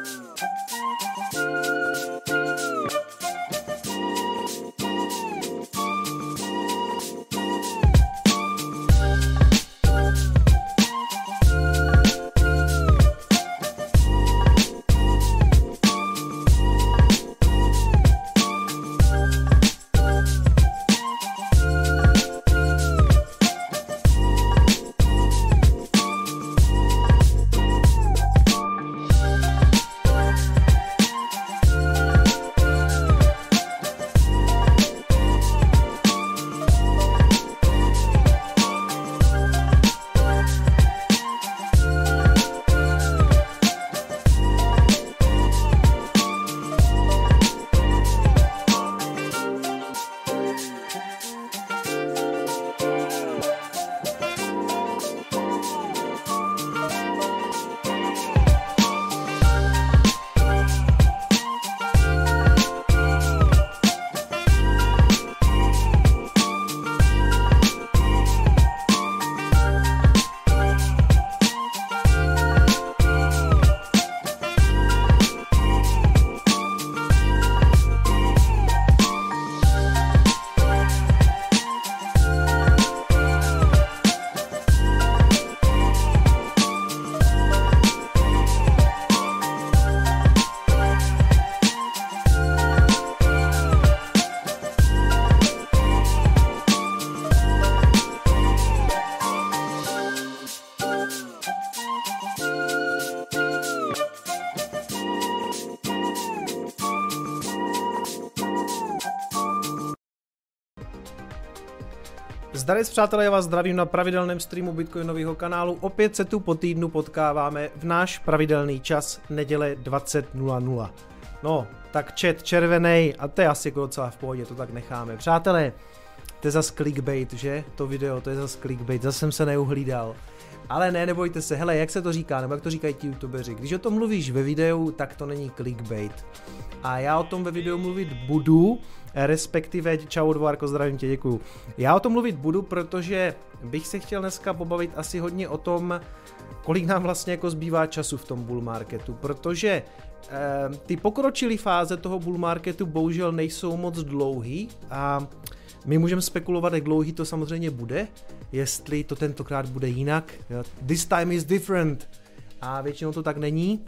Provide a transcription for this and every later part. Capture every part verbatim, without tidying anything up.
Zdarec přátelé, já vás zdravím na pravidelném streamu Bitcoinového kanálu. Opět se tu po týdnu potkáváme v náš pravidelný čas neděle dvacet nula nula. No, tak chat červenej a to je asi jako docela v pohodě, to tak necháme. Přátelé, to je zas clickbait, že? To video, to je zas clickbait, zase jsem se neuhlídal. Ale ne, nebojte se, hele, jak se to říká, nebo jak to říkají ti youtubeři, když o tom mluvíš ve videu, tak to není clickbait. A já o tom ve videu mluvit budu, respektive, čau Dvorko, zdravím tě, děkuju. Já o tom mluvit budu, protože bych se chtěl dneska pobavit asi hodně o tom, kolik nám vlastně jako zbývá času v tom bull marketu, protože eh, ty pokročilé fáze toho bull marketu bohužel nejsou moc dlouhý a my můžeme spekulovat, jak dlouhý to samozřejmě bude, jestli to tentokrát bude jinak. This time is different. A většinou to tak není.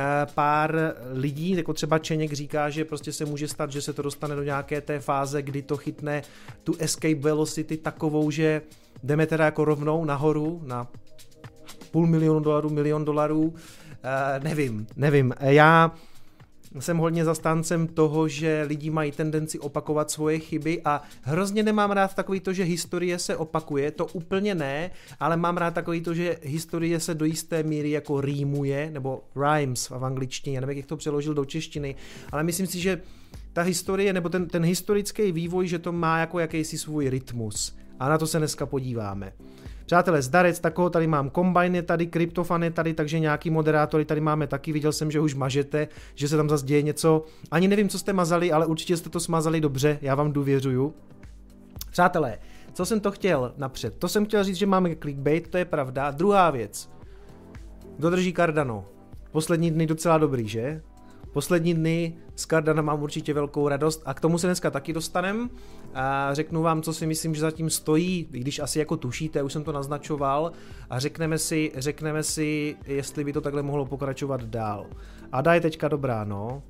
Pár lidí, jako třeba Čeněk, říká, že prostě se může stát, že se to dostane do nějaké té fáze, kdy to chytne tu escape velocity takovou, že jdeme teda jako rovnou nahoru na půl milionu dolarů, milion dolarů. Nevím, nevím. Já jsem hodně zastáncem toho, že lidi mají tendenci opakovat svoje chyby a hrozně nemám rád takový to, že historie se opakuje, to úplně ne, ale mám rád takový to, že historie se do jisté míry jako rýmuje, nebo rhymes v angličtině, nevím, jak to přeložil do češtiny, ale myslím si, že ta historie, nebo ten, ten historický vývoj, že to má jako jakýsi svůj rytmus a na to se dneska podíváme. Přátelé, zdarec, takového tady mám, Combine je tady, Kryptofan je tady, takže nějaký moderátory tady máme taky, viděl jsem, že už mažete, že se tam zase děje něco, ani nevím, co jste mazali, ale určitě jste to smazali dobře, já vám důvěřuju. Přátelé, co jsem to chtěl napřed? To jsem chtěl říct, že máme clickbait, to je pravda. Druhá věc, kdo drží Cardano? Poslední dny docela dobrý, že? Poslední dny z Cardana mám určitě velkou radost a k tomu se dneska taky dostanem. A řeknu vám, co si myslím, že zatím stojí, i když asi jako tušíte, už jsem to naznačoval, a řekneme si, řekneme si, jestli by to takhle mohlo pokračovat dál. A dá je teďka dobrá, no.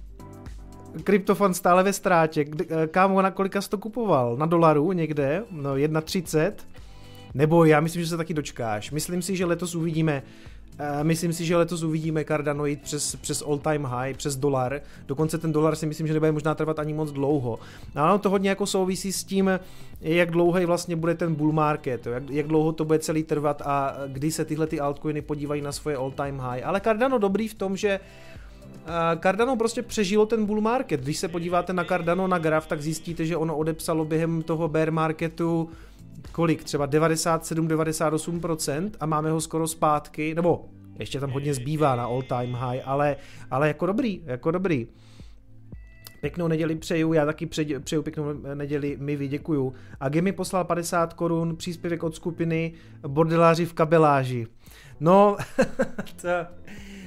Kryptofan stále ve ztrátě. Kámo, na kolika jsi to kupoval? Na dolaru někde? No jedna třicet? Nebo já myslím, že se taky dočkáš. Myslím si, že letos uvidíme Myslím si, že letos uvidíme Cardano jít přes, přes all time high, přes dolar. Dokonce ten dolar si myslím, že nebude možná trvat ani moc dlouho. No, ale to hodně jako souvisí s tím, jak dlouhý vlastně bude ten bull market, jak, jak dlouho to bude celý trvat a kdy se tyhle ty altcoiny podívají na svoje all time high. Ale Cardano dobrý v tom, že Cardano prostě přežilo ten bull market. Když se podíváte na Cardano na graf, tak zjistíte, že ono odepsalo během toho bear marketu kolik? Třeba devadesát sedm devadesát osm procent a máme ho skoro zpátky, nebo ještě tam hodně zbývá na all time high, ale, ale jako dobrý, jako dobrý. Pěknou neděli přeju, já taky přeju pěknou neděli, my vy, děkuju. A Gemi poslal padesát korun, příspěvek od skupiny Bordeláři v kabeláži. No, to,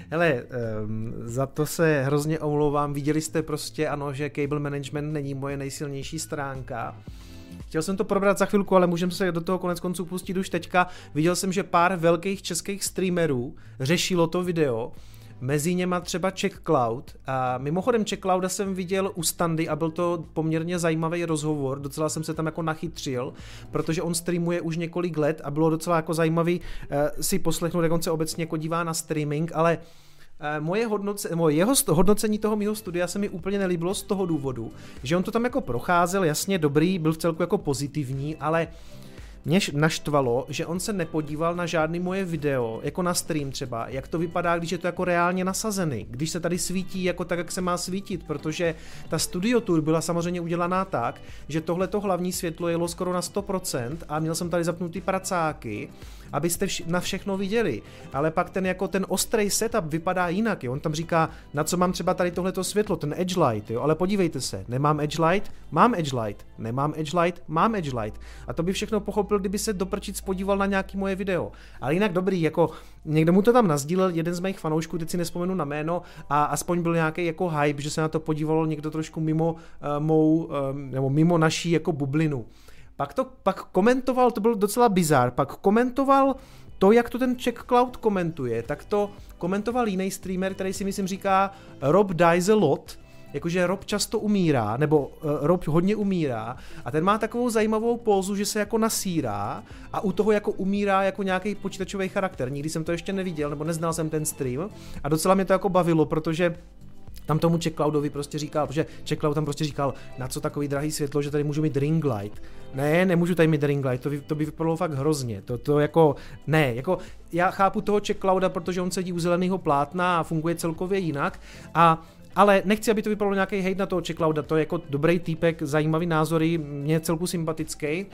Hele, um, za to se hrozně omlouvám. Viděli jste prostě, ano, že cable management není moje nejsilnější stránka. Chtěl jsem to probrat za chvilku, ale můžeme se do toho konec konců pustit už teďka. Viděl jsem, že pár velkých českých streamerů řešilo to video, mezi něma třeba Czech Cloud. A mimochodem Czech Clouda jsem viděl u Standy a byl to poměrně zajímavý rozhovor, docela jsem se tam jako nachytřil, protože on streamuje už několik let a bylo docela jako zajímavý uh, si poslechnout, jak on se obecně jako dívá na streaming, ale Moje hodnoce, moje jeho hodnocení toho mýho studia se mi úplně nelíbilo z toho důvodu, že on to tam jako procházel, jasně dobrý, byl v celku jako pozitivní, ale mě naštvalo, že on se nepodíval na žádný moje video, jako na stream třeba, jak to vypadá, když je to jako reálně nasazený, když se tady svítí jako tak, jak se má svítit, protože ta studio tour byla samozřejmě udělaná tak, že tohleto hlavní světlo jelo skoro na sto procent a měl jsem tady zapnutý pracáky, abyste vš- na všechno viděli, ale pak ten jako ten ostrý setup vypadá jinak, jo? On tam říká, na co mám třeba tady tohleto světlo, ten edge light, jo? Ale podívejte se, nemám edge light, mám edge light, nemám edge light, mám edge light a to by všechno pochopil, kdyby se do prčic podíval na nějaký moje video, ale jinak dobrý, jako někdo mu to tam nazdílel, jeden z mých fanoušků, teď si nespomenu na jméno a aspoň byl nějaký jako hype, že se na to podíval někdo trošku mimo uh, mou, uh, nebo mimo naší jako bublinu. Pak to pak komentoval, to byl docela bizár, pak komentoval to, jak to ten Czech Cloud komentuje, tak to komentoval jiný streamer, který si myslím říká Rob dies a lot, jakože Rob často umírá, nebo uh, Rob hodně umírá a ten má takovou zajímavou pózu, že se jako nasírá a u toho jako umírá jako nějaký počítačový charakter. Nikdy jsem to ještě neviděl, nebo neznal jsem ten stream a docela mě to jako bavilo, protože tam tomu Czech Cloudovi prostě říkal, protože Czech Cloud tam prostě říkal, na co takový drahý světlo, že tady můžu mít ring light. Ne, nemůžu tady mít ring light, to by, to by vypadalo fakt hrozně, to, to jako, ne, jako já chápu toho Czech Clouda, protože on sedí u zeleného plátna a funguje celkově jinak a ale nechci, aby to vypadalo nějaký hejt na toho Czech Clouda, to je jako dobrý týpek, zajímavý názory, mě celku sympatický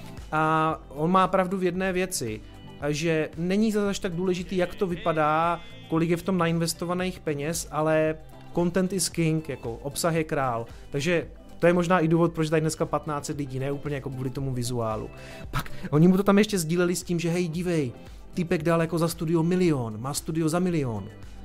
a on má pravdu v jedné věci, že není zase tak důležitý, jak to vypadá, kolik je v tom nainvestovaných peněz, ale content is king, jako obsah je král, takže to je možná i důvod, proč tady dneska patnáct set lidí, ne úplně jako kvůli tomu vizuálu. Pak oni mu to tam ještě sdíleli s tím, že hej, dívej, týpek dal jako za studio milion, má studio za milion.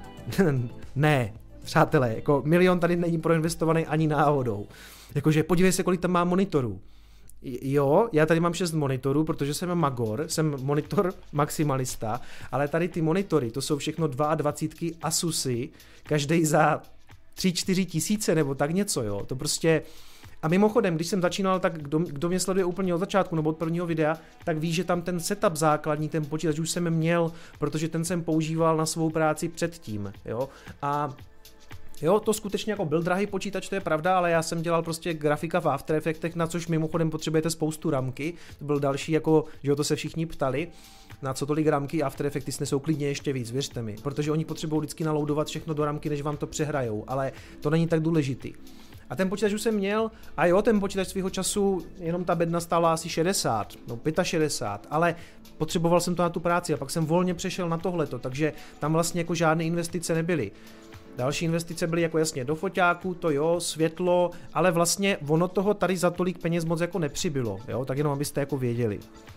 Ne, přátelé, jako milion tady není proinvestovaný ani náhodou. Jakože podívej se, kolik tam má monitorů. Jo, já tady mám šest monitorů, protože jsem magor, jsem monitor maximalista, ale tady ty monitory, to jsou všechno dvacítky dva Asusy, každý za tři čtyři tisíce nebo tak něco, jo, to prostě. A mimochodem, když jsem začínal, tak kdo, kdo mě sleduje úplně od začátku nebo od prvního videa, tak ví, že tam ten setup základní, ten počítač už jsem měl, protože ten jsem používal na svou práci předtím, jo, a jo, to skutečně jako byl drahý počítač, to je pravda, ale já jsem dělal prostě grafika v After Effectech, na což mimochodem potřebujete spoustu ramky, to byl další jako, že jo, to se všichni ptali, na co tolik ramky, After Effecty snesou klidně ještě víc, věřte mi, protože oni potřebují vždycky naloadovat všechno do ramky, než vám to přehrajou, ale to není tak důležitý. A ten počítač už jsem měl, a jo, ten počítač svýho času, jenom ta bedna stála asi šedesát, no šedesát pět, ale potřeboval jsem to na tu práci a pak jsem volně přešel na tohleto, takže tam vlastně jako žádné investice nebyly. Další investice byly jako jasně do foťáků, to jo, světlo, ale vlastně ono toho tady za tolik peněz moc jako nepřibylo, jo, tak jenom abyste jako věděli.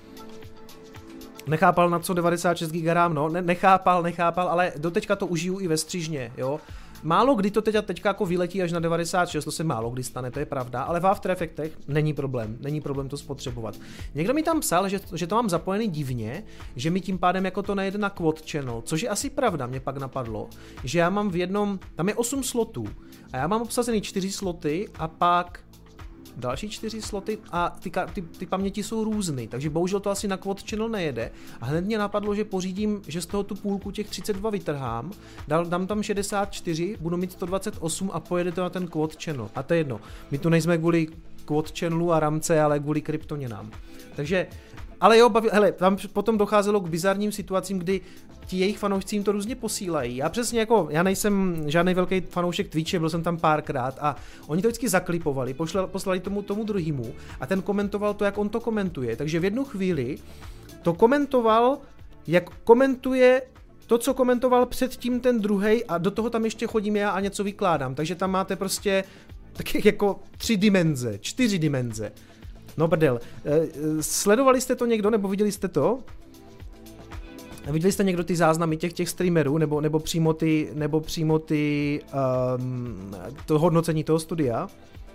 Nechápal, na co devadesát šest gigabajtů RAM, no, ne, nechápal, nechápal, ale doteďka to užiju i ve střižně, jo. Málo kdy to teď teďka jako vyletí až na devadesát šest, to se málo kdy stane, to je pravda, ale v After Effectech není problém, není problém to spotřebovat. Někdo mi tam psal, že, že to mám zapojený divně, že mi tím pádem jako to nejede na quad channel, což je asi pravda, mě pak napadlo, že já mám v jednom, tam je osm slotů a já mám obsazený čtyři sloty a pak další čtyři sloty a ty, ty, ty paměti jsou různý, takže bohužel to asi na quad channel nejede a hned mě napadlo, že pořídím, že z toho tu půlku těch třicet dva vytrhám, dal, dám tam šedesát čtyři, budu mít sto dvacet osm a pojede to na ten quad channel a to je jedno, my tu nejsme kvůli quad channelu a ramce, ale kvůli kryptoněnám, takže ale jo, baví, hele, tam potom docházelo k bizarním situacím, kdy ti jejich fanoušci jim to různě posílají. Já přesně jako, já nejsem žádný velký fanoušek Twitche, byl jsem tam párkrát a oni to vždycky zaklipovali, pošle, poslali tomu, tomu druhému a ten komentoval to, jak on to komentuje. Takže v jednu chvíli to komentoval, jak komentuje to, co komentoval předtím ten druhej a do toho tam ještě chodím já a něco vykládám. Takže tam máte prostě tak jako tři dimenze, čtyři dimenze. No brdel, sledovali jste to někdo, nebo viděli jste to? Viděli jste někdo ty záznamy těch těch streamerů, nebo, nebo přímo ty, nebo přímo ty, um, to hodnocení toho studia?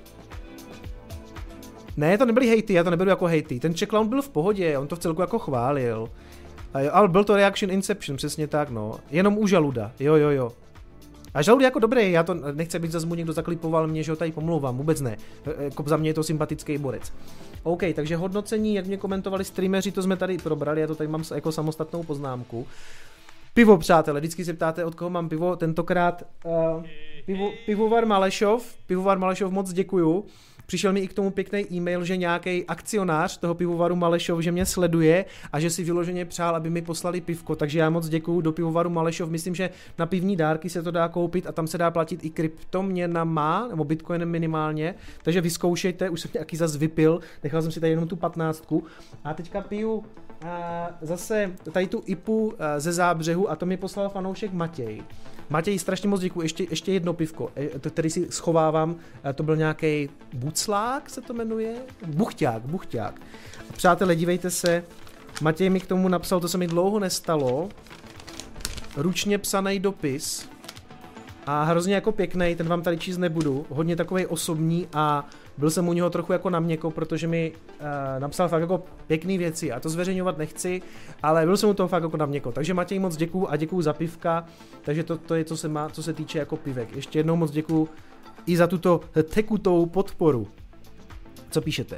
Ne, to nebyly hejty, já to neberu jako hejty. Ten Czech Clown byl v pohodě, on to v celku jako chválil. Ale byl to Reaction Inception, přesně tak, no. Jenom u žaluda, jo, jo, jo. A žalud je jako dobrý, já to nechci, být zase mu někdo zaklipoval mě, že ho tady pomlouvám, vůbec ne. Jako za mě je to sympatický borec. OK, takže hodnocení, jak mě komentovali streameři, to jsme tady probrali, já to tady mám jako samostatnou poznámku. Pivo, přátelé, vždycky se ptáte, od koho mám pivo, tentokrát uh, pivo, pivovar Malešov, pivovar Malešov, moc děkuju. Přišel mi i k tomu pěkný e-mail, že nějaký akcionář toho pivovaru Malešov, že mě sleduje a že si vyloženě přál, aby mi poslali pivko, takže já moc děkuju do pivovaru Malešov, myslím, že na pivní dárky se to dá koupit a tam se dá platit i kryptoměnama, nebo bitcoinem minimálně, takže vyzkoušejte, už jsem nějaký zas vypil, nechal jsem si tady jenom tu patnáctku a teďka piju a zase tady tu ipu ze Zábřehu a to mi poslal fanoušek Matěj. Matěj, strašně moc děkuji, ještě, ještě jedno pivko, který si schovávám, to byl nějaký buclák se to jmenuje? Buchťák, buchťák. Přátelé, dívejte se, Matěj mi k tomu napsal, to se mi dlouho nestalo, ručně psaný dopis a hrozně jako pěkný, ten vám tady číst nebudu, hodně takovej osobní a byl jsem u něho trochu jako na měko, protože mi uh, napsal fakt jako pěkný věci a to zveřejňovat nechci, ale byl jsem u toho fakt jako na měko. Takže Matěj, moc děkuju a děkuju za pivka, takže to, to je, co se má, co se týče jako pivek. Ještě jednou moc děkuju i za tuto tekutou podporu. Co píšete?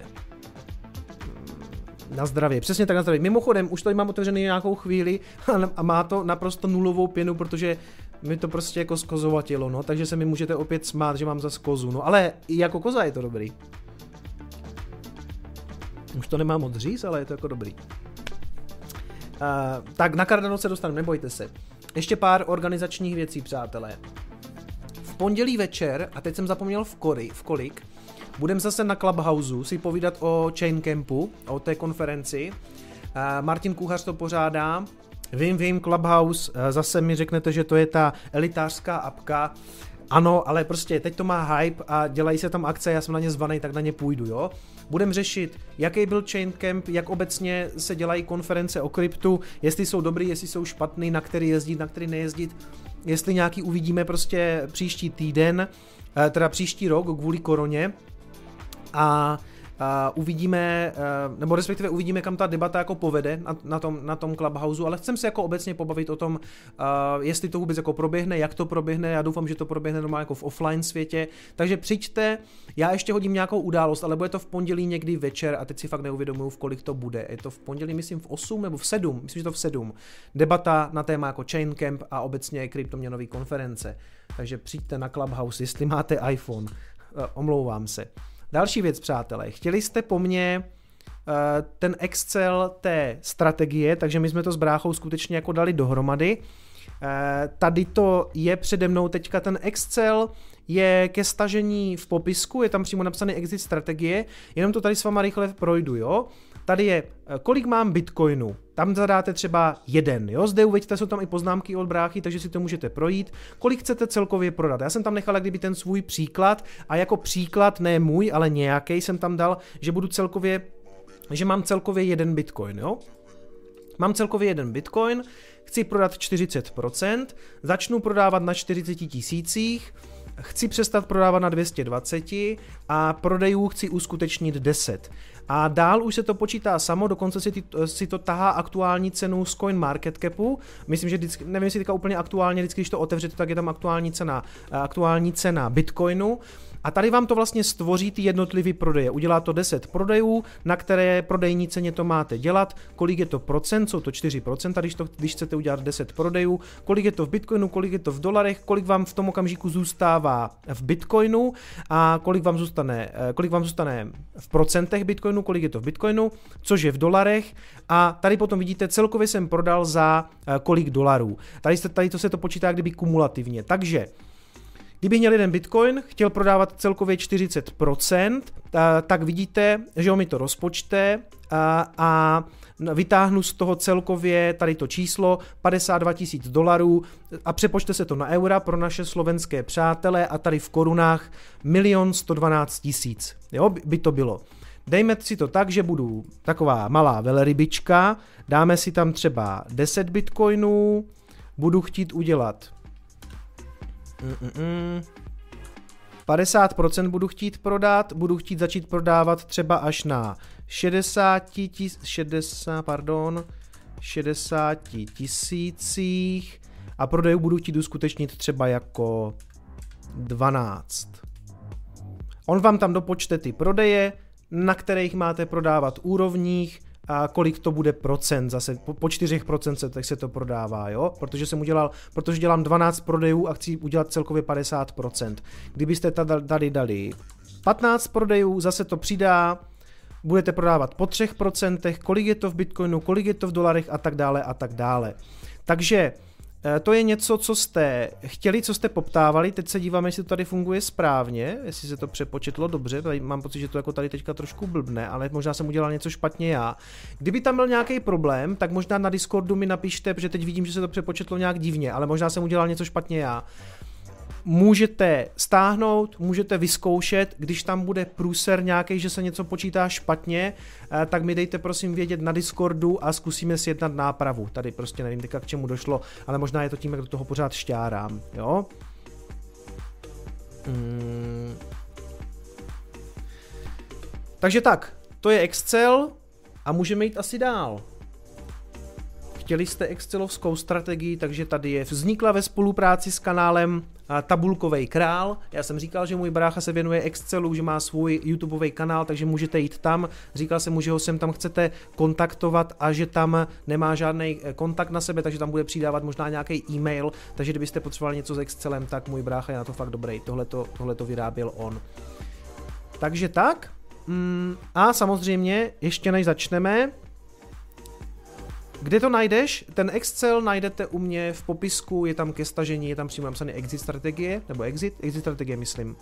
Na zdravě, přesně tak na zdravě. Mimochodem, už tady mám otevřený nějakou chvíli a má to naprosto nulovou pěnu, protože mi to prostě jako skozovatilo, no, takže se mi můžete opět smát, že mám zas kozu, no, ale i jako koza je to dobrý. Už to nemám moc říct, ale je to jako dobrý. Uh, tak na Cardano se dostanu, nebojte se. Ještě pár organizačních věcí, přátelé. V pondělí večer, a teď jsem zapomněl v, kory, v kolik, budeme zase na Clubhouse si povídat o Chain Campu, o té konferenci. Uh, Martin Kuchař to pořádá. Vím, vím, Clubhouse, zase mi řeknete, že to je ta elitářská apka. Ano, ale prostě teď to má hype a dělají se tam akce, já jsem na ně zvaný, tak na ně půjdu, jo. Budeme řešit, jaký byl Chain Camp, jak obecně se dělají konference o kryptu, jestli jsou dobrý, jestli jsou špatný, na který jezdit, na který nejezdit, jestli nějaký uvidíme prostě příští týden, teda příští rok kvůli koroně a Uh, uvidíme, uh, nebo respektive uvidíme, kam ta debata jako povede na, na, tom, na tom Clubhouse, ale chcem se jako obecně pobavit o tom, uh, jestli to vůbec jako proběhne, jak to proběhne, já doufám, že to proběhne normálně jako v offline světě, takže přijďte, já ještě hodím nějakou událost, ale bude to v pondělí někdy večer a teď si fakt neuvědomuju, v kolik to bude, je to v pondělí, myslím v osm nebo v sedm, myslím, že to v sedm, debata na téma jako Chain Camp a obecně kryptoměnový konference, takže přijďte na Clubhouse, jestli máte iPhone, uh, omlouvám se. Další věc, přátelé, chtěli jste po mně uh, ten Excel té strategie, takže my jsme to s bráchou skutečně jako dali dohromady. Uh, tady to je přede mnou teďka ten Excel, je ke stažení v popisku, je tam přímo napsaný exit strategie, jenom to tady s váma rychle projdu, jo. Tady je, kolik mám bitcoinu, tam zadáte třeba jeden, jo, zde uvidíte, jsou tam i poznámky od bráchy, takže si to můžete projít, kolik chcete celkově prodat. Já jsem tam nechal jak kdyby ten svůj příklad a jako příklad, ne můj, ale nějaký jsem tam dal, že budu celkově, že mám celkově jeden bitcoin, jo. Mám celkově jeden bitcoin, chci prodat čtyřicet procent, začnu prodávat na čtyřicet tisících, chci přestat prodávat na dvě stě dvacet a prodejů chci uskutečnit deset. A dál už se to počítá samo, dokonce si, ty, si to tahá aktuální cenu z CoinMarketCapu. Myslím, že vždycky, nevím, jestli teďka úplně aktuálně, vždycky, když to otevřete, tak je tam aktuální cena, aktuální cena Bitcoinu. A tady vám to vlastně stvoří ty jednotlivý prodeje. Udělá to deset prodejů, na které prodejní ceně to máte dělat, kolik je to procent, jsou to čtyři procenta, když, to, když chcete udělat deset prodejů, kolik je to v Bitcoinu, kolik je to v dolarech, kolik vám v tom okamžiku zůstává v Bitcoinu a kolik vám zůstane, kolik vám zůstane v procentech Bitcoinu, kolik je to v Bitcoinu, což je v dolarech a tady potom vidíte, celkově jsem prodal za kolik dolarů. Tady, tady to se to počítá kdyby kumulativně, takže kdybych měl jeden bitcoin, chtěl prodávat celkově čtyřicet procent, tak vidíte, že on mi to rozpočte a, a vytáhnu z toho celkově tady to číslo padesát dva tisíc dolarů a přepočte se to na eura pro naše slovenské přátelé a tady v korunách milion sto dvanáct tisíc, jo, by to bylo. dejme si to tak, že budu taková malá velrybička, dáme si tam třeba deset bitcoinů, budu chtít udělat Mm-mm. padesát procent budu chtít prodat, budu chtít začít prodávat třeba až na šedesát tis, šedesát, pardon, šedesát tisících a prodej budu chtít uskutečnit třeba jako dvanáct. On vám tam dopočte ty prodeje, na kterých máte prodávat úrovních a kolik to bude procent, zase po, po čtyřech procentech tak se to prodává, jo, protože jsem udělal, protože dělám dvanáct prodejů a chci udělat celkově padesát procent. Kdybyste tady dali patnáct prodejů, zase to přidá, budete prodávat po třech procentech, kolik je to v bitcoinu, kolik je to v dolarech a tak dále a tak dále. Takže to je něco, co jste chtěli, co jste poptávali, teď se díváme, jestli to tady funguje správně, jestli se to přepočetlo dobře, mám pocit, že to jako tady teďka trošku blbne, ale možná jsem udělal něco špatně já. Kdyby tam byl nějaký problém, tak možná na Discordu mi napište, protože teď vidím, že se to přepočetlo nějak divně, ale možná jsem udělal něco špatně já. Můžete stáhnout, můžete vyzkoušet, když tam bude průser nějaký, že se něco počítá špatně, tak mi dejte prosím vědět na Discordu a zkusíme sjednat nápravu. Tady prostě nevím teďka k čemu došlo, ale možná je to tím, jak do toho pořád šťárám, jo? Hmm. Takže tak, to je Excel a můžeme jít asi dál. Chtěli jste excelovskou strategii, takže tady je. Vznikla ve spolupráci s kanálem Tabulkovej král. Já jsem říkal, že můj brácha se věnuje Excelu, že má svůj YouTubeový kanál, takže můžete jít tam. Říkal jsem mu, že ho sem tam chcete kontaktovat a že tam nemá žádný kontakt na sebe, takže tam bude přidávat možná nějaký e-mail, takže kdybyste potřebovali něco s Excelem, tak můj brácha je na to fakt dobrý. Tohleto, tohleto vyráběl on. Takže tak. A samozřejmě, ještě než začneme, kde to najdeš? Ten Excel najdete u mě v popisku, je tam ke stažení, je tam přímo napsané exit strategie, nebo exit, exit strategie myslím.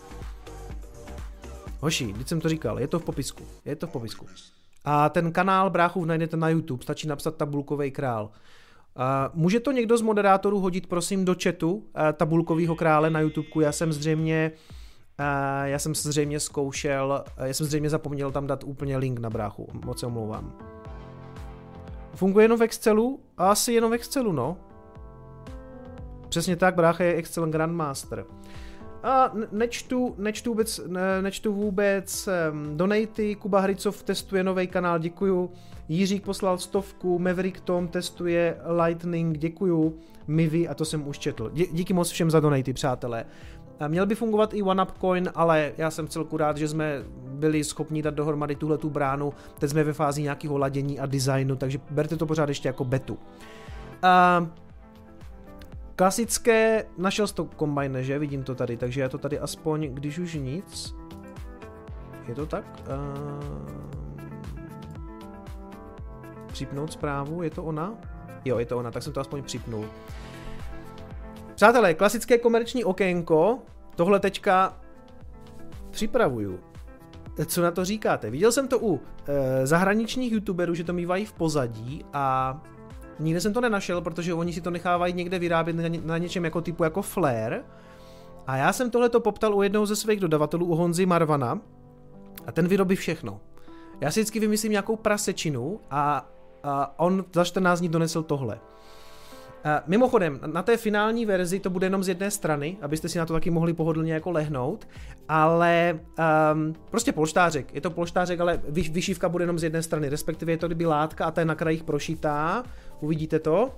Hoši, když jsem to říkal, je to v popisku, je to v popisku. A ten kanál bráchův najdete na YouTube, stačí napsat Tabulkovej král. Uh, může to někdo z moderátorů hodit prosím do chatu uh, Tabulkovýho krále na YouTubeku, já jsem zřejmě, uh, já jsem zřejmě zkoušel, uh, já jsem zřejmě zapomněl tam dát úplně link na bráchu, moc se omlouvám. Funguje jenom v Excelu? Asi jenom v Excelu, no. Přesně tak, brácha je Excel Grandmaster. A nečtu, nečtu vůbec, nečtu vůbec um, donaty, Kuba Hricov testuje nový kanál, děkuju. Jiřík poslal stovku, Maverick Tom testuje Lightning, děkuju. Mivi, a to jsem už četl. Dí, díky moc všem za donaty, přátelé. A měl by fungovat i OneUpCoin, ale já jsem celku rád, že jsme byli schopni dát dohromady tuhletu bránu. Teď jsme ve fázi nějakého ladění a designu, takže berte to pořád ještě jako betu. A klasické, našel jsi to Combine, že? Vidím to tady, takže já to tady aspoň, když už nic. Je to tak? Uh... Připnout zprávu, je to ona? Jo, je to ona, tak jsem to aspoň připnul. Přátelé, klasické komerční okénko, tohle teďka připravuju. Co na to říkáte? Viděl jsem to u e, zahraničních youtuberů, že to mývají v pozadí a nikde jsem to nenašel, protože oni si to nechávají někde vyrábět na, ně, na něčem jako typu jako Flare. A já jsem tohleto poptal u jednoho ze svých dodavatelů, u Honzy Marvana, a ten vyrobí všechno. Já si vždycky vymyslím nějakou prasečinu a, a on za čtrnáct dní donesl tohle. Uh, mimochodem, na té finální verzi to bude jenom z jedné strany, abyste si na to taky mohli pohodlně jako lehnout, ale um, prostě polštářek, je to polštářek, ale vy, vyšívka bude jenom z jedné strany, respektive je to kdyby látka a ta je na krajích prošitá, uvidíte to.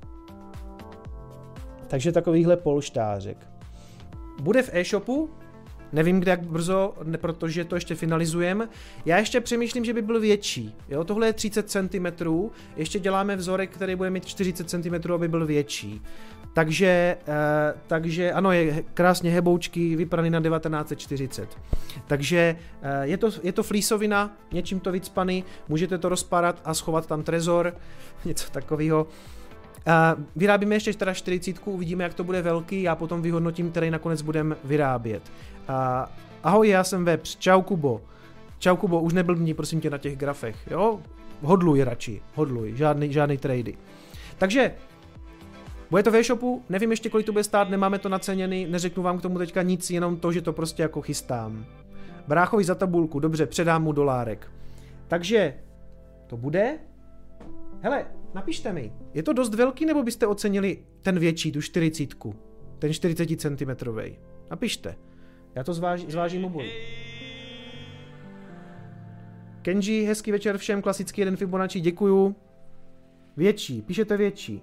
Takže takovýhle polštářek. Bude v e-shopu, nevím kde jak brzo, ne, protože to ještě finalizujeme. Já ještě přemýšlím, že by byl větší. Jo, tohle je třicet centimetrů, ještě děláme vzorek, který bude mít čtyřicet centimetrů, aby byl větší. Takže, eh, takže ano, je krásně heboučky, vypraný na devatenáct set čtyřicet. Takže eh, je to, je to flísovina, něčím to vycpaný, můžete to rozpadat a schovat tam trezor, něco takového. Uh, vyrábíme ještě teda čtyřicet, uvidíme, jak to bude velký, já potom vyhodnotím, který nakonec budeme vyrábět. Uh, ahoj, já jsem Webs, čau Kubo. Čau Kubo, už neblbni prosím tě na těch grafech, jo? Hodluj radši, hodluj, žádný, žádný trady. Takže, bude to v e-shopu, nevím ještě kolik to bude stát, nemáme to naceněný, neřeknu vám k tomu teďka nic, jenom to, že to prostě jako chystám. Bráchovi za tabulku, dobře, předám mu dolárek. Takže to bude? Hele, napište mi, je to dost velký, nebo byste ocenili ten větší, tu čtyřicítku? Ten čtyřicet centimetrů. Napište. Já to zváž, zvážím obojí. Kenji, hezký večer všem, klasický jeden Fibonacci, děkuju. Větší, píšete větší.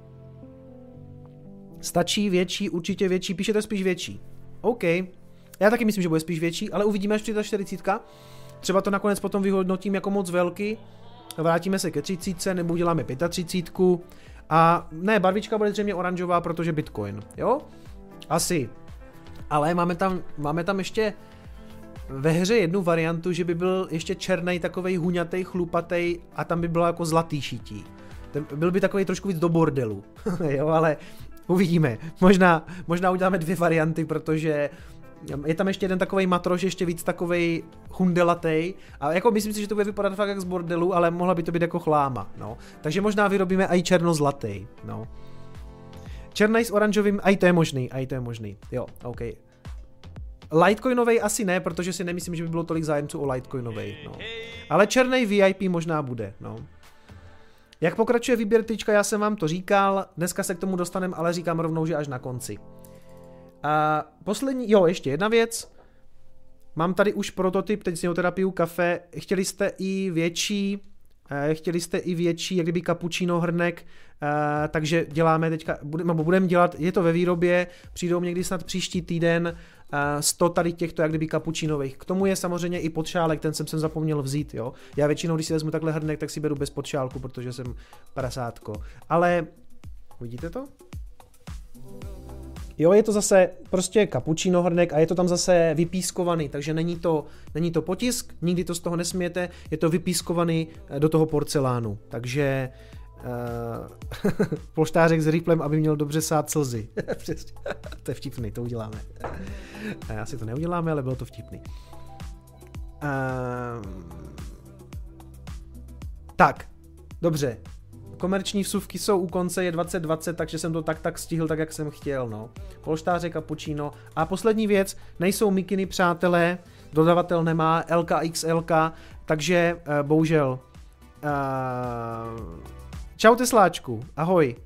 Stačí větší, určitě větší, píšete spíš větší. OK. Já taky myslím, že bude spíš větší, ale uvidíme, až přijde ta čtyřicítka. Třeba to nakonec potom vyhodnotím jako moc velký. Vrátíme se ke třicítce, nebo uděláme třicítku pět. A ne, barvička bude zřejmě oranžová, protože Bitcoin, jo? Asi. Ale máme tam, máme tam ještě ve hře jednu variantu, že by byl ještě černý, takovej huňatej, chlupatej a tam by bylo jako zlatý šití. Ten byl by takový trošku víc do bordelu, jo, ale uvidíme. Možná, možná uděláme dvě varianty, protože je tam ještě jeden takovej matroš, ještě víc takovej hundelatej a jako myslím si, že to bude vypadat fakt jak z bordelu, ale mohla by to být jako chláma, no. Takže možná vyrobíme i černozlatý, no. Černej s oranžovým, aj to je možný, aj to je možný, jo, OK. Litecoinovej asi ne, protože si nemyslím, že by bylo tolik zájemců o Litecoinovej, no. Ale černej V I P možná bude, no. Jak pokračuje výběr tyčka, já jsem vám to říkal, dneska se k tomu dostaneme, ale říkám rovnou, že až na konci. A poslední, jo, ještě jedna věc. Mám tady už prototyp, teď si ho teda piju kafe, chtěli jste i větší, eh, chtěli jste i větší, jak kdyby cappuccino hrnek, eh, takže děláme teďka, budeme budem dělat, je to ve výrobě, přijdou někdy snad příští týden eh, sto tady těchto jak kdyby cappuccinových. K tomu je samozřejmě i podšálek, ten jsem sem zapomněl vzít, jo. Já většinou, když si vezmu takhle hrnek, tak si beru bez podšálku, protože jsem prasátko. Ale, vidíte to? Jo, je to zase prostě cappuccino hrnek a je to tam zase vypískovaný, takže není to, není to potisk, nikdy to z toho nesmějete, je to vypískovaný do toho porcelánu, takže uh, polštářek s rýplem, aby měl dobře sát slzy. To je vtipný, to uděláme. Asi to neuděláme, ale bylo to vtipný. Uh, tak, dobře. Komerční vsuvky jsou u konce, je dvacet dvacet, takže jsem to tak tak stihl, tak jak jsem chtěl, no. Polštářek, cappuccino. A poslední věc, nejsou mikiny, přátelé, dodavatel nemá, L K X L K, takže uh, bohužel. Uh, čau Tesláčku, ahoj.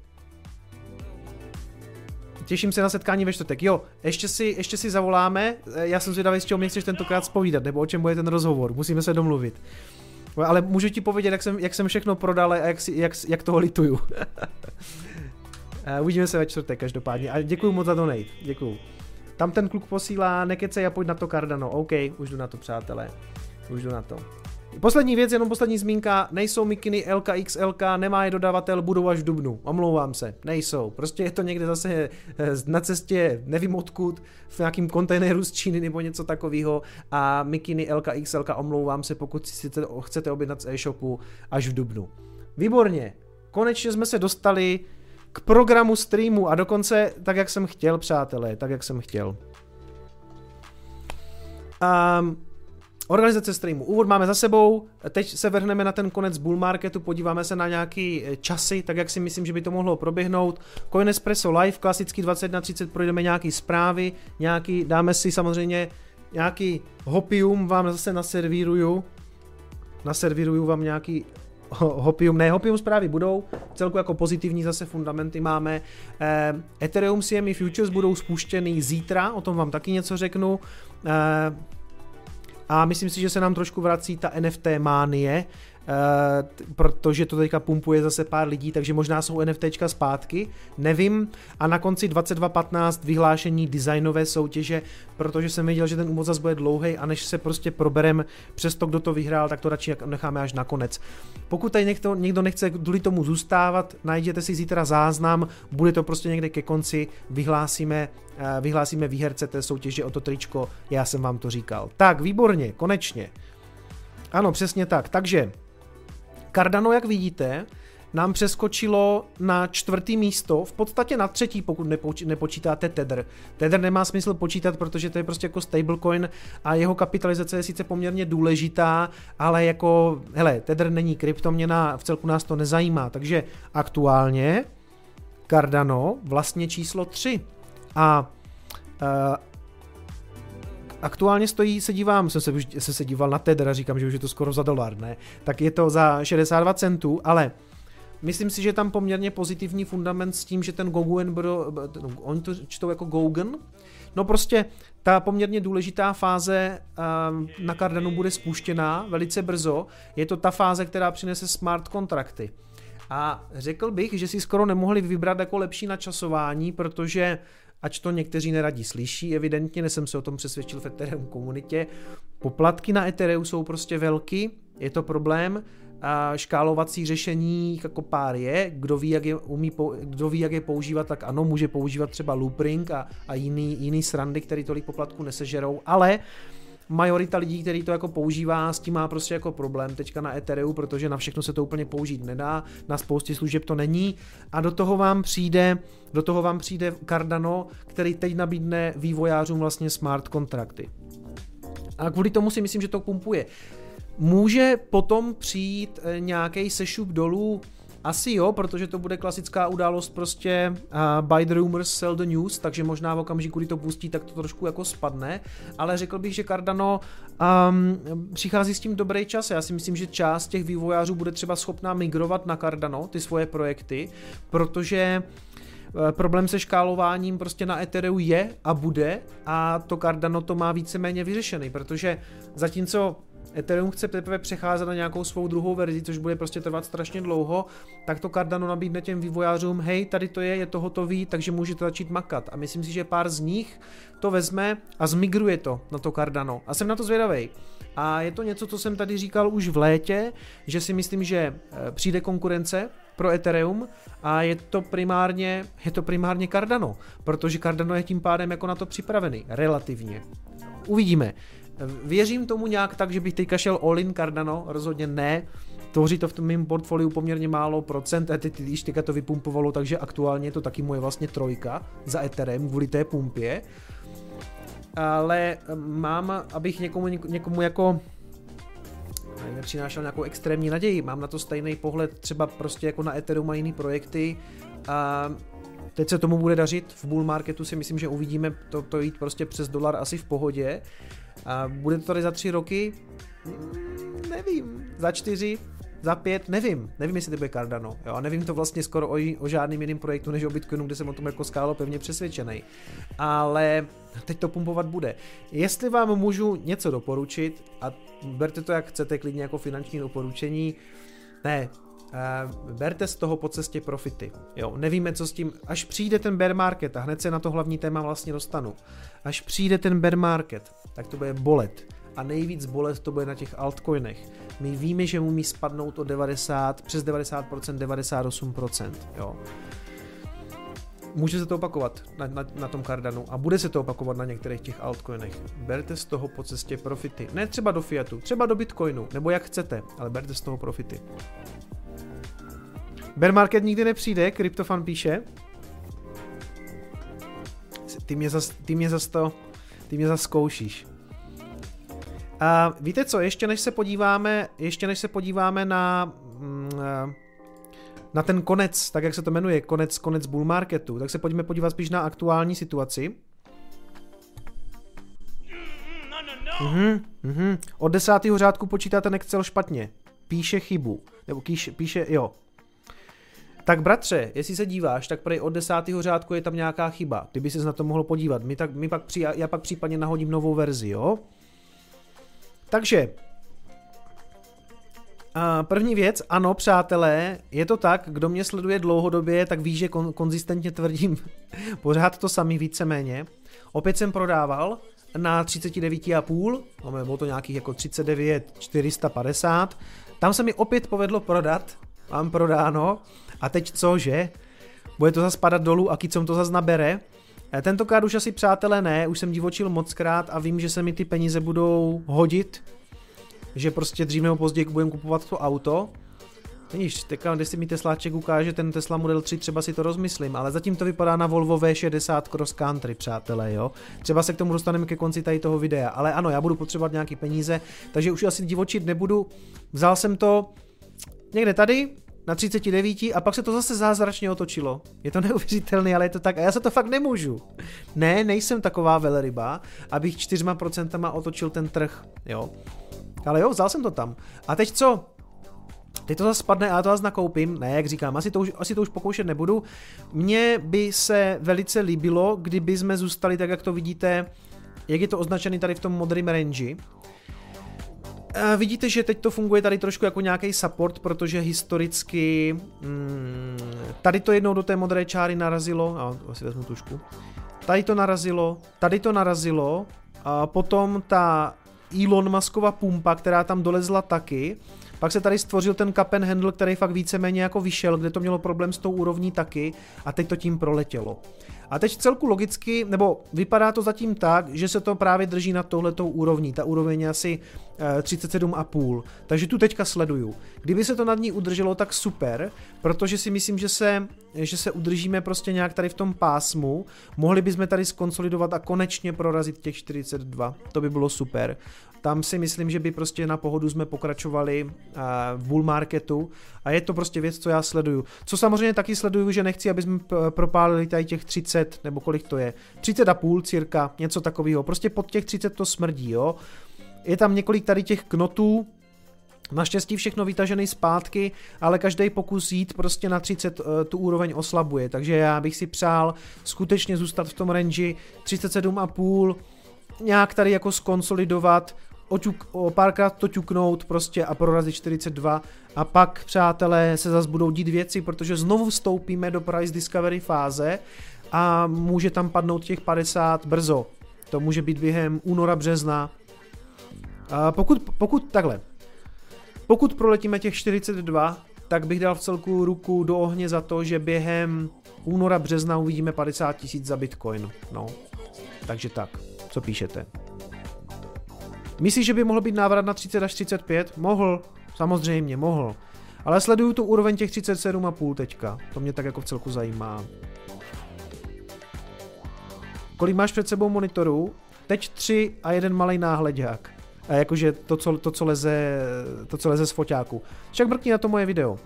Těším se na setkání ve čtvrtek. Jo, ještě si, ještě si zavoláme, já jsem zvědavý, z čeho mě chceš tentokrát zpovídat, nebo o čem bude ten rozhovor, musíme se domluvit. Ale můžu ti povědět, jak jsem, jak jsem všechno prodal a jak, si, jak, jak toho lituju. Uvidíme se ve čtvrtek každopádně. A děkuju moc za donate. Děkuju. Tam ten kluk posílá, nekecej a pojď na to Cardano. OK, už jdu na to, přátelé. Už jdu na to. Poslední věc, jenom poslední zmínka. Nejsou mikiny L K X L K, nemá je dodavatel, budou až v dubnu. Omlouvám se, nejsou. Prostě je to někde zase na cestě, nevím odkud, v nějakým kontejneru z Číny nebo něco takového. A mikiny L K X L K, omlouvám se, pokud si chcete objednat z e-shopu, až v dubnu. Výborně. Konečně jsme se dostali k programu streamu a dokonce tak, jak jsem chtěl, přátelé, tak, jak jsem chtěl. Um, Organizace streamu. Úvod máme za sebou, teď se vrhneme na ten konec bull marketu, podíváme se na nějaký časy, tak jak si myslím, že by to mohlo proběhnout. Coinespresso Live, klasický dvacet na třicet, projdeme nějaký zprávy, nějaký, dáme si samozřejmě nějaký hopium, vám zase naservíruju, naservíruju vám nějaký hopium, ne, hopium zprávy budou, celku jako pozitivní zase fundamenty máme. Eh, Ethereum C M E Futures budou spuštěny zítra, o tom vám taky něco řeknu. Eh, A myslím si, že se nám trošku vrací ta N F T mánie, uh, protože to teďka pumpuje zase pár lidí, takže možná jsou NFTčka zpátky, nevím. A na konci dvacet dva patnáct vyhlášení designové soutěže, protože jsem věděl, že ten úvod zase bude dlouhej a než se prostě proberem přes to, kdo to vyhrál, tak to radši necháme až na konec. Pokud tady někdo, někdo nechce kvůli tomu zůstávat, najděte si zítra záznam, bude to prostě někde ke konci, vyhlásíme, uh, vyhlásíme výherce té soutěže o to tričko, já jsem vám to říkal. Tak, výborně, konečně. Ano, přesně tak, takže Cardano, jak vidíte, nám přeskočilo na čtvrtý místo, v podstatě na třetí, pokud nepoč- nepočítáte Tether. Tether nemá smysl počítat, protože to je prostě jako stablecoin a jeho kapitalizace je sice poměrně důležitá, ale jako, hele, Tether není kryptoměna, v celku nás to nezajímá, takže aktuálně Cardano vlastně číslo tři. A uh, aktuálně stojí, se dívám, jsem se, jsem se díval na Tether a říkám, že už je to skoro za dolar, ne? Tak je to za šedesát dva centů, ale myslím si, že je tam poměrně pozitivní fundament s tím, že ten Gauguin, oni to čtou jako Gauguin, no prostě ta poměrně důležitá fáze um, na Cardano bude spuštěná velice brzo, je to ta fáze, která přinese smart kontrakty. A řekl bych, že si skoro nemohli vybrat jako lepší načasování, protože ač to někteří neradí slyší, evidentně, nesem se o tom přesvědčil v Ethereum komunitě, poplatky na Ethereum jsou prostě velký, je to problém, a škálovací řešení jako pár je, kdo ví, jak je, umí, kdo ví, jak je používat, tak ano, může používat třeba Loopring a, a jiný, jiný srandy, který tolik poplatků nesežerou, ale majorita lidí, který to jako používá, s tím má prostě jako problém teďka na Ethereum, protože na všechno se to úplně použít nedá, na spoustě služeb to není a do toho vám přijde, do toho vám přijde Cardano, který teď nabídne vývojářům vlastně smart kontrakty. A kvůli tomu si myslím, že to pumpuje. Může potom přijít nějaký sešup dolů? Asi jo, protože to bude klasická událost prostě uh, buy the rumors, sell the news, takže možná v okamžiku, kdy to pustí, tak to trošku jako spadne, ale řekl bych, že Cardano um, přichází s tím dobrý čas. Já si myslím, že část těch vývojářů bude třeba schopná migrovat na Cardano, ty svoje projekty, protože problém se škálováním prostě na Ethereum je a bude a to Cardano to má víceméně vyřešený, protože zatímco Ethereum chce teprve přecházet na nějakou svou druhou verzi, což bude prostě trvat strašně dlouho, tak to Cardano nabídne těm vývojářům, hej, tady to je, je to hotový, takže můžete začít makat. A myslím si, že pár z nich to vezme a zmigruje to na to Cardano. A jsem na to zvědavej. A je to něco, co jsem tady říkal už v létě, že si myslím, že přijde konkurence pro Ethereum a je to primárně, je to primárně Cardano, protože Cardano je tím pádem jako na to připravený, relativně. Uvidíme. Věřím tomu nějak tak, že bych teďka šel all-in Cardano, rozhodně ne. Tvoří to v tom mém portfoliu poměrně málo procent, a teď když teďka to vypumpovalo, takže aktuálně je to taky moje vlastně trojka za Ethereum kvůli té pumpě. Ale mám, abych někomu, někomu jako nepřinášel nějakou extrémní naději, mám na to stejný pohled třeba prostě jako na Ethereum a jiný projekty a teď se tomu bude dařit, v bull marketu si myslím, že uvidíme to, to jít prostě přes dolar asi v pohodě. A bude to tady za tři roky? Nevím. Za čtyři? Za pět? Nevím. Nevím, jestli to bude Cardano. Jo? A nevím to vlastně skoro o, o žádným jiným projektu, než o Bitcoinu, kde jsem o tom jako skálo pevně přesvědčený. Ale teď to pumpovat bude. Jestli vám můžu něco doporučit, a berte to jak chcete, klidně jako finanční doporučení, ne, Uh, berte z toho po cestě profity. Jo, nevíme, co s tím, až přijde ten bear market, a hned se na to hlavní téma vlastně dostanu, až přijde ten bear market, tak to bude bolet. A nejvíc bolet to bude na těch altcoinech. My víme, že umí spadnout o devadesát, přes devadesát procent, devadesát osm procent. Jo. Může se to opakovat na, na, na tom Cardanu a bude se to opakovat na některých těch altcoinech. Berte z toho po cestě profity. Ne třeba do fiatu, třeba do Bitcoinu, nebo jak chcete, ale berte z toho profity. Bear market nikdy nepřijde, Kryptofan píše. Ty mě zas, ty mě zas to, ty mě zas zkoušíš. A víte co, ještě než se podíváme, ještě než se podíváme na, na ten konec, tak jak se to jmenuje, konec, konec bull marketu, tak se pojďme podívat spíš na aktuální situaci. No, no, no. Mhm, mhm. Od desátého řádku počítá ten Excel špatně. Píše chybu. Nebo píše, píše, jo. Tak bratře, jestli se díváš, tak prej od desátého řádku je tam nějaká chyba. Kdyby ses na to mohl podívat. My tak, my pak při, já pak případně nahodím novou verzi, jo? Takže, a první věc, ano, přátelé, je to tak, kdo mě sleduje dlouhodobě, tak ví, že kon, konzistentně tvrdím pořád to samý víceméně. Opět jsem prodával na třicet devět celá pět, no, bylo to nějakých jako třicet devět čtyři sta padesát, tam se mi opět povedlo prodat, mám prodáno, a teď co, že? Bude to zase padat dolů a kicom to zase nabere. Tentokrát už asi, přátelé, ne, už jsem divočil mockrát a vím, že se mi ty peníze budou hodit, že prostě dřív nebo později budeme kupovat to auto. Víš, teďka, když si mi Tesláček ukáže ten Tesla Model tři, třeba si to rozmyslím, ale zatím to vypadá na Volvo V šedesát Cross Country, přátelé, jo. Třeba se k tomu dostaneme ke konci tady toho videa, ale ano, já budu potřebovat nějaký peníze, takže už asi divočit nebudu. Vzal jsem to někde tady, na třicet devět a pak se to zase zázračně otočilo. Je to neuvěřitelné, ale je to tak a já se to fakt nemůžu. Ne, nejsem taková velryba, abych čtyřma procentama otočil ten trh, jo. Ale jo, vzal jsem to tam. A teď co? Teď to zase spadne a já to zase nakoupím. Ne, jak říkám, asi to, už, asi to už pokoušet nebudu. Mně by se velice líbilo, kdyby jsme zůstali tak, jak to vidíte, jak je to označený tady v tom modrém range. A vidíte, že teď to funguje tady trošku jako nějaký support, protože historicky hmm, tady to jednou do té modré čáry narazilo, a asi vezmu tušku, tady to narazilo, tady to narazilo, a potom ta Elon Muskova pumpa, která tam dolezla taky, pak se tady stvořil ten cup and handle, který fakt víceméně jako vyšel, kde to mělo problém s tou úrovní taky a teď to tím proletělo. A teď celku logicky, nebo vypadá to zatím tak, že se to právě drží nad touhletou úrovní. Ta úroveň je asi třicet sedm a půl, takže tu teďka sleduju. Kdyby se to nad ní udrželo, tak super, protože si myslím, že se, že se udržíme prostě nějak tady v tom pásmu. Mohli bychom tady skonsolidovat a konečně prorazit těch čtyřicet dva, to by bylo super. Tam si myslím, že by prostě na pohodu jsme pokračovali v bull marketu a je to prostě věc, co já sleduju. Co samozřejmě taky sleduju, že nechci, aby jsme propálili tady těch třicet, nebo kolik to je, třicet a půl cirka, něco takového. Prostě pod těch třicet to smrdí, jo. Je tam několik tady těch knotů, naštěstí všechno vytažený zpátky, ale každý pokus jít prostě na třicet tu úroveň oslabuje, takže já bych si přál skutečně zůstat v tom range třicet sedm a půl, nějak tady jako skonsolidovat, oťuk, o párkrát to ťuknout prostě a prorazit čtyřicet dva a pak, přátelé, se zase budou dít věci, protože znovu vstoupíme do price discovery fáze a může tam padnout těch padesát brzo. To může být během února, března. A pokud, pokud takhle, pokud proletíme těch čtyřicet dva, tak bych dal v celku ruku do ohně za to, že během února, března uvidíme padesát tisíc za Bitcoin. No, takže tak. Co píšete? Myslíš, že by mohl být návrat na třicet až třicet pět? Mohl, samozřejmě, mohl. Ale sleduju tu úroveň těch třicet sedm a půl teďka. To mě tak jako v celku zajímá. Kolik máš před sebou monitorů? Teď tři a jeden malej náhleďák. A jakože to, co, to, co leze, to, co leze z foťáku. Však mrkni na to moje video.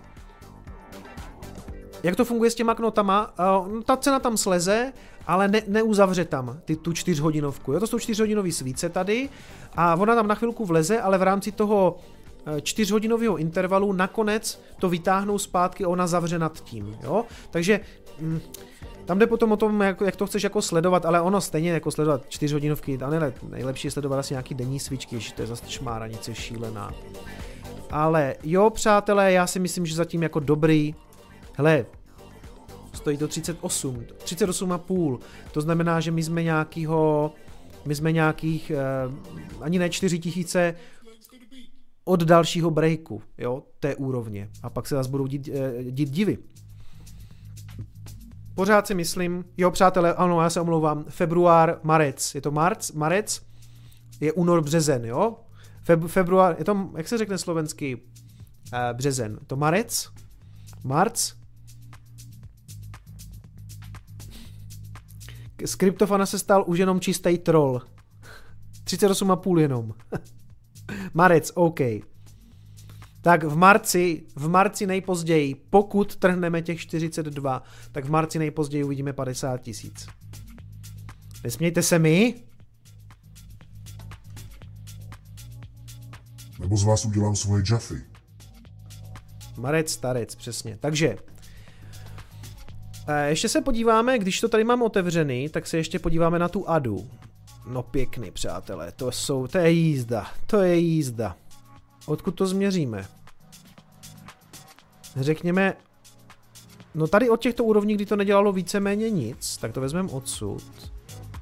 Jak to funguje s těma knotama? Uh, ta cena tam sleze, ale ne, neuzavře tam ty, tu čtyřhodinovku. Jo? To jsou čtyřhodinový svíce tady a ona tam na chvilku vleze, ale v rámci toho čtyřhodinového intervalu nakonec to vytáhnou zpátky a ona zavře nad tím. Jo? Takže hm, tam jde potom o tom, jak, jak to chceš jako sledovat, ale ono stejně jako sledovat čtyřhodinovky, a ne, nejlepší je sledovat asi nějaký denní svíčky, že to je zase šmáranice šílená. Ale jo, přátelé, já si myslím, že zatím jako dobrý. Hele, stojí to třicet osm, třicet osm a půl, to znamená, že my jsme nějakýho, my jsme nějakých, eh, ani ne čtyři tisíce od dalšího breaku, jo, té úrovně. A pak se zase budou dít, eh, dít divy. Pořád si myslím, jo přátelé, ano, já se omlouvám, február, marec, je to marc, marec, je únor, březen, jo, Feb, február, je to, jak se řekne slovensky, eh, březen, to marec, marc, z kryptofana se stal už jenom čistý troll. třicet osm a půl jenom. Marec, OK. Tak v marci, v marci nejpozději, pokud trhneme těch čtyřicet dva, tak v marci nejpozději uvidíme padesát tisíc. Nesmějte se mi. Nebo z vás udělám svoje Jaffy. Marec, starec, přesně. Takže ještě se podíváme, když to tady mám otevřený, tak se ještě podíváme na tu adu. No pěkný, přátelé, to jsou, to je jízda, to je jízda. Odkud to změříme? Řekněme, no tady od těchto úrovní, kdy to nedělalo víceméně nic, tak to vezmeme odsud.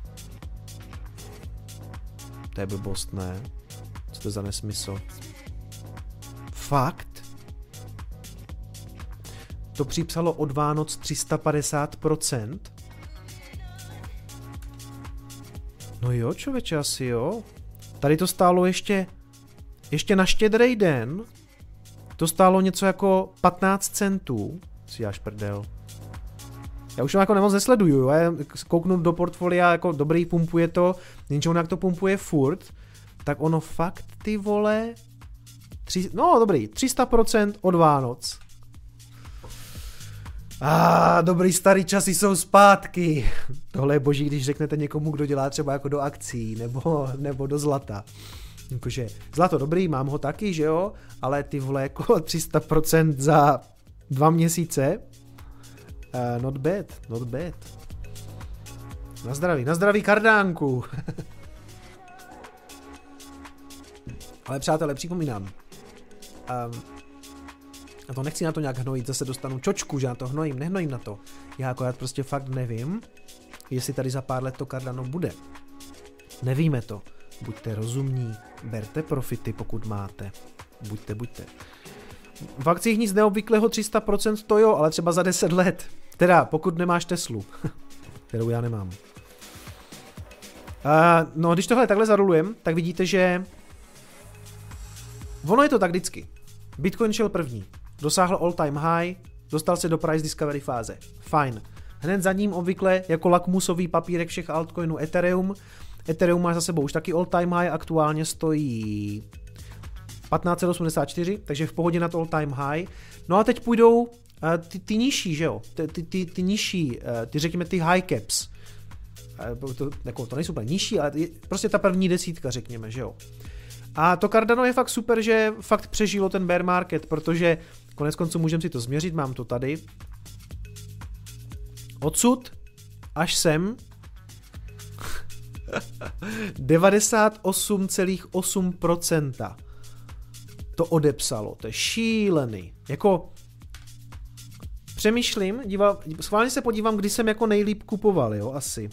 To je blbost, ne? Co to je za nesmysl? Fakt? To připsalo od Vánoc tři sta padesát procent. No jo, člověče, asi jo. Tady to stálo ještě, ještě na Štědrý den, to stálo něco jako patnáct centů. Si jáš prdel. Já už to jako nemoc nesleduju, jo? Já kouknu do portfolia, jako dobrý, pumpuje to, jenže on jak to pumpuje furt, tak ono fakt, ty vole, tři, no dobrý, tři sta procent od Vánoc. A ah, dobrý starý časy jsou zpátky. Tohle je boží, když řeknete někomu, kdo dělá třeba jako do akcí nebo, nebo do zlata. Jakože zlato dobrý, mám ho taky, že jo, ale ty vole jako tři sta procent za dva měsíce. Uh, not bad, not bad. Na zdraví, na zdraví kardánku. Ale přátelé, připomínám. Um, a to nechci na to nějak hnojit, zase dostanu čočku, že na to hnojím, nehnojím na to. Já akorát prostě fakt nevím, jestli tady za pár let to Cardano bude. Nevíme to. Buďte rozumní, berte profity, pokud máte. Buďte, buďte. V akcích nic neobvyklého tři sta procent to jo, ale třeba za deset let. Teda, pokud nemáš Teslu, kterou já nemám. Uh, no, když tohle takhle zarulujem, tak vidíte, že ono je to tak vždycky. Bitcoin šel první, dosáhl all time high, dostal se do price discovery fáze. Fajn. Hned za ním obvykle jako lakmusový papírek všech altcoinů Ethereum. Ethereum má za sebou už taky all time high, aktuálně stojí patnáct set osmdesát čtyři, takže v pohodě na to all time high. No a teď půjdou uh, ty, ty nižší, že jo, ty, ty, ty, ty nižší, uh, ty řekněme ty high caps. Uh, to, jako, to nejsou úplně nižší, ale je, prostě ta první desítka, řekněme, že jo. A to Cardano je fakt super, že fakt přežilo ten bear market, protože konec konců můžeme si to změřit, mám to tady. Odsud až sem devadesát osm celá osm procenta to odepsalo, to je šílený. Jako přemýšlím, díval, schválně se podívám, kdy jsem jako nejlíp kupoval, jo, asi.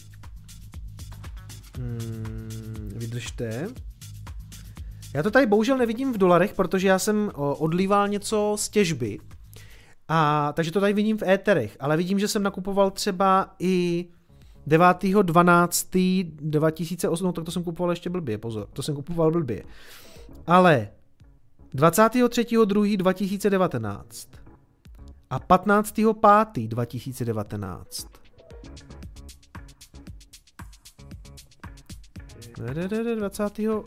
Hmm, vydržte. Já to tady bohužel nevidím v dolarech, protože já jsem odlíval něco z těžby. A takže to tady vidím v éterech, ale vidím, že jsem nakupoval třeba i devátého dvanáctého dva tisíce osm, no tak to jsem kupoval ještě blbě, pozor, to jsem kupoval blbě. Ale dvacátého třetího druhého dva tisíce devatenáct a patnáctého pátého dva tisíce devatenáct. dvacátého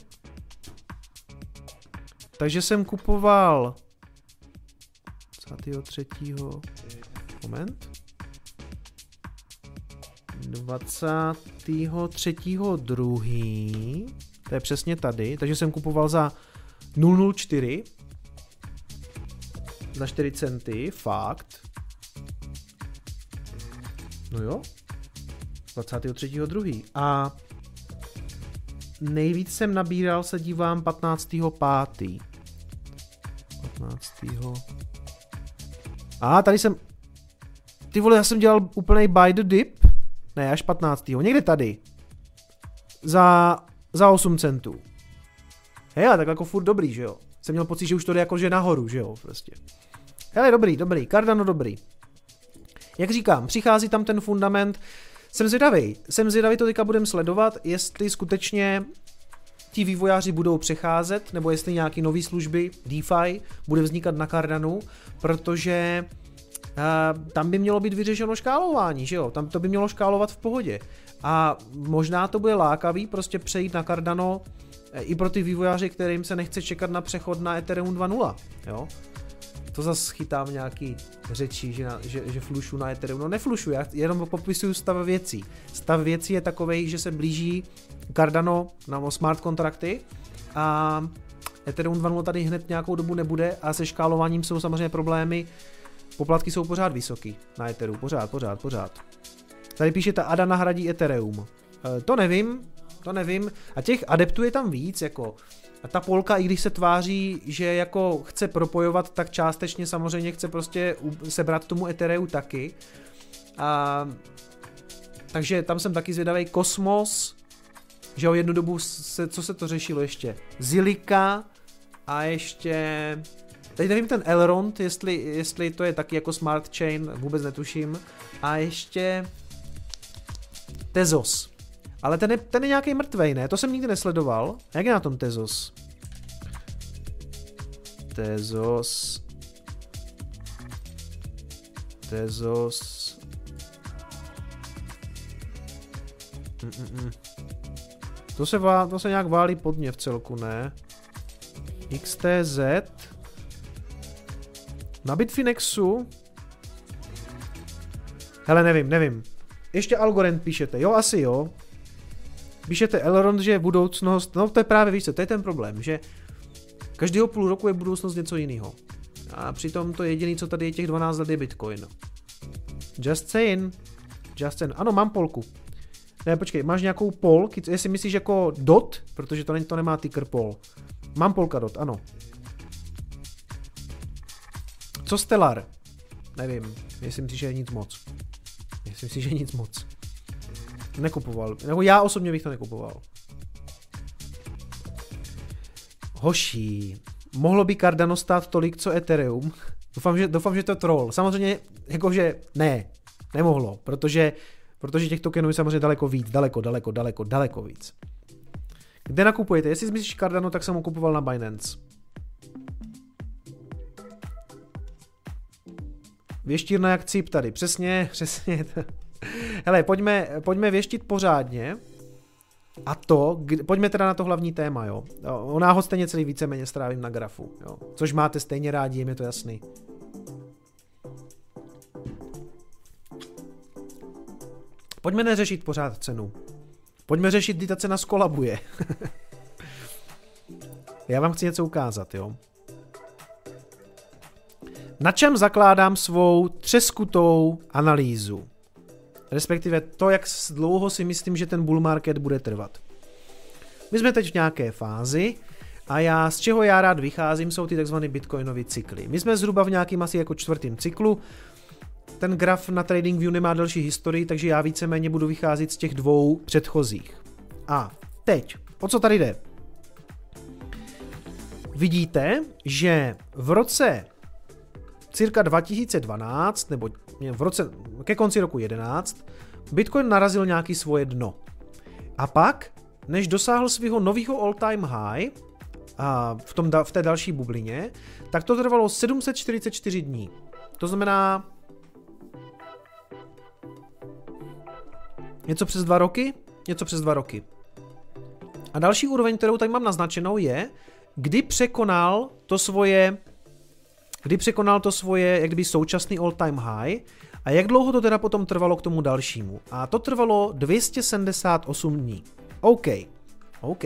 Takže jsem kupoval dvacátého třetího Moment. dvacátého třetího druhého To je přesně tady, takže jsem kupoval za nula celá nula čtyři za čtyři centy, fakt. No jo. dvacátého třetího druhého A nejvíc jsem nabíral, se dívám, patnáctého pátého patnáctého A tady jsem... Ty vole, já jsem dělal úplnej buy the dip. Ne, až patnáctého Někde tady. Za, za osm centů. Hele, tak jako furt dobrý, že jo. Jsem měl pocit, že už to jde jakože nahoru, že jo, prostě. Hele, dobrý, dobrý, Cardano dobrý. Jak říkám, přichází tam ten fundament. Jsem zvědavý, jsem zvědavý, to teďka budem sledovat, jestli skutečně ti vývojáři budou přecházet, nebo jestli nějaký nový služby DeFi bude vznikat na Cardanu, protože uh, tam by mělo být vyřešeno škálování, že jo, tam to by mělo škálovat v pohodě. A možná to bude lákavý prostě přejít na Cardano i pro ty vývojáři, kterým se nechce čekat na přechod na Ethereum dva tečka nula, jo. To zase chytám nějaký řeči, že, na, že, že flušu na Ethereum. No neflušu, já jenom popisuju stav věcí. Stav věcí je takovej, že se blíží Cardano na smart kontrakty a Ethereum dva tečka nula tady hned nějakou dobu nebude a se škálováním jsou samozřejmě problémy. Poplatky jsou pořád vysoký na Ethereum, pořád, pořád, pořád. Tady píše, ta A D A nahradí Ethereum. E, to nevím, to nevím. A těch adeptů je tam víc, jako... A ta Polka, i když se tváří, že jako chce propojovat, tak částečně samozřejmě chce prostě sebrat tomu Ethereu taky. A, takže tam jsem taky zvědavej. Kosmos, že o jednu dobu, se, co se to řešilo ještě? Zilika a ještě... Teď nevím ten Elrond, jestli, jestli to je taky jako smart chain, vůbec netuším. A ještě... Tezos. Ale ten je, ten je nějaký mrtvej, ne? To jsem nikdy nesledoval. Jak je na tom Tezos? Tezos. Tezos. Mm-mm. To se, vá, to se nějak válí pod mě v celku, ne? X T Z. Na Bitfinexu. Hele, nevím, nevím. Ještě Algorand píšete, jo, asi jo. Píšete Elrond, že je budoucnost, no to je právě, víš co, to je ten problém, že každého půl roku je budoucnost něco jiného. A přitom to jediné, co tady je těch dvanáct let, je Bitcoin. Just saying. Just saying. Ano, mám polku. Ne, počkej, máš nějakou pol, jestli myslíš jako dot, protože to, ne, to nemá ticker pol. Mám polka dot, ano. Co Stellar? Nevím, myslím si, že je nic moc. Myslím si, že je nic moc. Nekupoval, nebo já osobně bych to nekupoval. Hoší, mohlo by Cardano stát tolik, co Ethereum? Doufám, že, doufám, že to je troll. Samozřejmě, jakože ne, nemohlo, protože, protože těch tokenů je samozřejmě daleko víc, daleko, daleko, daleko, daleko víc. Kde nakupujete? Jestli si myslíš Cardano, tak jsem ho kupoval na Binance. Věštírna jak cip tady, přesně, přesně. Hele, pojďme, pojďme věštit pořádně. A to, pojďme teda na to hlavní téma, jo. O náhod stejně celý víceméně strávím na grafu, jo. Což máte stejně rádi, jim je to jasný. Pojďme neřešit pořád cenu. Pojďme řešit, kdy ta cena skolabuje. Já vám chci něco ukázat, jo. Na čem zakládám svou třeskutou analýzu? Respektive to, jak dlouho si myslím, že ten bull market bude trvat. My jsme teď v nějaké fázi a já, z čeho já rád vycházím, jsou ty takzvané bitcoinové cykly. My jsme zhruba v nějakým asi jako čtvrtém cyklu. Ten graf na TradingView nemá delší historii, takže já víceméně budu vycházet z těch dvou předchozích. A teď, o co tady jde? Vidíte, že v roce cirka dva tisíce dvanáct, nebo v roce ke konci roku jedenáct, Bitcoin narazil nějaký svoje dno. A pak, než dosáhl svého nového all-time high a v, tom, v té další bublině, tak to trvalo sedm set čtyřicet čtyři dní. To znamená něco přes dva roky, něco přes dva roky. A další úroveň, kterou tady mám naznačenou, je, kdy překonal to svoje kdy překonal to svoje, jak kdyby současný all-time high a jak dlouho to teda potom trvalo k tomu dalšímu. A to trvalo dvě stě sedmdesát osm dní. OK. OK.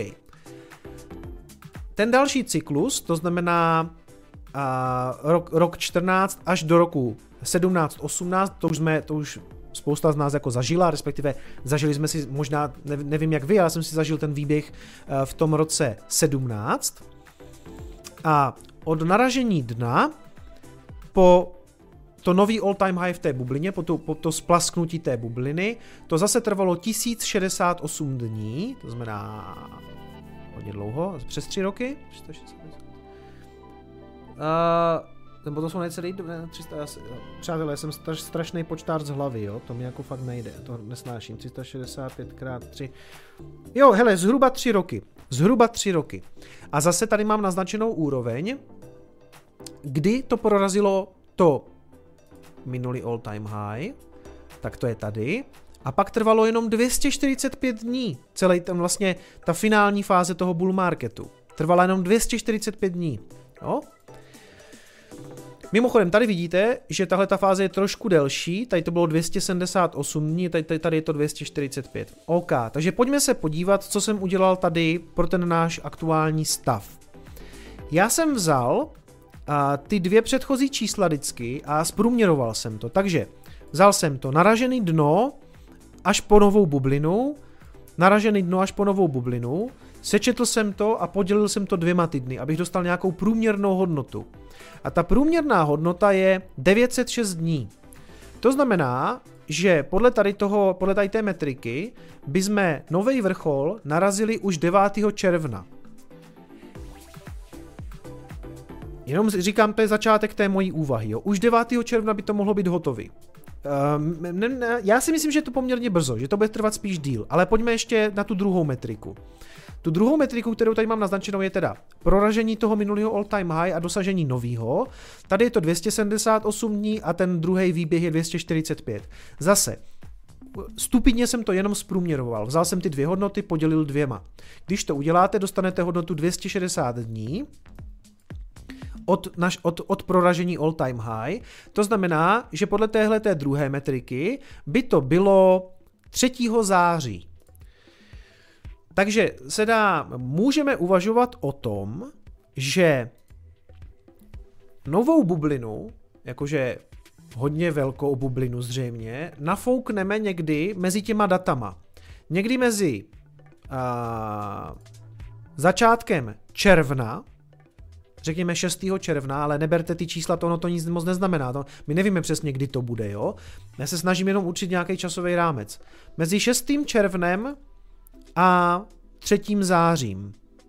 Ten další cyklus, to znamená uh, rok, rok čtrnáct až do roku sedmnáct osmnáct, to už jsme, to už spousta z nás jako zažila, respektive zažili jsme si, možná, nevím jak vy, ale jsem si zažil ten výběh uh, v tom roce sedmnáct. A od naražení dna po to nový all-time high v té bublině, po to, po to splasknutí té bubliny, to zase trvalo tisíc šedesát osm dní, to znamená hodně dlouho, přes tři roky. Uh, nebo to jsou necelý, ne, tři sta, přátelé, já jsem strašný počtář z hlavy, jo, to mi jako fakt nejde, to nesnáším, tři sta šedesát pět krát tři. Jo, hele, zhruba tři roky, zhruba tři roky. A zase tady mám naznačenou úroveň, kdy to prorazilo to minulý all-time high, tak to je tady, a pak trvalo jenom dvě stě čtyřicet pět dní, celý ten vlastně, ta finální fáze toho bull marketu, trvala jenom dvě stě čtyřicet pět dní, jo. Mimochodem, tady vidíte, že tahle ta fáze je trošku delší, tady to bylo dvě stě sedmdesát osm dní, tady, tady, tady je to dvě stě čtyřicet pět. OK, takže pojďme se podívat, co jsem udělal tady pro ten náš aktuální stav. Já jsem vzal a, ty dvě předchozí čísla vždycky a zprůměroval jsem to, takže vzal jsem to naražený dno až po novou bublinu, naražený dno až po novou bublinu, sečetl jsem to a podělil jsem to dvěma týdny, abych dostal nějakou průměrnou hodnotu. A ta průměrná hodnota je devět set šest dní. To znamená, že podle tady toho, podle tady té metriky bychom nový vrchol narazili už devátého června. Jenom říkám, to je začátek té mojí úvahy. Jo. Už devátého června by to mohlo být hotový. Um, ne, ne, já si myslím, že je to poměrně brzo, že to bude trvat spíš díl, ale pojďme ještě na tu druhou metriku. Tu druhou metriku, kterou tady mám naznačenou, je teda proražení toho minulého all-time high a dosažení nového. Tady je to dvě stě sedmdesát osm dní a ten druhý výběh je dvě stě čtyřicet pět. Zase, stupidně jsem to jenom zprůměroval. Vzal jsem ty dvě hodnoty, podělil dvěma. Když to uděláte, dostanete hodnotu dvě stě šedesát dní. od, naš, od, od proražení all time high. To znamená, že podle téhle té druhé metriky by to bylo třetího září. Takže se dá, můžeme uvažovat o tom, že novou bublinu, jakože hodně velkou bublinu zřejmě, nafoukneme někdy mezi těma datama. Někdy mezi a, začátkem června, řekněme šestého června, ale neberte ty čísla, to ono to nic moc neznamená. To, my nevíme přesně, kdy to bude, jo. Já se snažím jenom určit nějaký časový rámec. Mezi šestým červnem a třetím zářím.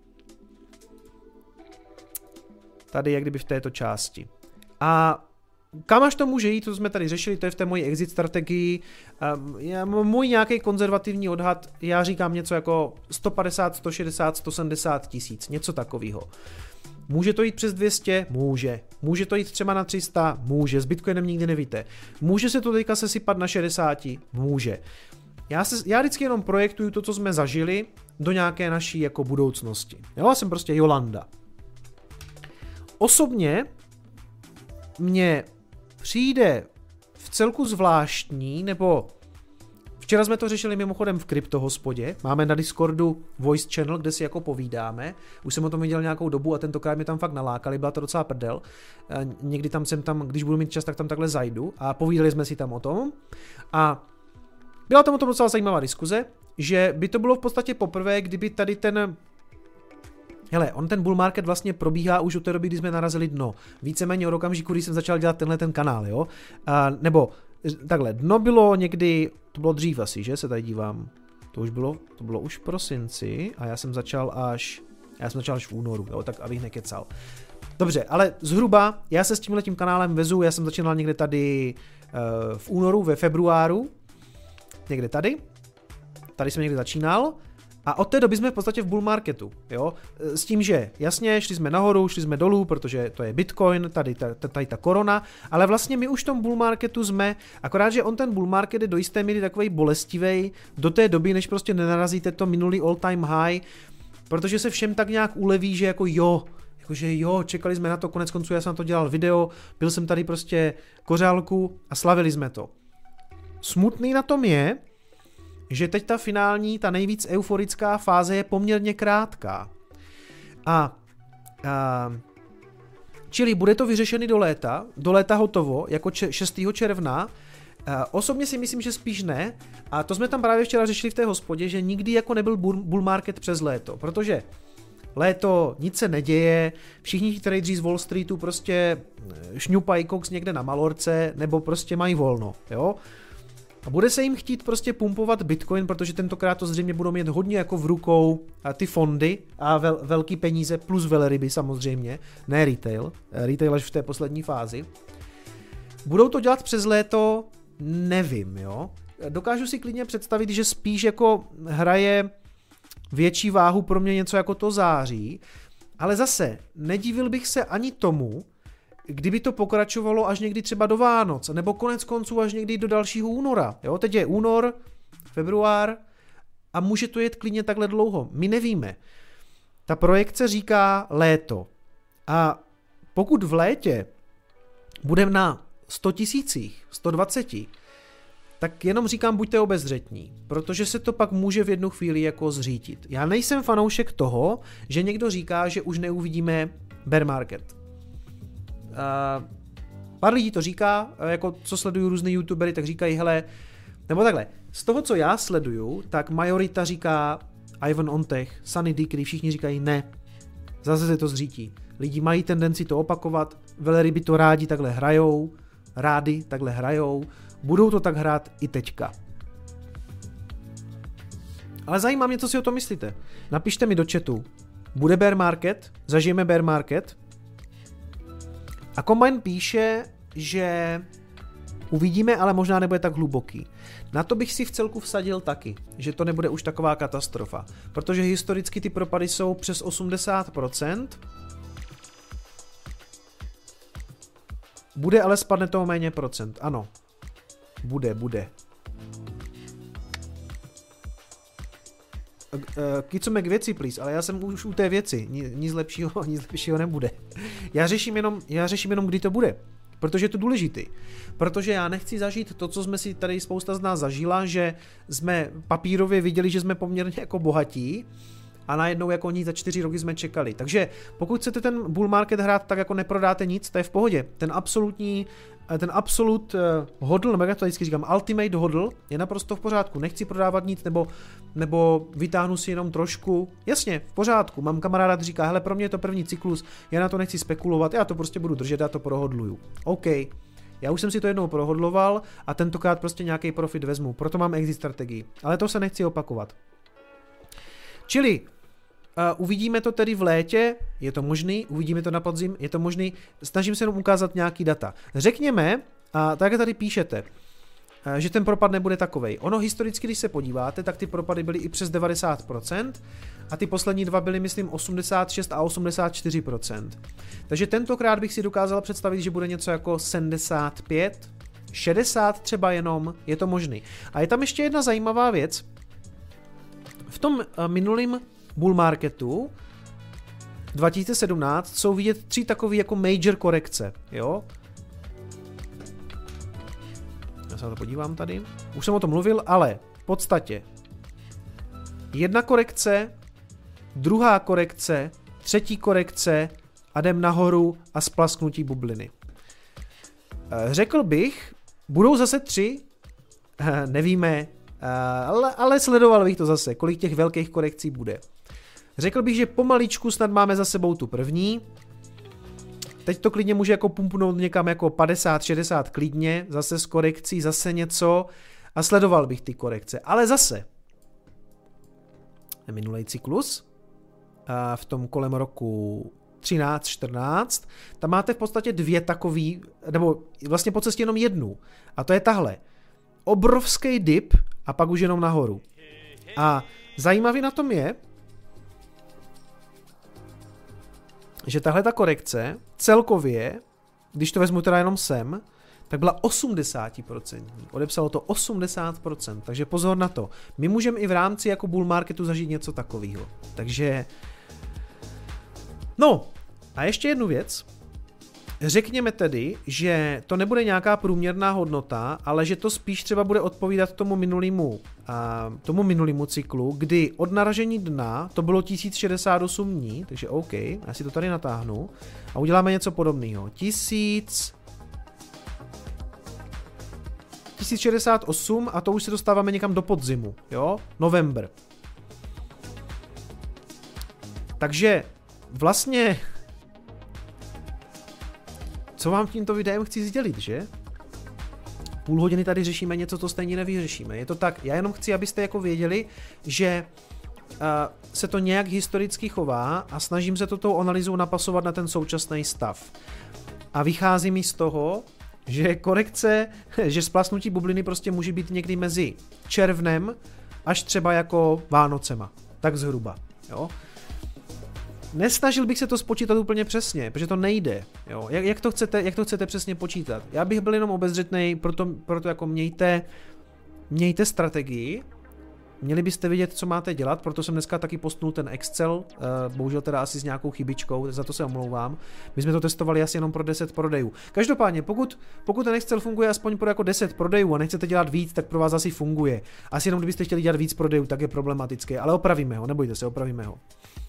Tady jak kdyby v této části. A kam až to může jít, to jsme tady řešili, to je v té mojí exit strategii. Já, můj nějaký konzervativní odhad, já říkám něco jako sto padesát, sto šedesát, sto sedmdesát tisíc, něco takového. Může to jít přes dvě stě? Může. Může to jít třeba na tři sta? Může. S Bitcoinem nikdy nevíte. Může se to teďka sesypat na šedesát? Může. Já, se, já vždycky jenom projektuju to, co jsme zažili, do nějaké naší jako budoucnosti. Jo, já jsem prostě Jolanda. Osobně mně přijde v celku zvláštní, nebo včera jsme to řešili mimochodem v kryptohospodě, máme na Discordu voice channel, kde si jako povídáme, už jsem o tom viděl nějakou dobu a tentokrát mě tam fakt nalákali, byla to docela prdel, někdy tam jsem tam, když budu mít čas, tak tam takhle zajdu a povídali jsme si tam o tom a byla tam o tom docela zajímavá diskuze, že by to bylo v podstatě poprvé, kdyby tady ten hele, on ten bull market vlastně probíhá už od té doby, kdy jsme narazili dno. Víceméně od okamžiku, když jsem začal dělat tenhle ten kanál, jo. A, nebo takhle, dno bylo někdy, to bylo dřív asi, že se tady dívám. To už bylo, to bylo už v prosinci a já jsem začal až, já jsem začal až v únoru, jo, tak abych nekecal. Dobře, ale zhruba, já se s tímhletím kanálem vezu, já jsem začínal někde tady uh, v únoru, ve februáru, někde tady, tady jsem někde začínal. A od té doby jsme v podstatě v bull marketu, jo, s tím, že jasně, šli jsme nahoru, šli jsme dolů, protože to je Bitcoin, tady ta, tady ta korona, ale vlastně my už v tom bull marketu jsme, akorát, že on ten bull market je do jisté míry takovej bolestivej do té doby, než prostě nenarazíte to minulý all time high, protože se všem tak nějak uleví, že jako jo, jakože jo, čekali jsme na to, konec konců já jsem na to dělal video, byl jsem tady prostě kořálku a slavili jsme to. Smutný na tom je, že teď ta finální, ta nejvíc euforická fáze je poměrně krátká. A, a čili bude to vyřešený do léta, do léta hotovo, jako šestého června. A osobně si myslím, že spíš ne. A to jsme tam právě včera řešili v té hospodě, že nikdy jako nebyl bull market přes léto, protože léto, nic se neděje, všichni ti tradeři z Wall Streetu prostě šňupají koks někde na Malorce, nebo prostě mají volno, jo. A bude se jim chtít prostě pumpovat Bitcoin, protože tentokrát to zřejmě budou mít hodně jako v rukou ty fondy a vel, velký peníze plus velryby samozřejmě, ne retail, retail až v té poslední fázi. Budou to dělat přes léto? Nevím, jo. Dokážu si klidně představit, že spíš jako hraje větší váhu pro mě něco jako to září, ale zase nedivil bych se ani tomu, kdyby to pokračovalo až někdy třeba do Vánoc, nebo konec konců až někdy do dalšího února. Jo, teď je únor, február a může to jet klidně takhle dlouho. My nevíme. Ta projekce říká léto. A pokud v létě budeme na sto tisících, sto dvacet, tak jenom říkám, buďte obezřetní, protože se to pak může v jednu chvíli jako zřítit. Já nejsem fanoušek toho, že někdo říká, že už neuvidíme bear market. Uh, pár lidí to říká, jako co sleduju různé youtubery, tak říkají, hele, nebo takhle, z toho, co já sleduju, tak majorita říká Ivan Ontech, Sunny D, který všichni říkají ne, zase se to zřítí. Lidi mají tendenci to opakovat, velryby to rádi takhle hrajou, rádi takhle hrajou, budou to tak hrát i teďka. Ale zajímá mě, co si o tom myslíte. Napište mi do chatu, bude bear market, zažijeme bear market. A Combine píše, že uvidíme, ale možná nebude tak hluboký. Na to bych si v celku vsadil taky, že to nebude už taková katastrofa, protože historicky ty propady jsou přes osmdesát procent. Bude, ale spadne toho méně procent, ano. Bude, bude. Kicome k věci, please, ale já jsem už u té věci, nic lepšího, nic lepšího nebude. Já řeším jenom, já řeším jenom, kdy to bude. Protože je to důležitý. Protože já nechci zažít to, co jsme si tady spousta z nás zažila, že jsme papírově viděli, že jsme poměrně jako bohatí a najednou jako nic za čtyři roky jsme čekali. Takže pokud chcete ten bull market hrát tak jako neprodáte nic, to je v pohodě. Ten absolutní, ten absolut hodl, nebo jak to vždycky říkám, ultimate hodl je naprosto v pořádku. Nechci prodávat nic nebo, nebo vytáhnu si jenom trošku. Jasně, v pořádku. Mám kamaráda, který říká, hele, pro mě je to první cyklus, já na to nechci spekulovat, já to prostě budu držet, já to prohodluju. OK. Já už jsem si to jednou prohodloval a tentokrát prostě nějaký profit vezmu, proto mám exit strategii. Ale to se nechci opakovat. Čili Uh, uvidíme to tedy v létě, je to možný, uvidíme to na podzim, je to možný, snažím se jenom ukázat nějaký data. Řekněme, a tak tady píšete, uh, že ten propad nebude takovej. Ono historicky, když se podíváte, tak ty propady byly i přes devadesát procent a ty poslední dva byly, myslím, osmdesát šest a osmdesát čtyři procent. Takže tentokrát bych si dokázal představit, že bude něco jako sedmdesát pět, šedesát třeba jenom, je to možný. A je tam ještě jedna zajímavá věc. V tom uh, minulým bull marketu dva tisíce sedmnáct jsou vidět tři takové jako major korekce, jo? Já se na to podívám tady. Už jsem o tom mluvil, ale v podstatě jedna korekce, druhá korekce, třetí korekce a jdem nahoru a splasknutí bubliny. Řekl bych, budou zase tři, nevíme, ale, ale sledoval bych to zase, kolik těch velkých korekcí bude. Řekl bych, že pomaličku snad máme za sebou tu první. Teď to klidně může jako pumpnout někam jako padesát šedesát klidně, zase s korekcí, zase něco a sledoval bych ty korekce. Ale zase, minulý cyklus, v tom kolem roku třináct čtrnáct, tam máte v podstatě dvě takový, nebo vlastně po cestě jenom jednu. A to je tahle. Obrovský dip a pak už jenom nahoru. A zajímavý na tom je, že tahle ta korekce celkově, když to vezmu teda jenom sem, tak byla osmdesát procent. Odepsalo to osmdesát procent, takže pozor na to. My můžeme i v rámci jako bull marketu zažít něco takového. Takže no, a ještě jednu věc. Řekněme tedy, že to nebude nějaká průměrná hodnota, ale že to spíš třeba bude odpovídat tomu minulému, a, tomu minulému cyklu, kdy od naražení dna to bylo tisíc šedesát osm dní, takže OK, já si to tady natáhnu a uděláme něco podobného. tisíc šedesát osm a to už se dostáváme někam do podzimu, jo? November. Takže vlastně co vám tímto videem chci sdělit, že? Půl hodiny tady řešíme něco, co stejně nevyřešíme. Je to tak, já jenom chci, abyste jako věděli, že uh, se to nějak historicky chová a snažím se to tou analýzou napasovat na ten současný stav. A vychází mi z toho, že korekce, že splasnutí bubliny prostě může být někdy mezi červnem až třeba jako Vánocema. Tak zhruba, jo? Nesnažil bych se to spočítat úplně přesně, protože to nejde. Jo. Jak, jak, to chcete, jak to chcete přesně počítat? Já bych byl jenom obezřetnej, proto, proto jako mějte, mějte strategii, měli byste vědět, co máte dělat, proto jsem dneska taky postnul ten Excel, bohužel teda asi s nějakou chybičkou, za to se omlouvám. My jsme to testovali asi jenom pro deset prodejů. Každopádně, pokud, pokud ten Excel funguje aspoň pro jako deset prodejů a nechcete dělat víc, tak pro vás asi funguje. Asi jenom kdybyste chtěli dělat víc prodejů, tak je problematické, ale opravíme ho, nebojte se, opravíme ho.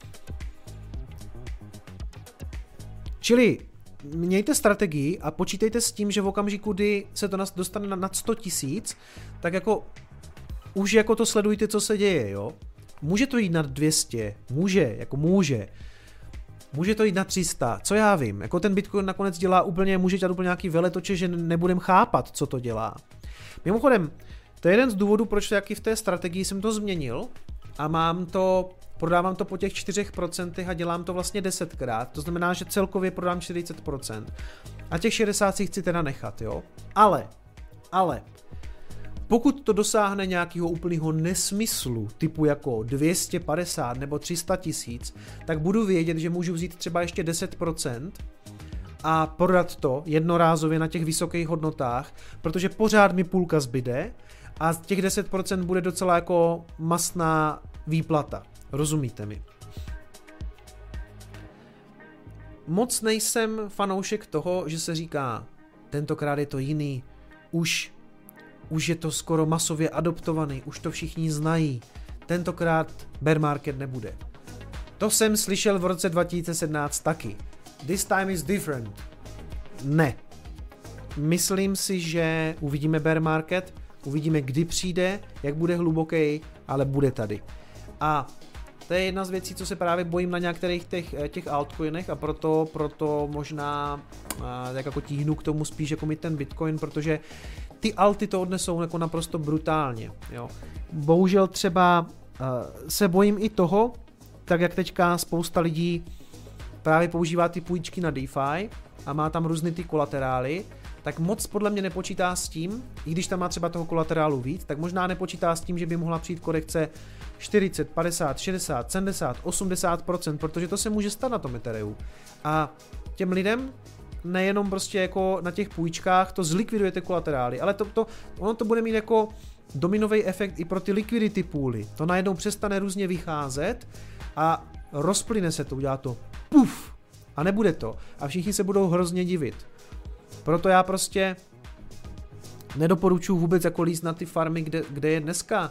Čili mějte strategii a počítejte s tím, že v okamžiku, kdy se to dostane nad sto tisíc, tak jako už jako to sledujte, co se děje, jo. Může to jít nad dvě stě, může, jako může. Může to jít na tři sta, co já vím. Jako ten Bitcoin nakonec dělá úplně, může dělat úplně nějaký veletoče, že nebudem chápat, co to dělá. Mimochodem, to je jeden z důvodů, proč taky v té strategii jsem to změnil a mám to... Prodávám to po těch čtyřech procentech a dělám to vlastně desetkrát, to znamená, že celkově prodám čtyřicet procent. A těch šedesát si chci teda nechat, jo. Ale, ale, pokud to dosáhne nějakého úplného nesmyslu, typu jako dvě stě padesát nebo tři sta tisíc, tak budu vědět, že můžu vzít třeba ještě deset procent a prodat to jednorázově na těch vysokých hodnotách, protože pořád mi půlka zbyde a těch deset procent bude docela jako mastná výplata. Rozumíte mi? Moc nejsem fanoušek toho, že se říká, tentokrát je to jiný, už, už je to skoro masově adoptovaný, už to všichni znají, tentokrát bear market nebude. To jsem slyšel v roce dva tisíce sedmnáct taky. This time is different. Ne. Myslím si, že uvidíme bear market, uvidíme, kdy přijde, jak bude hluboký, ale bude tady. A to je jedna z věcí, co se právě bojím na některých těch, těch altcoinech a proto, proto možná tak jako tíhnu k tomu spíš jako mít ten Bitcoin, protože ty alty to odnesou jako naprosto brutálně. Jo. Bohužel třeba uh, se bojím i toho, tak jak teďka spousta lidí právě používá ty půjčky na DeFi a má tam různý ty kolaterály, tak moc podle mě nepočítá s tím, i když tam má třeba toho kolaterálu víc, tak možná nepočítá s tím, že by mohla přijít korekce čtyřicet, padesát, šedesát, sedmdesát, osmdesát procent, protože to se může stát na tom Ethereu. A těm lidem nejenom prostě jako na těch půjčkách to zlikviduje ty kolaterály, ale to, to, ono to bude mít jako dominový efekt i pro ty liquidity pooly. To najednou přestane různě vycházet a rozplyne se to, udělá to puf a nebude to. A všichni se budou hrozně divit. Proto já prostě nedoporučuji vůbec jako líst na ty farmy, kde, kde je dneska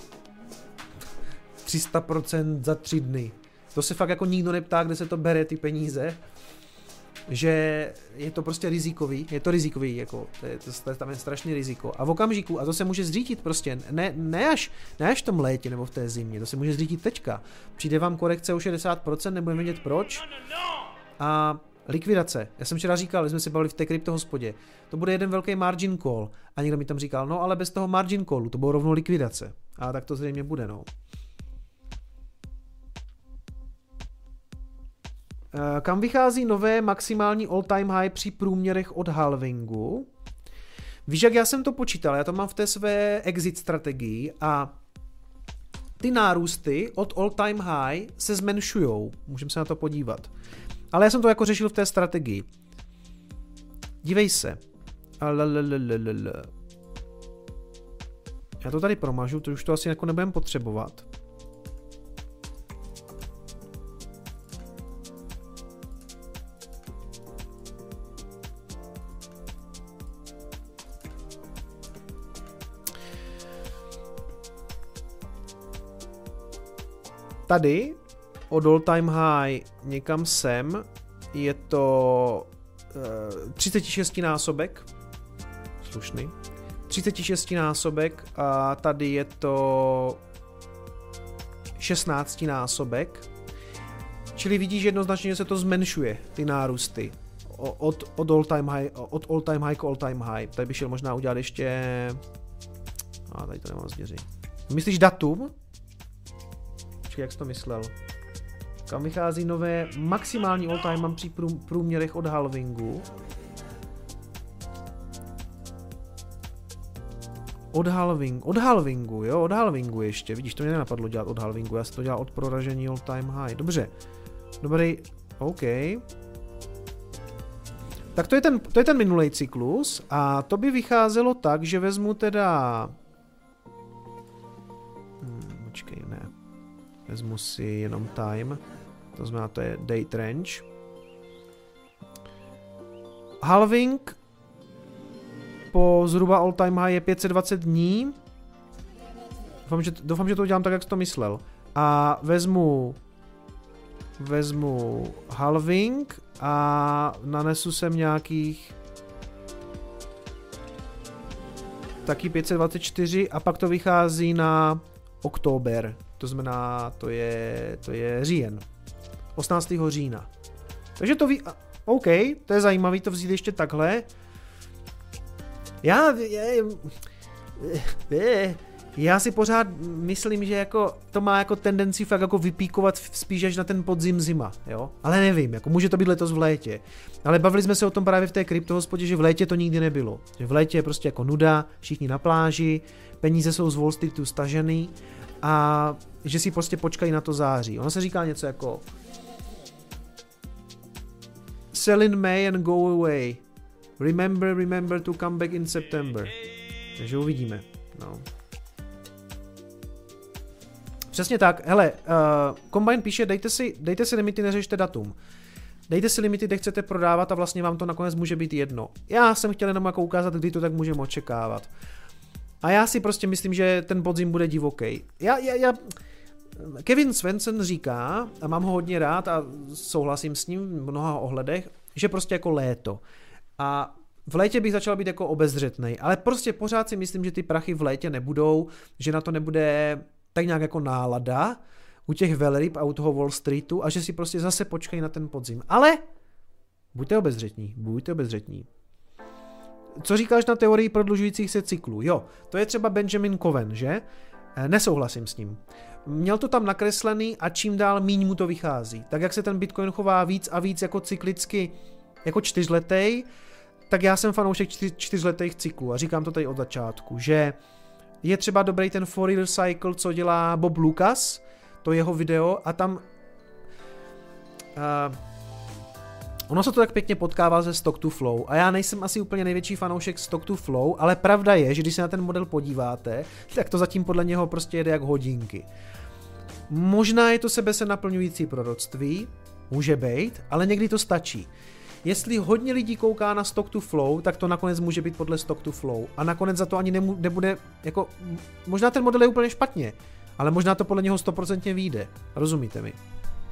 tři sta procent za tři dny. To se fakt jako nikdo neptá, kde se to bere ty peníze, že je to prostě rizikový, je to rizikový, jako, to je, to, tam je strašný riziko. A v okamžiku, a to se může zřítit prostě, ne, ne, až, ne až v tom létě nebo v té zimě, to se může zřítit teďka. Přijde vám korekce o šedesát procent, nebudeme vědět proč. A likvidace. Já jsem včera říkal, jsme se bavili v té kryptohospodě. To bude jeden velký margin call. A někdo mi tam říkal, no ale bez toho margin callu, to bylo rovnou likvidace. A tak to zřejmě bude, no. Kam vychází nové maximální all-time high při průměrech od halvingu? Víš, jak já jsem to počítal, já to mám v té své exit strategii a ty nárůsty od all-time high se zmenšujou. Můžeme se na to podívat. Ale já jsem to jako řešil v té strategii. Dívej se. Já to tady promažu, to už to asi jako nebudem potřebovat. Tady od all time high někam sem je to uh, třicet šest násobek, slušný, třicet šest násobek a tady je to šestnáct násobek, čili vidíš jednoznačně, že se to zmenšuje, ty nárůsty od, od all time high, od all time high k all time high. Tady bych šel možná udělat ještě, a tady to nemám zděři. Myslíš datum? Počkej, jak jsi to myslel? Kam vychází nové maximální all-time při průměrech od halvingu? Od halvingu, od halvingu, jo, od halvingu ještě. Vidíš, to mě nenapadlo dělat od halvingu, já jsem to dělal od proražení all-time high. Dobře, dobrý, OK. Tak to je ten, to je ten minulej cyklus a to by vycházelo tak, že vezmu teda... Hmm, počkej, ne. Vezmu si jenom time, to znamená, to je date range. Halving po zhruba all time high je pět set dvacet dní. Doufám, že, doufám, že to udělám tak, jak jsi to myslel. A vezmu vezmu halving a nanesu sem nějakých taky pět set dvacet čtyři a pak to vychází na oktober. To znamená, to je, to je říjen. osmnáctého října. Takže to ví... OK, to je zajímavý to vzít ještě takhle. Já... Já, já si pořád myslím, že jako to má jako tendenci fakt jako vypíkovat spíš až na ten podzim zima, jo? Ale nevím, jako může to být letos v létě. Ale bavili jsme se o tom právě v té kryptohospodě, že v létě to nikdy nebylo. Že v létě je prostě jako nuda, všichni na pláži, peníze jsou z Wall Streetu stažený a že si prostě počkají na to září. Ono se říká něco jako sell in May and go away. Remember, remember to come back in September. Takže uvidíme. No. Přesně tak, hele, uh, Combine píše, dejte si, dejte si limity, neřešte datum. Dejte si limity, kde chcete prodávat a vlastně vám to nakonec může být jedno. Já jsem chtěl jenom jako ukázat, kdy to tak můžeme očekávat. A já si prostě myslím, že ten podzim bude divoký. Já, já, já... Kevin Svensson říká, a mám ho hodně rád a souhlasím s ním v mnoha ohledech, že prostě jako léto. A v létě bych začal být jako obezřetnej, ale prostě pořád si myslím, že ty prachy v létě nebudou, že na to nebude tak nějak jako nálada u těch velryb a u toho Wall Streetu a že si prostě zase počkají na ten podzim. Ale buďte obezřetní, buďte obezřetní. Co říkáš na teorii prodlužujících se cyklů? Jo, to je třeba Benjamin Coven, že? Nesouhlasím s ním. Měl to tam nakreslený a čím dál míň mu to vychází. Tak jak se ten Bitcoin chová víc a víc jako cyklicky, jako čtyřletej, tak já jsem fanoušek čtyř, čtyřletých cyklů a říkám to tady od začátku, že je třeba dobrý ten four-year cycle, co dělá Bob Lucas, to jeho video a tam uh, ono se to tak pěkně potkává ze stock to flow a já nejsem asi úplně největší fanoušek stock to flow, ale pravda je, že když se na ten model podíváte, tak to zatím podle něho prostě jede jak hodinky. Možná je to sebe se naplňující proroctví, může být, ale někdy to stačí. Jestli hodně lidí kouká na stock to flow, tak to nakonec může být podle stock to flow a nakonec za to ani nemů- nebude, jako, možná ten model je úplně špatně, ale možná to podle něho sto procent vyjde, rozumíte mi?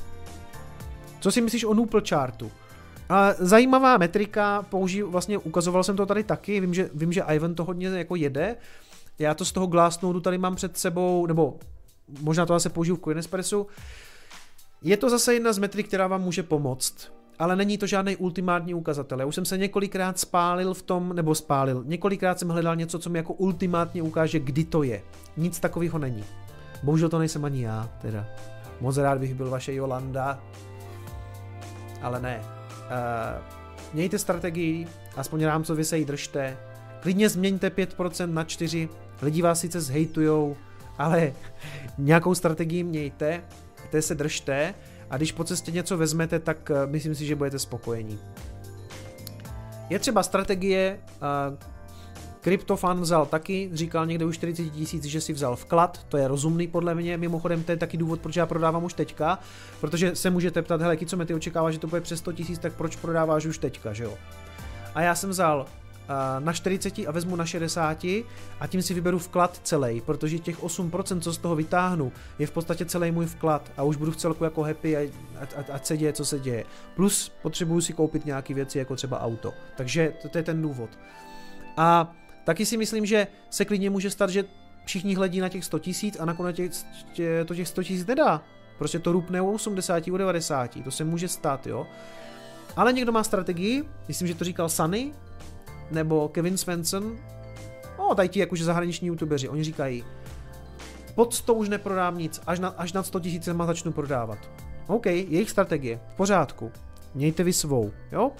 Co si myslíš o Nupl chartu? A zajímavá metrika, použij, vlastně ukazoval jsem to tady taky, vím, že, vím, že Ivan to hodně jako jede, já to z toho Glassnodu tady mám před sebou, nebo možná to zase použiju v Coinespressu. Je to zase jedna z metrik, která vám může pomoct, ale není to žádný ultimátní ukazatel. Já už jsem se několikrát spálil v tom, nebo spálil, několikrát jsem hledal něco, co mi jako ultimátně ukáže, kdy to je. Nic takového není. Bohužel to nejsem ani já, teda. Moc rád bych byl vaše Jolanda, ale ne. Uh, mějte strategii, aspoň rámcově se jí držte. Klidně změňte pět procent na čtyři, lidi vás sice zhejtujou, ale nějakou strategii mějte, té se držte a když po cestě něco vezmete, tak uh, myslím si, že budete spokojení. Je třeba strategie, uh, CryptoFan vzal taky, říkal někde už čtyřicet tisíc, že si vzal vklad, to je rozumný podle mě, mimochodem to je taky důvod, proč já prodávám už teďka, protože se můžete ptat, hele, co ty očekáváš, že to bude přes sto tisíc, tak proč prodáváš už teďka, že jo? A já jsem vzal uh, na čtyřicet a vezmu na šedesát a tím si vyberu vklad celý, protože těch osm procent, co z toho vytáhnu, je v podstatě celý můj vklad a už budu v celku jako happy a ať se děje, co se děje. Plus potřebuju si koupit nějaké věci, jako třeba auto, takže to, to je ten důvod. A taky si myslím, že se klidně může stát, že všichni hledí na těch sto tisíc a nakonec těch, tě, to těch sto tisíc nedá. Prostě to rupne u osmdesát, u devadesát, to se může stát, jo. Ale někdo má strategii, myslím, že to říkal Sunny, nebo Kevin Svensson, no tady ti jakože zahraniční youtubeři, oni říkají, pod sto už neprodám nic, až na, až nad sto tisíc začnu prodávat. OK, jejich strategie, v pořádku, mějte vy svou, jo.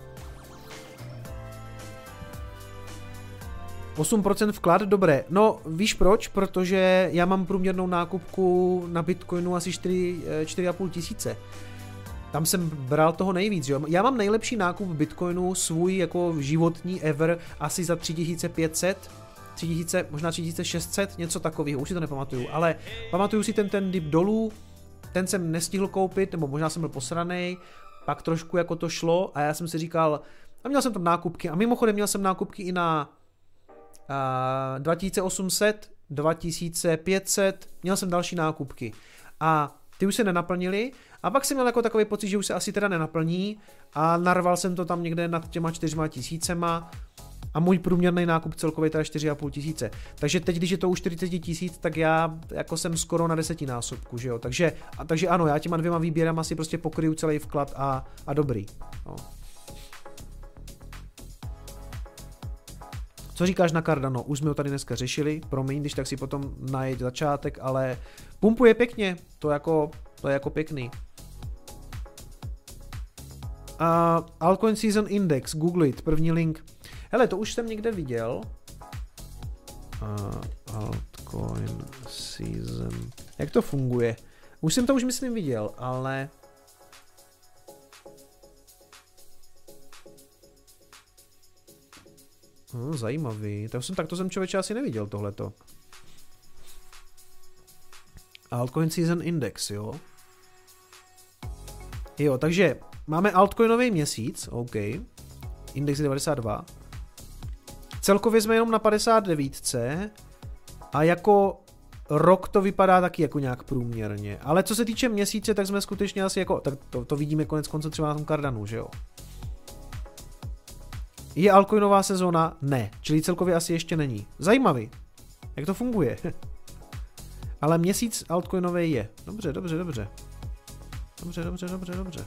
osm procent vklad, dobré. No, víš proč? Protože já mám průměrnou nákupku na Bitcoinu asi čtyři a půl tisíce. Tam jsem bral toho nejvíc, jo. Já mám nejlepší nákup Bitcoinu svůj jako životní ever asi za tři tisíce pět set, tři tisíce, možná tři tisíce šest set, něco takového, už si to nepamatuju, ale pamatuju si ten, ten dip dolů, ten jsem nestihl koupit, nebo možná jsem byl posranej, pak trošku jako to šlo a já jsem si říkal, a měl jsem tam nákupky a mimochodem měl jsem nákupky i na Uh, dva tisíce osm set, dva tisíce pět set, měl jsem další nákupky a ty už se nenaplnily a pak jsem měl jako takový pocit, že už se asi teda nenaplní a narval jsem to tam někde nad těma čtyřma tisícema a můj průměrný nákup celkově teda čtyři a půl tisíce. Takže teď, když je to už čtyřicet tisíc, tak já jako jsem skoro na desetinásobku, že jo, takže, a, takže ano, já těma dvěma výběrama si prostě pokryju celý vklad a, a dobrý, no. Co říkáš na Cardano? Už jsme ho tady dneska řešili, promiň, když tak si potom najít začátek, ale pumpuje pěkně, to jako, to je jako pěkný. Uh, Altcoin Season Index, google it, první link. Hele, to už jsem někde viděl. Uh, Altcoin Season, jak to funguje? Už jsem to už myslím viděl, ale... No, zajímavý. Tak jsem, tak to jsem člověče asi neviděl tohleto. Altcoin Season Index, jo. Jo, takže máme altcoinový měsíc, OK. Index je devadesát dva. Celkově jsme jenom na padesát devět a jako rok to vypadá taky jako nějak průměrně. Ale co se týče měsíce, tak jsme skutečně asi jako, tak to, to vidíme konec konce třeba na tom Cardanu, že jo. Je altcoinová sezóna? Ne. Čili celkově asi ještě není. Zajímavý. Jak to funguje? Ale měsíc altcoinový je. Dobře, dobře, dobře. Dobře, dobře, dobře, dobře.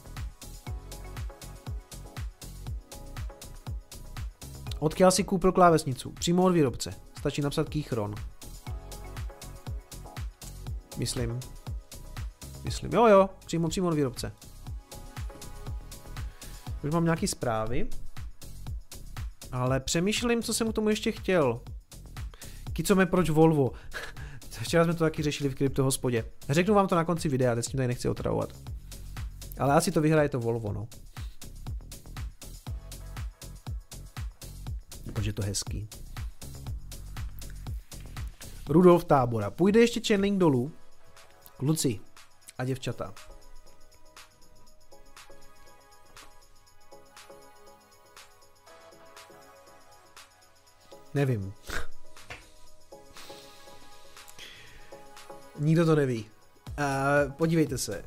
Odkud si koupil klávesnicu? Přímo od výrobce. Stačí napsat Keychron. Myslím. Myslím. Jo, jo. Přímo, přímo od výrobce. Už mám nějaký zprávy. Ale přemýšlím, co jsem k tomu ještě chtěl. Kicome, proč Volvo? Včera jsme to taky řešili v kryptohospodě. Řeknu vám to na konci videa, teď s tím tady nechci otravovat. Ale asi to vyhraje to Volvo, no. Protože je to hezký. Rudolf Tábora. Půjde ještě Chainlink dolů? Kluci a děvčata. Nevím. Nikdo to neví. Uh, podívejte se.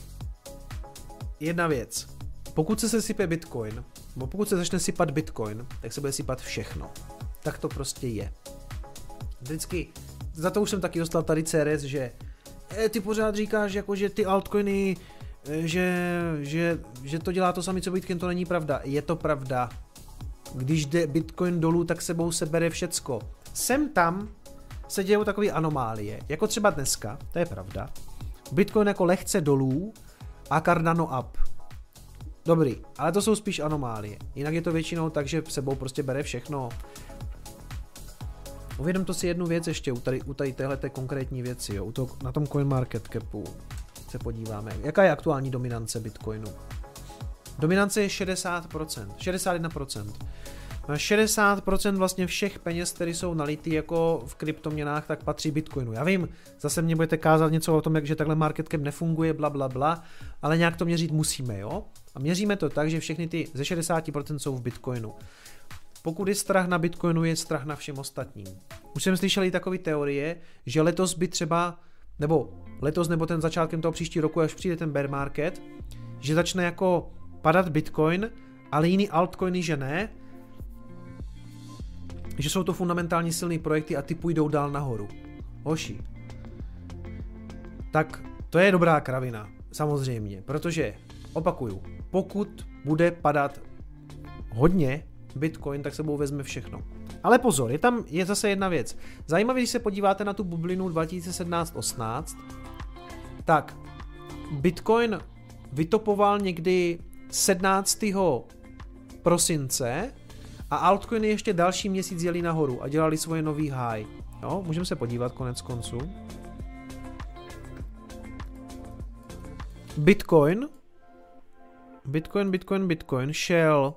Jedna věc. Pokud se sesype Bitcoin, nebo pokud se začne sypat Bitcoin, tak se bude sypat všechno. Tak to prostě je. Vždycky, za to už jsem taky dostal tady C R S, že e, ty pořád říkáš, jako, že ty altcoiny, že, že, že to dělá to samé, co Bitcoin, to není pravda. Je to pravda. Když jde Bitcoin dolů, tak sebou se bere všecko. Sem tam se dějou takové anomálie, jako třeba dneska, to je pravda. Bitcoin jako lehce dolů a Cardano up. Dobrý, ale to jsou spíš anomálie. Jinak je to většinou tak, že sebou prostě bere všechno. Uvědomte si jednu věc ještě u tady, u tady téhleté konkrétní věci, jo. U toho, na tom CoinMarketCapu se podíváme. Jaká je aktuální dominance Bitcoinu? Dominance je šedesát procent, šedesát jedna procent. šedesát procent vlastně všech peněz, které jsou nalitý jako v kryptoměnách, tak patří Bitcoinu. Já vím, zase mě budete kázat něco o tom, jak, že takhle market cap nefunguje, bla, bla, bla, ale nějak to měřit musíme, jo? A měříme to tak, že všechny ty ze šedesát procent jsou v Bitcoinu. Pokud je strach na Bitcoinu, je strach na všem ostatním. Už jsem slyšel i takové teorie, že letos by třeba, nebo letos nebo ten začátkem toho příští roku, až přijde ten bear market, že začne jako padat Bitcoin, ale jiný altcoiny, že ne, že jsou to fundamentálně silné projekty a ty půjdou dál nahoru. Hoši. Tak to je dobrá kravina, samozřejmě, protože, opakuju, pokud bude padat hodně Bitcoin, tak sebou vezme všechno. Ale pozor, je tam je zase jedna věc. Zajímavé, když se podíváte na tu bublinu dva tisíce sedmnáct osmnáct, tak Bitcoin vytopoval někdy sedmnáctého prosince a altcoiny ještě další měsíc jeli nahoru a dělali svoje nový high. Jo, můžeme se podívat konec konců. Bitcoin, Bitcoin, Bitcoin, Bitcoin šel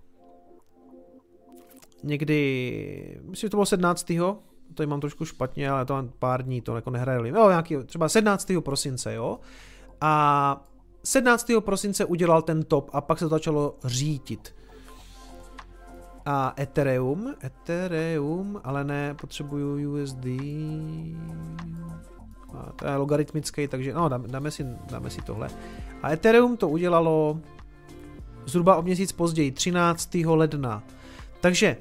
někdy, myslím, že to bylo sedmnáctého Tady mám trošku špatně, ale to mám pár dní, to jako nehraje. Jo, nějaký, třeba sedmnáctého prosince, jo. A sedmnáctého prosince udělal ten top a pak se to začalo řítit. A Ethereum, Ethereum, ale ne, potřebuju U S D. A to je logaritmický, takže no, dáme, dáme, si, dáme si tohle. A Ethereum to udělalo zhruba o měsíc později, třináctého ledna. Takže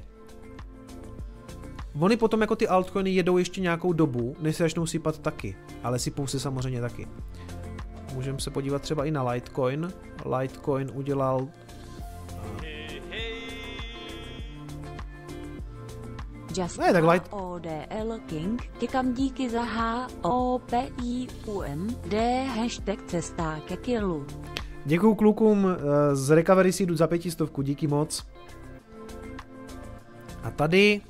oni potom jako ty altcoiny jedou ještě nějakou dobu, než se začnou sypat taky, ale sypou se samozřejmě taky. Můžeme se podívat třeba i na Litecoin. Litecoin udělal Just ne, tak light... O D L King, těkam díky za H O P I U M D hashtag cesta ke killu. Děkuju klukům z Recovery Seedu za pětistovku, díky moc. A tady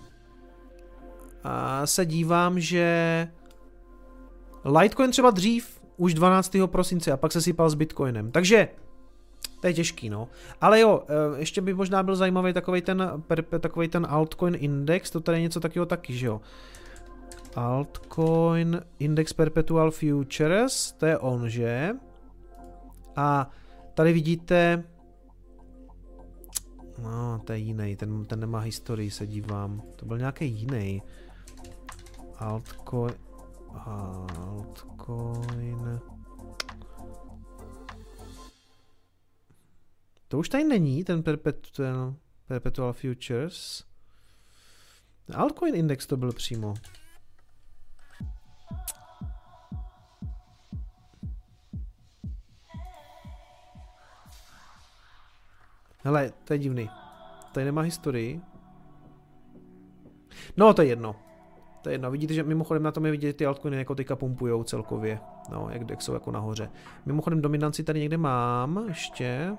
a se dívám, že Litecoin třeba dřív, už dvanáctého prosince a pak se sypal s Bitcoinem, takže to je těžký, no. Ale jo, ještě by možná byl zajímavý takovej ten, takovej ten altcoin index, to tady je něco takového taky, že jo. Altcoin Index Perpetual Futures, to je on, že? A tady vidíte, no, to je jiný, ten, ten nemá historii, se dívám. To byl nějaký jiný. Altcoin, altcoin. To už tady není, ten Perpetual, perpetual Futures. Altcoin Index to byl přímo. Hele, to je divný. Tady nemá historii. No, to je jedno. To je jedno. Vidíte, že mimochodem na tom je vidět, ty altcoiny jako teďka pumpujou celkově. No, jak, jak jsou jako nahoře. Mimochodem dominanci tady někde mám ještě.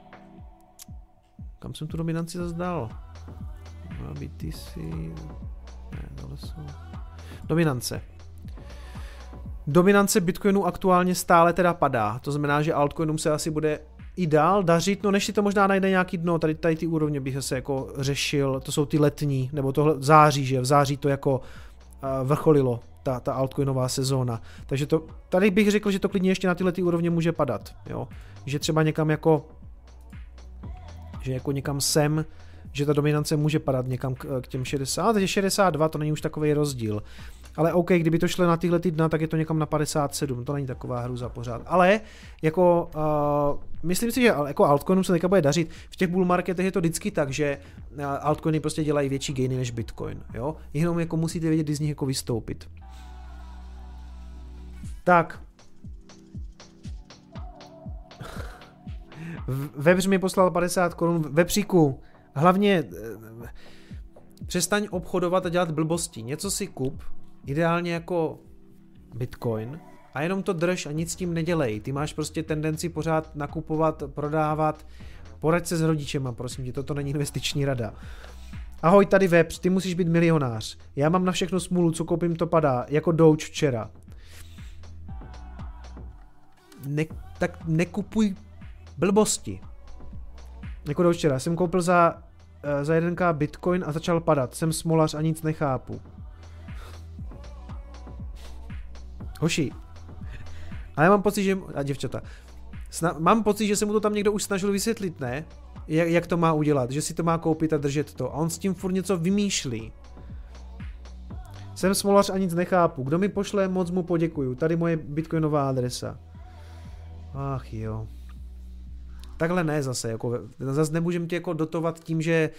Kam jsem tu dominanci zase dal? B T C... Ne, dole jsou... Dominance. Dominance Bitcoinu aktuálně stále teda padá. To znamená, že altcoinům se asi bude i dál dařit, no než si to možná najde nějaký dno, tady, tady ty úrovně bych se jako řešil, to jsou ty letní, nebo tohle v září, že v září to jako uh, vrcholilo, ta, ta altcoinová sezóna. Takže to, tady bych řekl, že to klidně ještě na tyhle ty úrovně může padat, jo. Že třeba někam jako, že jako někam sem, že ta dominance může padat někam k, k těm šedesát, takže šedesát dva to není už takový rozdíl. Ale OK, kdyby to šlo na tyhle ty dna, tak je to někam na padesát sedm, to není taková hruza pořád. Ale jako, uh, myslím si, že jako altcoinům se teďka bude dařit. V těch bull marketech je to vždycky tak, že uh, altcoiny prostě dělají větší gainy než Bitcoin, jo? Jenom jako musíte vědět, kdy z nich jako vystoupit. Tak. Webř mi poslal padesát korun. Vepříku, hlavně uh, přestaň obchodovat a dělat blbosti. Něco si kup, ideálně jako Bitcoin, a jenom to drž a nic s tím nedělej. Ty máš prostě tendenci pořád nakupovat, prodávat. Poraď se s rodičema, prosím tě, toto není investiční rada. Ahoj, tady Webs, ty musíš být milionář. Já mám na všechno smůlu, co koupím, to padá, jako Doge včera. Ne, tak nekupuj blbosti. Jako Doge včera. Jsem koupil za, za jeden ká Bitcoin a začal padat. Jsem smolař a nic nechápu. Hoši. A já mám pocit, že... A děvčata. Sna... Mám pocit, že se mu to tam někdo už snažil vysvětlit, ne? Jak, jak to má udělat. Že si to má koupit a držet to. A on s tím furt něco vymýšlí. Jsem smolař a nic nechápu. Kdo mi pošle, moc mu poděkuju. Tady moje bitcoinová adresa. Ach jo. Takhle ne zase. Jako, zase nemůžem tě jako dotovat tím, že...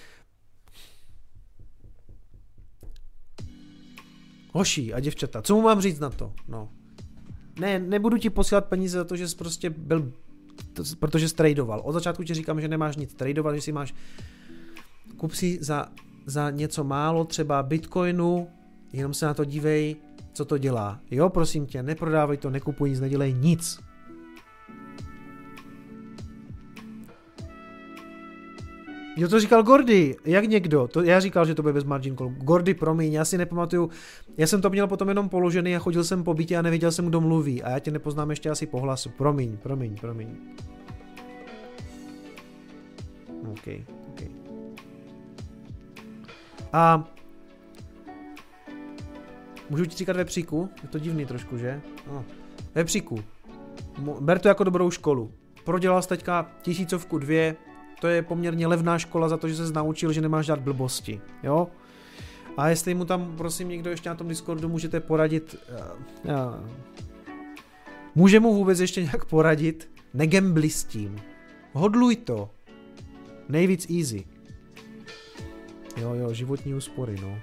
Hoši a děvčata, co mu mám říct na to? No. Ne, nebudu ti posílat peníze za to, že jsi prostě byl, to, protože jsi tradoval. Od začátku ti říkám, že nemáš nic tradovat, že si máš, kup si za, za něco málo, třeba Bitcoinu, jenom se na to dívej, co to dělá. Jo, prosím tě, neprodávej to, nekupuj nic, nedělej nic. Jo, to říkal Gordy, jak někdo, to já říkal, že to bude bez margin call. Gordy, promiň, já si nepamatuju, já jsem to měl potom jenom položený a chodil jsem po bytě a nevěděl jsem, kdo mluví a já tě nepoznám ještě asi po hlasu, promiň, promiň, promiň. OK, OK. A můžu ti říkat Vepříku? Je to divný trošku, že? No. Vepříku, ber to jako dobrou školu. Prodělal jsi teďka tisícovku dvě, to je poměrně levná škola za to, že ses naučil, že nemáš dělat blbosti, jo? A jestli mu tam, prosím, někdo ještě na tom Discordu můžete poradit, uh, uh, může mu vůbec ještě nějak poradit, negambli s tím, hodluj to, nejvíc easy. Jo, jo, životní úspory, no.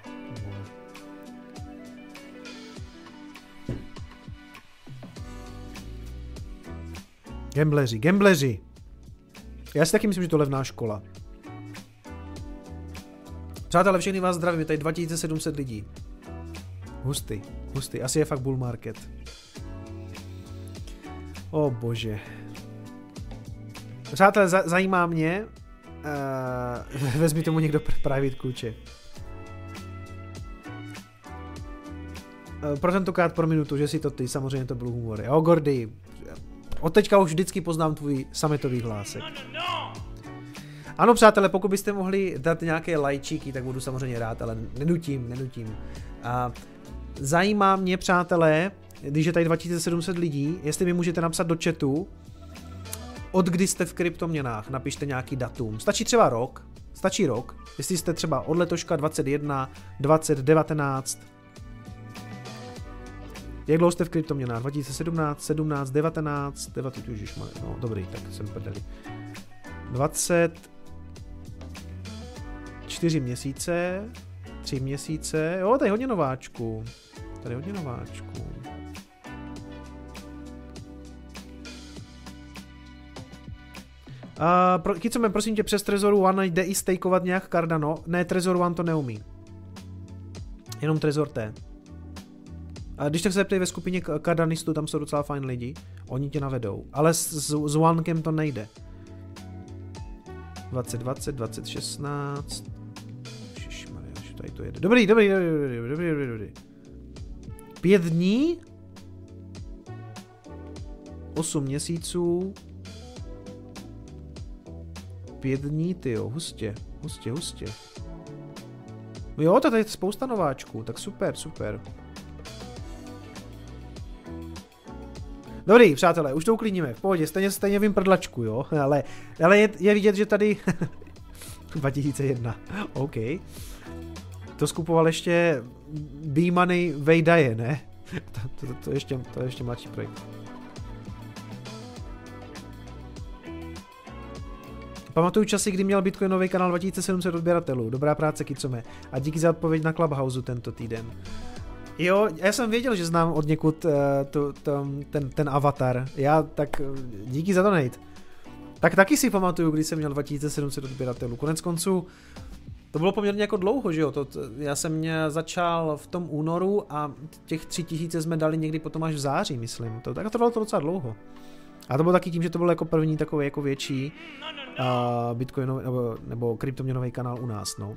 Gambleři, gambleři. Já si taky myslím, že to je levná škola. Přátelé, všechny vás zdravím, je tady dva tisíce sedm set lidí. Hustý, hustý, asi je fakt bull market. O bože. Přátelé, zajímá mě, uh, vezmi tomu někdo private kluče. Uh, pro tentokrát pro minutu, že si to ty, samozřejmě to byl humor. Jo, Gordy, od teďka už vždycky poznám tvůj sametový hlásek. Ano, přátelé, pokud byste mohli dát nějaké lajčíky, tak budu samozřejmě rád, ale nenutím, nenutím. A zajímá mě, přátelé, když je tady dva tisíce sedm set lidí, jestli mi můžete napsat do chatu, od kdy jste v kryptoměnách, napište nějaký datum. Stačí třeba rok, stačí rok, jestli jste třeba od letoška dvacet jedna, dvacet, devatenáct. Jak dlouho jste v kryptoměnách? dva tisíce sedmnáct, sedmnáct, devatenáct, devatenáct, ježišmarja, no dobrý, tak jsem prdeli. dvacet čtyři měsíce, tři měsíce, jo, tady hodně nováčků, tady hodně nováčků. Uh, pro, Kicome, prosím tě, přes Trezor One jde i stakeovat nějak Cardano? Ne, Trezor One to neumí. Jenom Trezor T. A když tak se zeptej ve skupině Cardanistů, tam jsou docela fajn lidi. Oni tě navedou. Ale s, s, s Onekem to nejde. dvacet dvacet, dvacet šestnáct. Ježišmarja, tady to jede. Dobrý, dobrý, dobrý, dobrý, dobrý, dobrý, dobrý. Pět dní? Osm měsíců. Pět dní, tyjo, hustě, hustě, hustě. Jo, to tady je spousta nováčků, tak super, super. Dobrý, přátelé, už to uklidníme, v pohodě, stejně, stejně vím prdlačku, jo, ale, ale je, je vidět, že tady dva tisíce jedna, OK. To skupoval ještě B-Money Vejdaje, ne? To, to, to, ještě, to je ještě mladší projekt. Pamatuju časy, kdy měl Bitcoinový kanál dva tisíce sedm set odběratelů. Dobrá práce, Kicome. A díky za odpověď na Clubhouse tento týden. Jo, já jsem věděl, že znám od někud uh, to, to, ten, ten avatar. Já, tak díky za donate. Tak taky si pamatuju, když jsem měl dva tisíce sedm set odběratelů. Konec konců, to bylo poměrně jako dlouho, že jo? To, to, já jsem mě začal v tom únoru a těch tři tisíce jsme dali někdy potom až v září, myslím. To, tak to trvalo to docela dlouho. A to bylo taky tím, že to byl jako první takový jako větší uh, bitcoinový nebo, nebo kryptoměnový kanál u nás, no.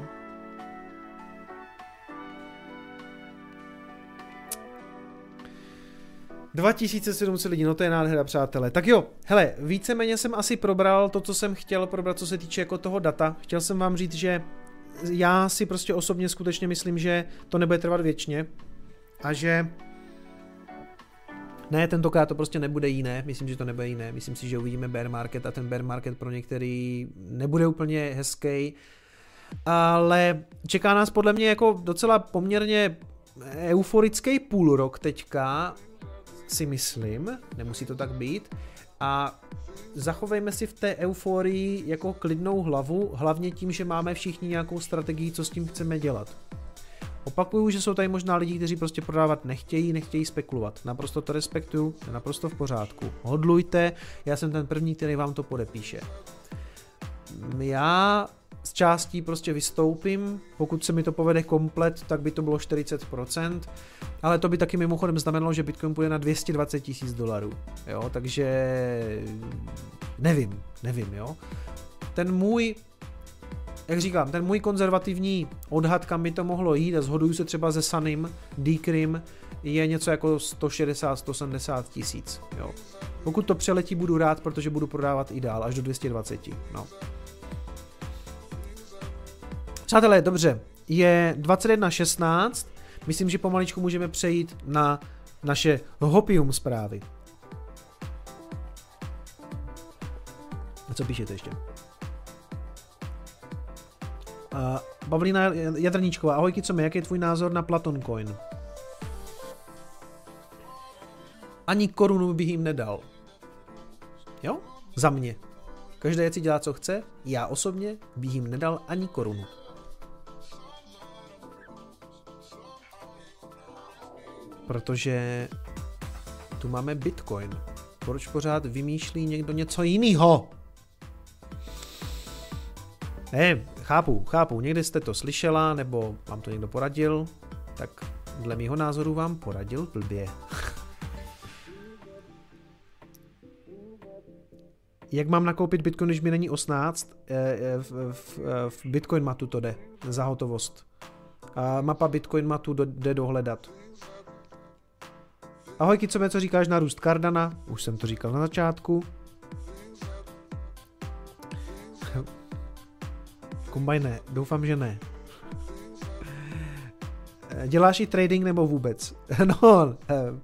dva tisíce sedm set lidí, no to je nádhera, přátelé. Tak jo, hele, víceméně jsem asi probral to, co jsem chtěl probrat, co se týče jako toho data. Chtěl jsem vám říct, že já si prostě osobně skutečně myslím, že to nebude trvat věčně a že ne, tentokrát to prostě nebude jiné, myslím, že to nebude jiné, myslím si, že uvidíme bear market a ten bear market pro některý nebude úplně hezký, ale čeká nás podle mě jako docela poměrně euforický půl rok teďka, si myslím, nemusí to tak být, a zachovejme si v té euforii jako klidnou hlavu, hlavně tím, že máme všichni nějakou strategii, co s tím chceme dělat. Opakuju, že jsou tady možná lidi, kteří prostě prodávat nechtějí, nechtějí spekulovat. Naprosto to respektuju, je naprosto v pořádku. Hodlujte, já jsem ten první, který vám to podepíše. Já z částí prostě vystoupím, pokud se mi to povede komplet, tak by to bylo čtyřicet procent, ale to by taky mimochodem znamenalo, že Bitcoin půjde na dvě stě dvacet tisíc dolarů, jo, takže nevím, nevím, jo. Ten můj, jak říkám, ten můj konzervativní odhad, kam by to mohlo jít, a shoduju se třeba se Sunim, Decrym, je něco jako sto šedesát až sto sedmdesát tisíc, jo. Pokud to přeletí, budu rád, protože budu prodávat i dál, až do dvě stě dvacet, no. Přátelé, dobře, je dvacet jedna šestnáct, myslím, že pomaličku můžeme přejít na naše Hopium zprávy. A co píšete ještě? Uh, Pavlína Jadrníčková, ahoj Kicome, jaký je tvůj názor na Platon Coin? Ani korunu bych jim nedal. Jo? Za mě. Každý si dělá, co chce, já osobně bych jim nedal ani korunu. Protože tu máme Bitcoin. Proč pořád vymýšlí někdo něco jiného? Ne, chápu, chápu, někdy jste to slyšela, nebo vám to někdo poradil, tak dle mýho názoru vám poradil blbě. Jak mám nakoupit Bitcoin, když mi není osmnáct? V, v, v Bitcoin matu to jde, za hotovost. A mapa Bitcoin matu jde dohledat. Ahoj Kicome, co říkáš na růst Cardana? Už jsem to říkal na začátku. Kombajne, doufám, že ne. Děláš i trading nebo vůbec? No,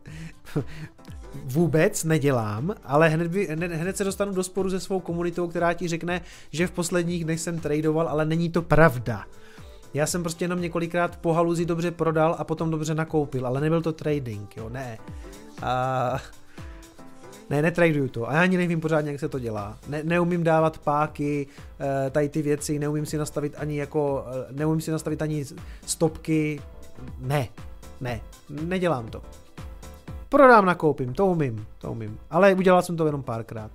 vůbec nedělám, ale hned, by, hned, hned se dostanu do sporu se svou komunitou, která ti řekne, že v posledních dnech jsem tradoval, ale není to pravda. Já jsem prostě jenom několikrát po haluzi dobře prodal a potom dobře nakoupil, ale nebyl to trading, jo, ne. A... Ne, netraduju to. A já ani nevím pořádně, jak se to dělá. Ne, neumím dávat páky, tady ty věci, neumím si nastavit ani jako, neumím si nastavit ani stopky. Ne, ne, nedělám to. Prodám, nakoupím, to umím, to umím. Ale udělal jsem to jenom párkrát.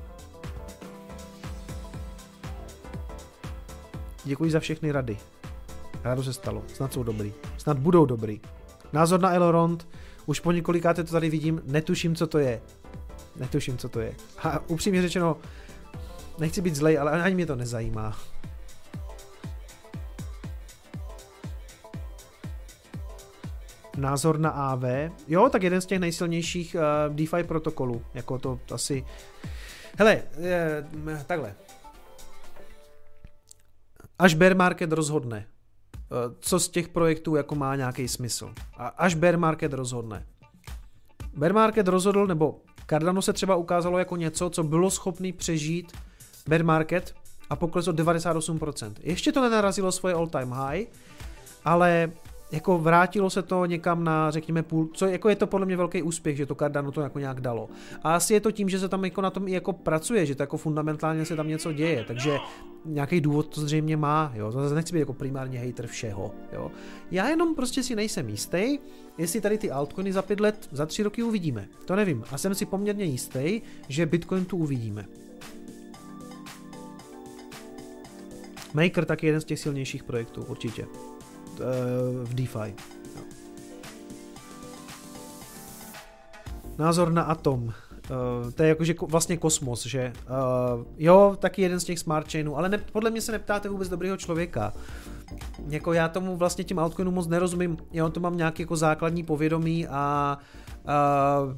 Děkuji za všechny rady. Rádo se stalo, snad jsou dobrý. Snad budou dobrý. Názor na Elrond, už po několikáté to tady vidím, netuším, co to je. Netuším, co to je. A upřímně řečeno, nechci být zlej, ale ani mě to nezajímá. Názor na A V. Jo, tak jeden z těch nejsilnějších uh, DeFi protokolů. Jako to asi... Hele, je, takhle. Až bear market rozhodne, uh, co z těch projektů jako má nějaký smysl. A až bear market rozhodne. Bear market rozhodl, nebo Cardano se třeba ukázalo jako něco, co bylo schopný přežít bear market a pokles o devadesát osm procent. Ještě to nenarazilo svoje all time high, ale jako vrátilo se to někam na, řekněme, půl, co jako je to podle mě velký úspěch, že to Cardano to jako nějak dalo. A asi je to tím, že se tam jako na tom i jako pracuje, že to jako fundamentálně se tam něco děje, takže nějaký důvod to zřejmě má, jo. To zase nechci být jako primárně hater všeho, jo. Já jenom prostě si nejsem jistý, jestli tady ty altcoiny za pět let, za tři roky uvidíme. To nevím. A jsem si poměrně jistý, že Bitcoin tu uvidíme. Maker taky jeden z těch silnějších projektů, určitě. V DeFi. Názor na Atom. Uh, to je jakože vlastně kosmos, že? Uh, jo, taky jeden z těch smart chainů, ale ne, podle mě se neptáte vůbec dobrýho člověka. Jako já tomu vlastně těm altcoinům moc nerozumím, já to mám nějaké jako základní povědomí a uh,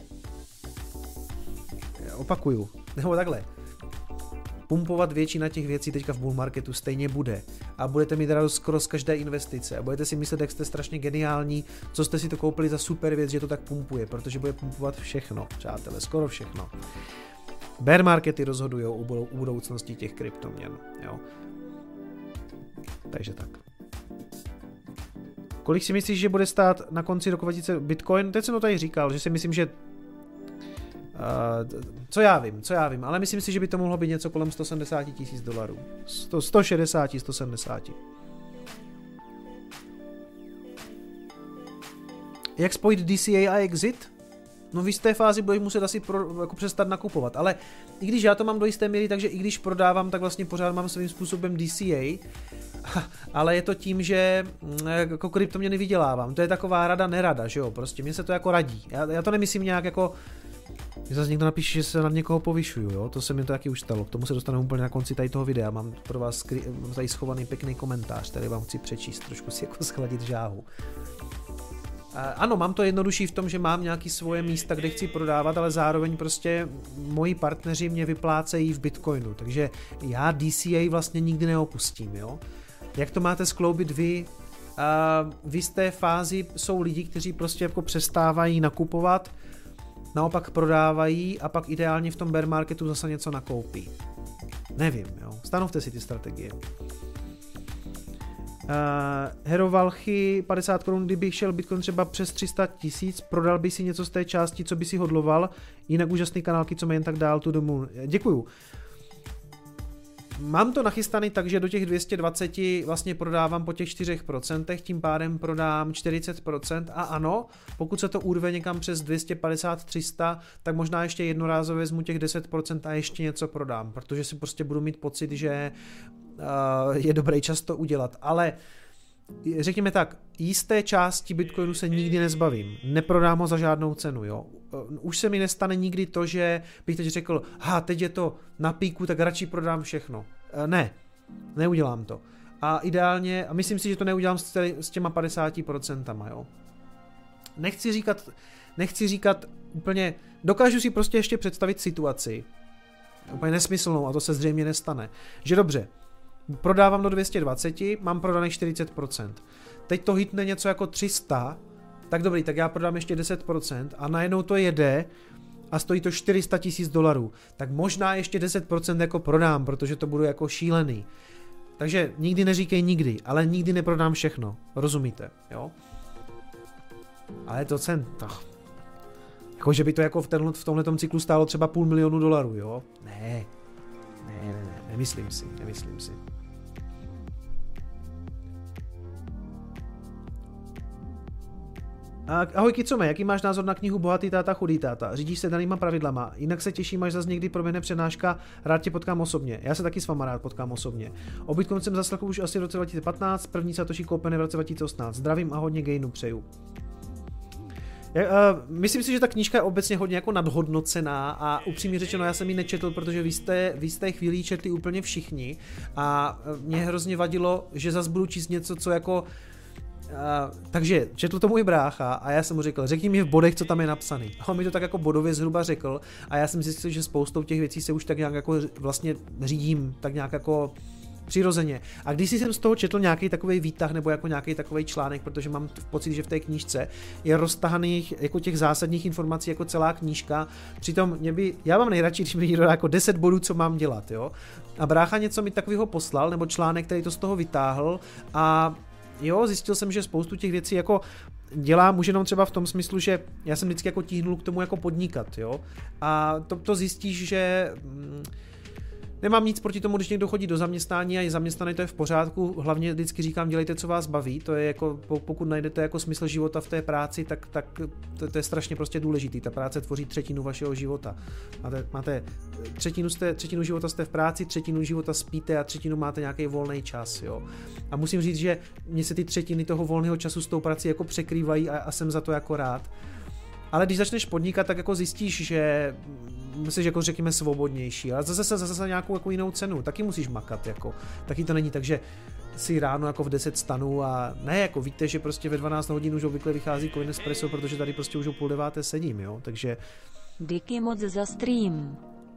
opakuju, nebo takhle. Pumpovat většina těch věcí teďka v bull marketu stejně bude. A budete mít radost skoro z každé investice. A budete si myslet, jak jste strašně geniální, co jste si to koupili za super věc, že to tak pumpuje, protože bude pumpovat všechno, přátelé, skoro všechno. Bear markety rozhodují u budoucnosti těch kryptoměn, jo. Takže tak. Kolik si myslíš, že bude stát na konci roku dva tisíce Bitcoin? Teď jsem to tady říkal, že si myslím, že Uh, co já vím, co já vím, ale myslím si, že by to mohlo být něco kolem sto sedmdesát tisíc dolarů. sto šedesát, sto sedmdesát. Jak spojit D C A a Exit? No v jisté fázi budeš muset asi pro, jako přestat nakupovat, ale i když já to mám do jisté míry, takže i když prodávám, tak vlastně pořád mám svým způsobem D C A, ale je to tím, že jako kryptoměny vydělávám. To je taková rada nerada, že jo, prostě mě se to jako radí. Já, já to nemyslím nějak jako Když zase někdo napíše, že se nad někoho povyšuju, jo? To se mi to taky už stalo. K tomu se dostaneme úplně na konci tady toho videa. Mám pro vás skry- tady schovaný pěkný komentář, který vám chci přečíst, trošku si jako schladit žáhu. Ano, mám to jednodušší v tom, že mám nějaký svoje místa, kde chci prodávat, ale zároveň prostě moji partneři mě vyplácejí v Bitcoinu, takže já D C A vlastně nikdy neopustím, jo. Jak to máte skloubit vy? V jisté fázi jsou lidi, kteří prostě jako přestávají nakupovat, naopak prodávají a pak ideálně v tom bear marketu zase něco nakoupí. Nevím, jo. Stanovte si ty strategie. Uh, Hero Valchy, padesát korun, kdyby šel Bitcoin třeba přes tři sta tisíc, prodal by si něco z té části, co by si hodloval, jinak úžasný kanálky, co mě jen tak dál tu domů. Děkuju. Mám to nachystaný tak, že do těch dvě stě dvacet vlastně prodávám po těch čtyři procenta, tím pádem prodám čtyřicet procent a ano, pokud se to urve někam přes dvě stě padesát tři sta, tak možná ještě jednorázově vezmu těch deset procent a ještě něco prodám, protože si prostě budu mít pocit, že uh, je dobrý čas to udělat, ale řekněme tak, jisté části Bitcoinu se nikdy nezbavím, neprodám ho za žádnou cenu, jo. Už se mi nestane nikdy to, že bych teď řekl, ha, teď je to na píku, tak radši prodám všechno. Ne, neudělám to. A ideálně, a myslím si, že to neudělám s, těli, s těma padesáti procentama, jo. Nechci říkat, nechci říkat úplně, dokážu si prostě ještě představit situaci, úplně nesmyslnou, a to se zřejmě nestane, že dobře, prodávám do dvě stě dvacet, mám prodaných čtyřicet procent. teď to hitne něco jako tři sta, tak dobrý, tak já prodám ještě deset procent a najednou to jede a stojí to čtyři sta tisíc dolarů. Tak možná ještě deset procent jako prodám, protože to budu jako šílený. Takže nikdy neříkej nikdy, ale nikdy neprodám všechno. Rozumíte, jo? Ale to cen, to... Jako, že by to jako v, tenhle, v tomhletom cyklu stálo třeba půl milionu dolarů, jo? Ne. Ne, ne, ne, nemyslím si, nemyslím si. Ahoj Kicome, jaký máš názor na knihu Bohatý táta, chudý táta? Řídíš se danýma pravidlama, jinak se těším, až zase někdy proběhne přednáška, rád tě potkám osobně. Já se taky s váma rád potkám osobně. O Bitcoin jsem zaslechl už asi v roce dva tisíce patnáct, první Satoshi koupené v roce dva tisíce osmnáct. Zdravím a hodně gainu přeju. Já, uh, myslím si, že ta knížka je obecně hodně jako nadhodnocená a upřímně řečeno, já jsem ji nečetl, protože vy jste, vy jste chvíli četli úplně všichni a mě hrozně vadilo, že zase budu číst něco, co jako... Uh, takže četl to můj brácha a já jsem mu řekl, řekni mi v bodech, co tam je napsaný. A on mi to tak jako bodově zhruba řekl a já jsem zjistil, že spoustou těch věcí se už tak nějak jako vlastně řídím, tak nějak jako přirozeně. A když jsem z toho četl nějaký takový výtah nebo jako nějaký takový článek, protože mám pocit, že v té knížce je roztahaných jako těch zásadních informací jako celá knížka. Přitom mě by, já mám nejradši, když mi někdo dá jako deset bodů, co mám dělat, jo. A brácha něco mi takového poslal, nebo článek, který to z toho vytáhl a jo, zjistil jsem, že spoustu těch věcí jako dělám už jenom třeba v tom smyslu, že já jsem vždycky jako tíhnul k tomu jako podnikat, jo. A to, to zjistíš, že mm, nemám nic proti tomu, když někdo chodí do zaměstnání a je zaměstnaný, to je v pořádku. Hlavně vždycky říkám, dělejte, co vás baví. To je jako, pokud najdete jako smysl života v té práci, tak, tak to, to je strašně prostě důležitý. Ta práce tvoří třetinu vašeho života. Máte, máte třetinu, jste, třetinu života jste v práci, třetinu života spíte a třetinu máte nějaký volný čas, jo. A musím říct, že mně se ty třetiny toho volného času s tou prací jako překrývají a, a jsem za to jako rád. Ale když začneš podnikat, tak jako zjistíš, že jsi jako řekněme svobodnější, ale zase zase, zase nějakou jako jinou cenu, taky musíš makat, jako. Taky to není tak, že si ráno jako v deset stanu a ne, jako víte, že prostě ve dvanáct hodin už obvykle vychází Coinespresso, protože tady prostě už o půl deváté sedím, jo, takže... Díky moc za stream.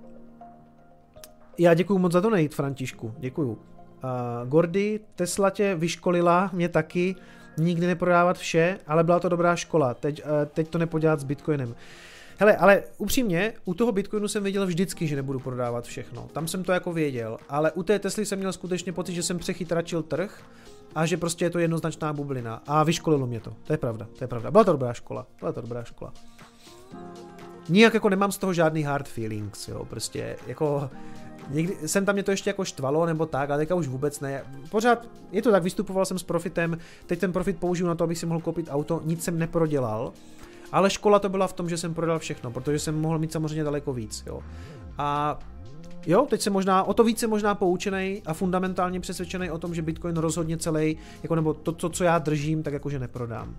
Já děkuju moc za to nejít, Františku, děkuju. Uh, Gordy, Tesla tě vyškolila, mě taky, nikdy neprodávat vše, ale byla to dobrá škola, teď, uh, teď to nepodělat s Bitcoinem. Hele, ale upřímně, u toho Bitcoinu jsem věděl vždycky, že nebudu prodávat všechno. Tam jsem to jako věděl, ale u té Tesly jsem měl skutečně pocit, že jsem přechytračil trh a že prostě je to jednoznačná bublina. A vyškolilo mě to. To je pravda, to je pravda. Byla to dobrá škola, byla to dobrá škola. Nijak jako nemám z toho žádný hard feelings, jo, prostě jako... Někdy jsem tam mě to ještě jako štvalo nebo tak, ale teďka už vůbec ne. Pořád je to tak, vystupoval jsem s profitem, teď ten profit použiju na to, abych si mohl koupit auto, nic jsem neprodělal. Ale škola to byla v tom, že jsem prodal všechno, protože jsem mohl mít samozřejmě daleko víc, jo. A jo, teď jsem možná, o to více možná poučenej a fundamentálně přesvědčený o tom, že Bitcoin rozhodně celý, jako nebo to, to, co já držím, tak jakože neprodám.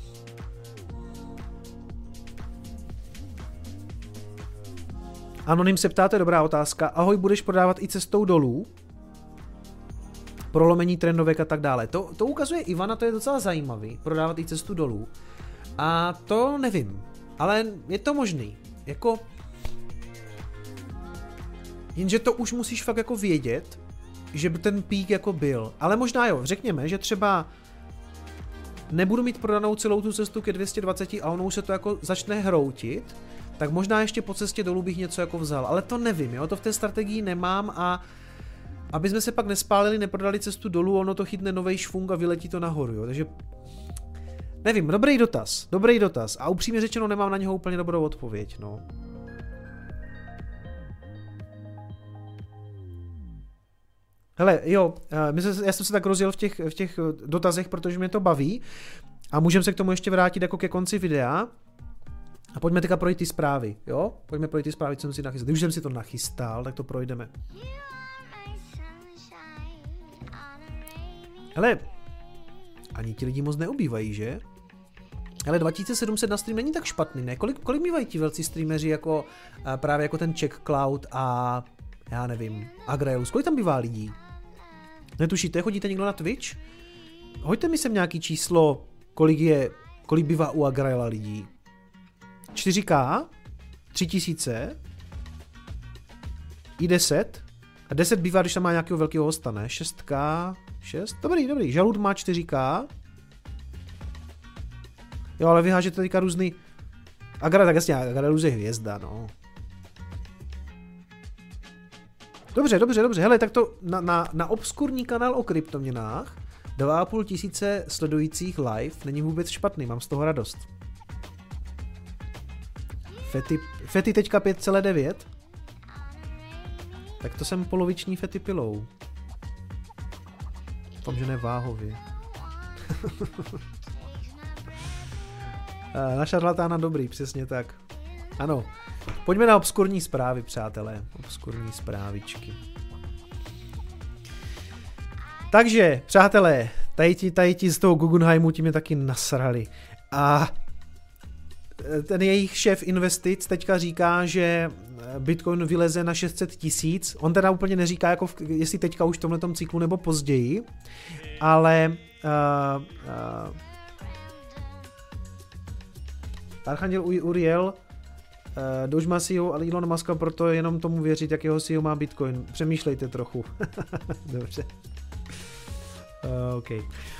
Anonym se ptáte, dobrá otázka. Ahoj, budeš prodávat i cestou dolů? Prolomení trendovek a tak dále. To, to ukazuje Ivana, to je docela zajímavý, prodávat i cestu dolů. A to nevím, ale je to možný, jako, jenže to už musíš fakt jako vědět, že by ten pík jako byl, ale možná jo, řekněme, že třeba nebudu mít prodanou celou tu cestu ke dvě stě dvacet a ono už se to jako začne hroutit, tak možná ještě po cestě dolů bych něco jako vzal, ale to nevím, jo, to v té strategii nemám a aby jsme se pak nespálili, neprodali cestu dolů, ono to chytne novej švung a vyletí to nahoru, jo, takže nevím, dobrý dotaz, dobrý dotaz a upřímně řečeno nemám na něho úplně dobrou odpověď, no. Hele, jo, my se, já jsem se tak rozjel v těch, v těch dotazech, protože mě to baví a můžeme se k tomu ještě vrátit jako ke konci videa a pojďme teďka projít ty zprávy, jo? Pojďme projít ty zprávy, co jsem si nachystal. Když jsem si to nachystal, tak to projdeme. Hele, ani ti lidi moc neubývají, že? Ale dva tisíce sedm set na stream není tak špatný, ne? Kolik, kolik mývají ti velcí streameři jako právě jako ten Czech Cloud a já nevím, Agraelus, kolik tam bývá lidí? Netušíte, chodíte někdo na Twitch? Hoďte mi sem nějaký číslo, kolik je, kolik bývá u Agraela lidí. čtyři ká? tři tisíce? I deset? A deset bývá, když tam má nějakého velkého hosta, ne? šest ká? šest? Dobrý, dobrý. Žalud má čtyři ká. Jo, ale vyhážete teďka různý... Agra, tak jasně, Agrarus je hvězda, no. Dobře, dobře, dobře, hele, tak to na, na, na obskurní kanál o kryptoměnách dva a půl tisíce sledujících live není vůbec špatný, mám z toho radost. Fety, fety teďka pět celá devět. Tak to jsem poloviční fety pilou. Doufám, že ne váhově. Na šarlatána dobrý, přesně tak. Ano. Pojďme na obskurní zprávy, přátelé. Obskurní zprávičky. Takže, přátelé, tady ti, tady ti z toho Guggenheimu ti mě taky nasrali. A ten jejich šéf investic teďka říká, že Bitcoin vyleze na šest set tisíc. On teda úplně neříká, jako v, jestli teďka už v tomhletom cyklu nebo později. Ale... Uh, uh, Archanděl Uriel, uh, Dogecoin C E O, ale Elon Muska, proto jenom tomu věřit, jak jeho C E O má Bitcoin. Přemýšlejte trochu. Dobře. Uh, OK. Uh,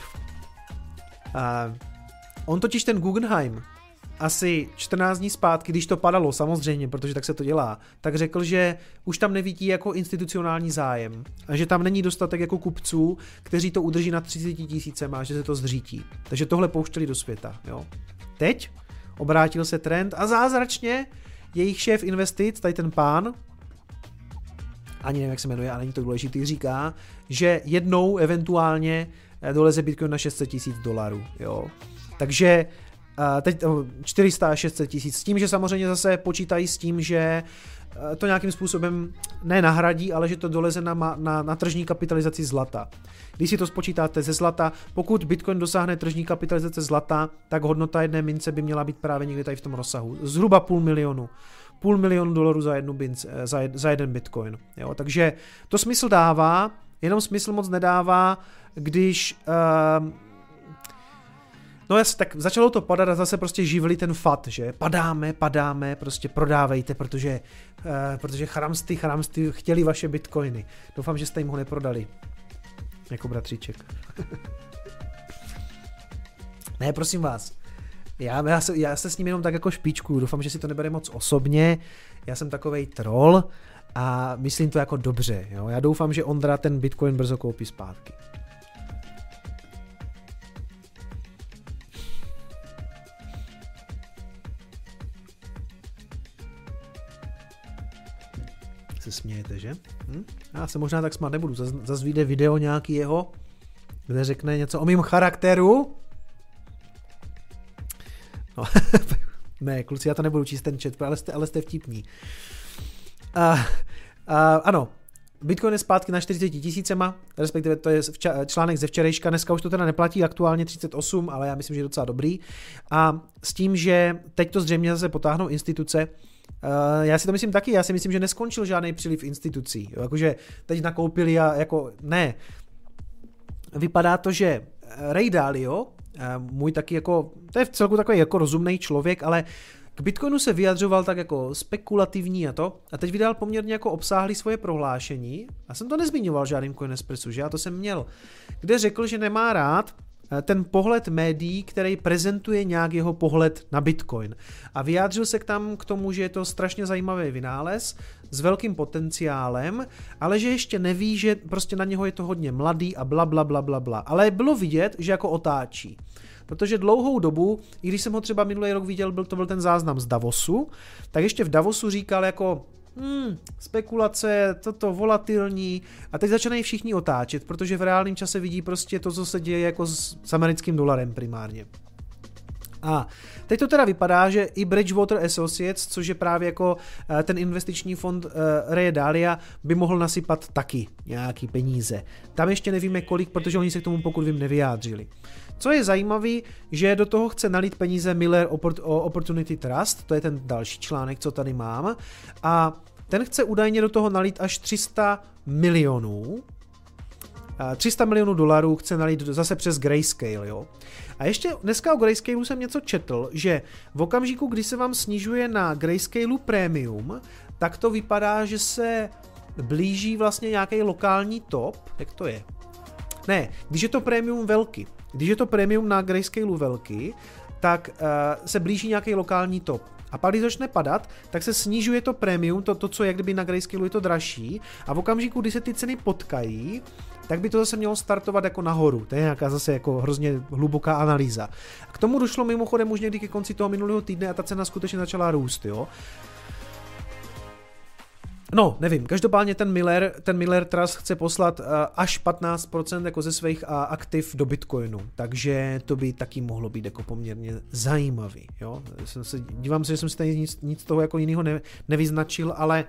on totiž ten Guggenheim asi čtrnáct dní zpátky, když to padalo, samozřejmě, protože tak se to dělá, tak řekl, že už tam nevidí jako institucionální zájem a že tam není dostatek jako kupců, kteří to udrží na třicet tisícema a že se to zřítí. Takže tohle pouštěli do světa. Jo. Teď obrátil se trend a zázračně jejich šéf investic, tady ten pán, ani nevím, jak se jmenuje, ale není to důležitý, říká, že jednou eventuálně doleze Bitcoin na šest set tisíc dolarů. Jo. Takže teď čtyři sta až šest set tisíc, s tím, že samozřejmě zase počítají s tím, že to nějakým způsobem ne nahradí, ale že to doleze na, na, na tržní kapitalizaci zlata. Když si to spočítáte ze zlata, pokud Bitcoin dosáhne tržní kapitalizace zlata, tak hodnota jedné mince by měla být právě někde tady v tom rozsahu. Zhruba půl milionu. Půl milionu dolarů za, jednu bince, za, jed, za jeden Bitcoin. Jo? Takže to smysl dává, jenom smysl moc nedává, když... Uh, No jas, tak začalo to padat a zase prostě živili ten fat, že padáme, padáme, prostě prodávejte, protože, uh, protože charamsty, charamsty chtěli vaše bitcoiny. Doufám, že jste jim ho neprodali. Jako bratříček. Ne, prosím vás. Já, já, se, já se s ním jenom tak jako špičkuju, doufám, že si to nebere moc osobně. Já jsem takovej troll a myslím to jako dobře. Jo? Já doufám, že Ondra ten bitcoin brzo koupí zpátky. Se smějete, že? Hm? Já se možná tak smát nebudu. Zas, zas vyjde video nějaký jeho, kde řekne něco o mým charakteru. No, ne, kluci, já to nebudu číst ten chat, ale jste, ale jste vtipní. Uh, uh, ano, Bitcoin je zpátky na čtyřicet tisícema, respektive to je vča- článek ze včerejška, dneska už to teda neplatí, aktuálně třicet osm, ale já myslím, že je docela dobrý. A s tím, že teď to zřejmě zase potáhnou instituce, Uh, já si to myslím taky, já si myslím, že neskončil žádný příliv institucí, jo, jakože teď nakoupili a jako ne. Vypadá to, že Ray Dalio, uh, můj taky jako, to je v celku takový jako rozumný člověk, ale k Bitcoinu se vyjadřoval tak jako spekulativní a to a teď vydal poměrně jako obsáhlý svoje prohlášení, já jsem to nezmiňoval žádným Coinespressu, že já to jsem měl, kde řekl, že nemá rád ten pohled médií, který prezentuje nějak jeho pohled na Bitcoin. A vyjádřil se k tam k tomu, že je to strašně zajímavý vynález s velkým potenciálem, ale že ještě neví, že prostě na něho je to hodně mladý a bla bla bla bla bla. Ale bylo vidět, že jako otáčí. Protože dlouhou dobu, i když jsem ho třeba minulý rok viděl, byl to byl ten záznam z Davosu, tak ještě v Davosu říkal jako Hmm, spekulace, toto volatilní a teď začínají všichni otáčet, protože v reálném čase vidí prostě to, co se děje jako s, s americkým dolarem primárně. A teď to teda vypadá, že i Bridgewater Associates, což je právě jako uh, ten investiční fond uh, Raye Dalia, by mohl nasypat taky nějaký peníze. Tam ještě nevíme kolik, protože oni se k tomu pokud vím nevyjádřili. Co je zajímavé, že do toho chce nalít peníze Miller Opportunity Trust, to je ten další článek, co tady mám, a ten chce údajně do toho nalít až tři sta milionů. tři sta milionů dolarů chce nalít zase přes Grayscale, jo. A ještě dneska o Grayscaleu jsem něco četl, že v okamžiku, kdy se vám snižuje na Grayscaleu Premium, tak to vypadá, že se blíží vlastně nějaký lokální top. Jak to je? Ne, když je to Premium velký, když je to Premium na Grayscaleu velký, tak uh, se blíží nějaký lokální top. A pak, když začne padat, tak se snižuje to premium, to, to co jak kdyby na Grayscale je to dražší, a v okamžiku, kdy se ty ceny potkají, tak by to zase mělo startovat jako nahoru. To je nějaká zase jako hrozně hluboká analýza. K tomu došlo mimochodem už někdy ke konci toho minulého týdne a ta cena skutečně začala růst, jo. No, nevím, každopádně ten Miller, ten Miller Trust chce poslat uh, až patnáct procent jako ze svých uh, aktiv do Bitcoinu, takže to by taky mohlo být jako poměrně zajímavý, jo. Jsem se, dívám se, že jsem si tady nic, nic toho jako jiného ne, nevyznačil, ale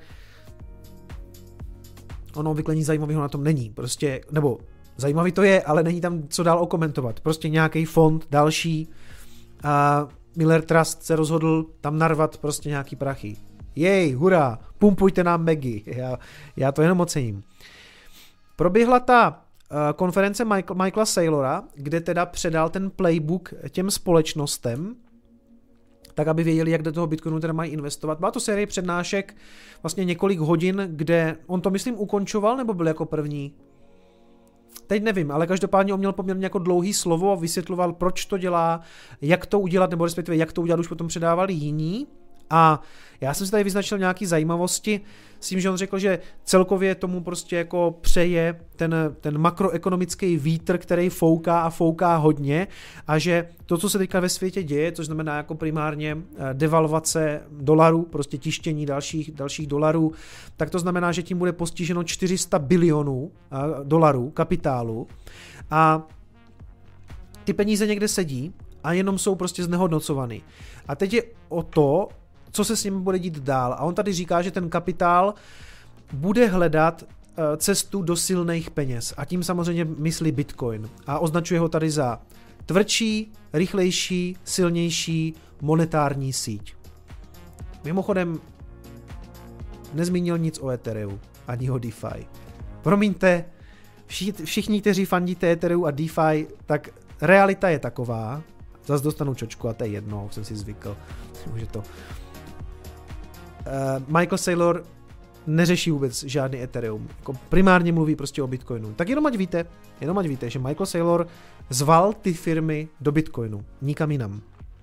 ono obvykle nic zajímavého na tom není, prostě, nebo zajímavý to je, ale není tam co dál okomentovat, prostě nějaký fond další a Miller Trust se rozhodl tam narvat prostě nějaký prachy. Jej, hurá, pumpujte nám megy, já, já to jenom ocením. Proběhla ta uh, konference Michael, Michaela Saylora, kde teda předal ten playbook těm společnostem, tak aby věděli, jak do toho Bitcoinu teda mají investovat. Byla to série přednášek, vlastně několik hodin, kde on to myslím ukončoval, nebo byl jako první? Teď nevím, ale každopádně on měl poměrně jako dlouhý slovo a vysvětloval, proč to dělá, jak to udělat, nebo respektive jak to udělat, už potom předávali jiní. A já jsem si tady vyznačil nějaké zajímavosti s tím, že on řekl, že celkově tomu prostě jako přeje ten, ten makroekonomický vítr, který fouká a fouká hodně, a že to, co se teďka ve světě děje, což znamená jako primárně devalvace dolarů, prostě tištění dalších, dalších dolarů, tak to znamená, že tím bude postiženo čtyři sta bilionů dolarů kapitálu a ty peníze někde sedí a jenom jsou prostě znehodnocovaný. A teď je o to, co se s ním bude dít dál. A on tady říká, že ten kapitál bude hledat cestu do silných peněz. A tím samozřejmě myslí Bitcoin. A označuje ho tady za tvrdší, rychlejší, silnější monetární síť. Mimochodem nezmínil nic o Ethereu, ani o DeFi. Promiňte, všichni, kteří fandíte Ethereu a DeFi, tak realita je taková, zase dostanu čočku a to je jedno, jsem si zvykl. Může to. Uh, Michael Saylor neřeší vůbec žádný Ethereum. Jako primárně mluví prostě o Bitcoinu. Tak jenom ať víte, jenom ať víte, že Michael Saylor zval ty firmy do Bitcoinu. Nikam jinam.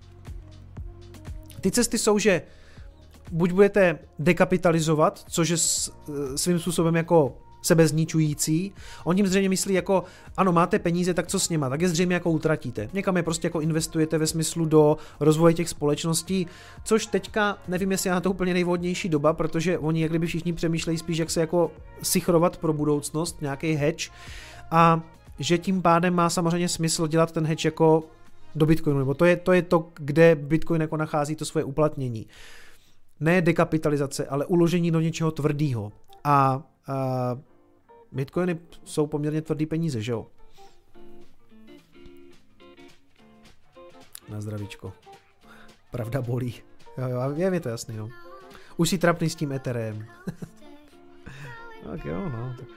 Ty cesty jsou, že buď budete dekapitalizovat, což je svým způsobem jako sebezničující. On tím zřejmě myslí jako, ano, máte peníze, tak co s nima? Tak je zřejmě jako utratíte. Někam je prostě jako investujete ve smyslu do rozvoje těch společností, což teďka, nevím, jestli je na to úplně nejvhodnější doba, protože oni jak kdyby všichni přemýšlejí spíš, jak se jako sichrovat pro budoucnost, nějaký hedge, a že tím pádem má samozřejmě smysl dělat ten hedge jako do Bitcoinu, nebo to je to, je to kde Bitcoin jako nachází to svoje uplatnění. Ne dekapitalizace, ale uložení do něčeho tvrdého. A, a Bitcoiny jsou poměrně tvrdý peníze, že jo? Na zdravíčko. Pravda bolí. Jo, jo, je mi to jasný, no. Už si trapný s tím Etherem. Tak jo, no. Tak.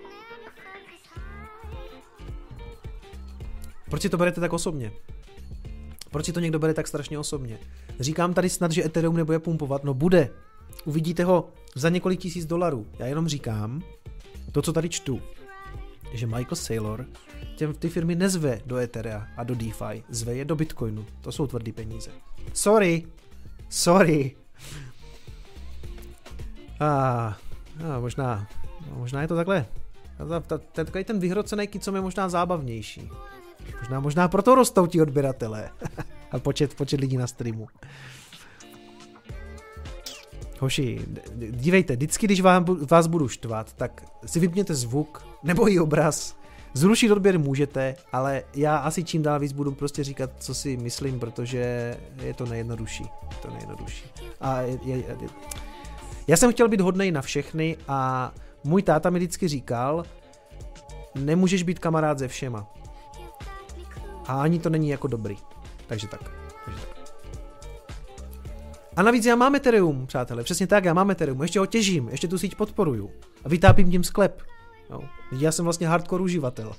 Proč si to berete tak osobně? Proč si to někdo bere tak strašně osobně? Říkám tady snad, že Ethereum nebude pumpovat, no bude. Uvidíte ho za několik tisíc dolarů. Já jenom říkám to, co tady čtu, že Michael Saylor těm ty firmy nezve do Etherea a do DeFi, zve je do Bitcoinu. To jsou tvrdý peníze. Sorry. Sorry. A, a možná, možná je to takhle. Takový ten vyhrocený kicom je možná zábavnější. Možná, možná proto rostou ti odběratelé. A počet, počet lidí na streamu. Hoši, dívejte, vždycky, když vám, vás budu štvat, tak si vypněte zvuk nebo i obraz. Zrušit odběr můžete, ale já asi čím dál víc budu prostě říkat, co si myslím, protože je to nejjednodušší. Je to nejjednodušší. A je, je, je, já jsem chtěl být hodnej na všechny a můj táta mi vždycky říkal, nemůžeš být kamarád se všema. A ani to není jako dobrý. Takže tak. Takže tak. A navíc já mám Ethereum, přátelé, přesně tak, já mám Ethereum, ještě ho těžím, ještě tu síť podporuju. A vytápím tím sklep. No. Já jsem vlastně hardcore uživatel.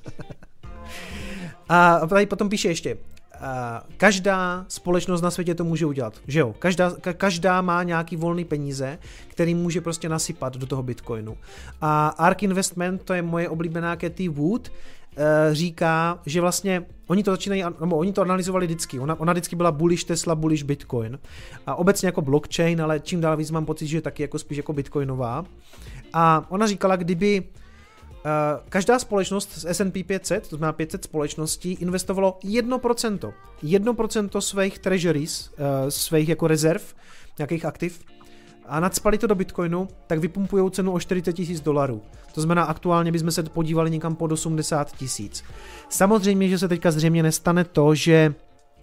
A tady potom píše ještě, a každá společnost na světě to může udělat, že jo? Každá, ka, každá má nějaký volný peníze, který může prostě nasypat do toho Bitcoinu. A Ark Investment, to je moje oblíbená Cathy Wood, říká, že vlastně oni to začínají, nebo oni to analyzovali vždycky. Ona, ona vždycky byla bullish Tesla, bullish Bitcoin. A obecně jako blockchain, ale čím dál víc mám pocit, že je taky jako spíš jako bitcoinová. A ona říkala, kdyby Uh, každá společnost z S and P pět set, to znamená pět set společností, investovalo jedno procento. jedno procento svých treasuries, uh, svých jako rezerv, nějakých aktiv a nadspali to do Bitcoinu, tak vypumpujou cenu o čtyřicet tisíc dolarů. To znamená, aktuálně bychom se podívali někam pod osmdesát tisíc. Samozřejmě, že se teďka zřejmě nestane to, že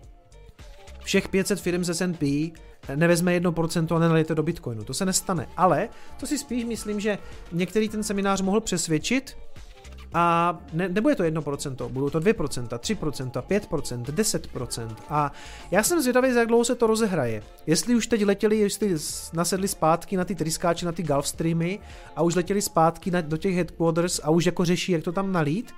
všech pět set firm z S and P nevezme jedno procento a nenalejete do Bitcoinu. To se nestane. Ale to si spíš myslím, že některý ten seminář mohl přesvědčit a ne, nebude to jedno procento, budou to dvě procenta, tři procenta, pět procent, deset procent. A já jsem zvědavý, jak dlouho se to rozehraje. Jestli už teď letěli, jestli nasedli zpátky na ty tryskáče, na ty Gulfstreamy a už letěli zpátky na, do těch headquarters a už jako řeší, jak to tam nalít.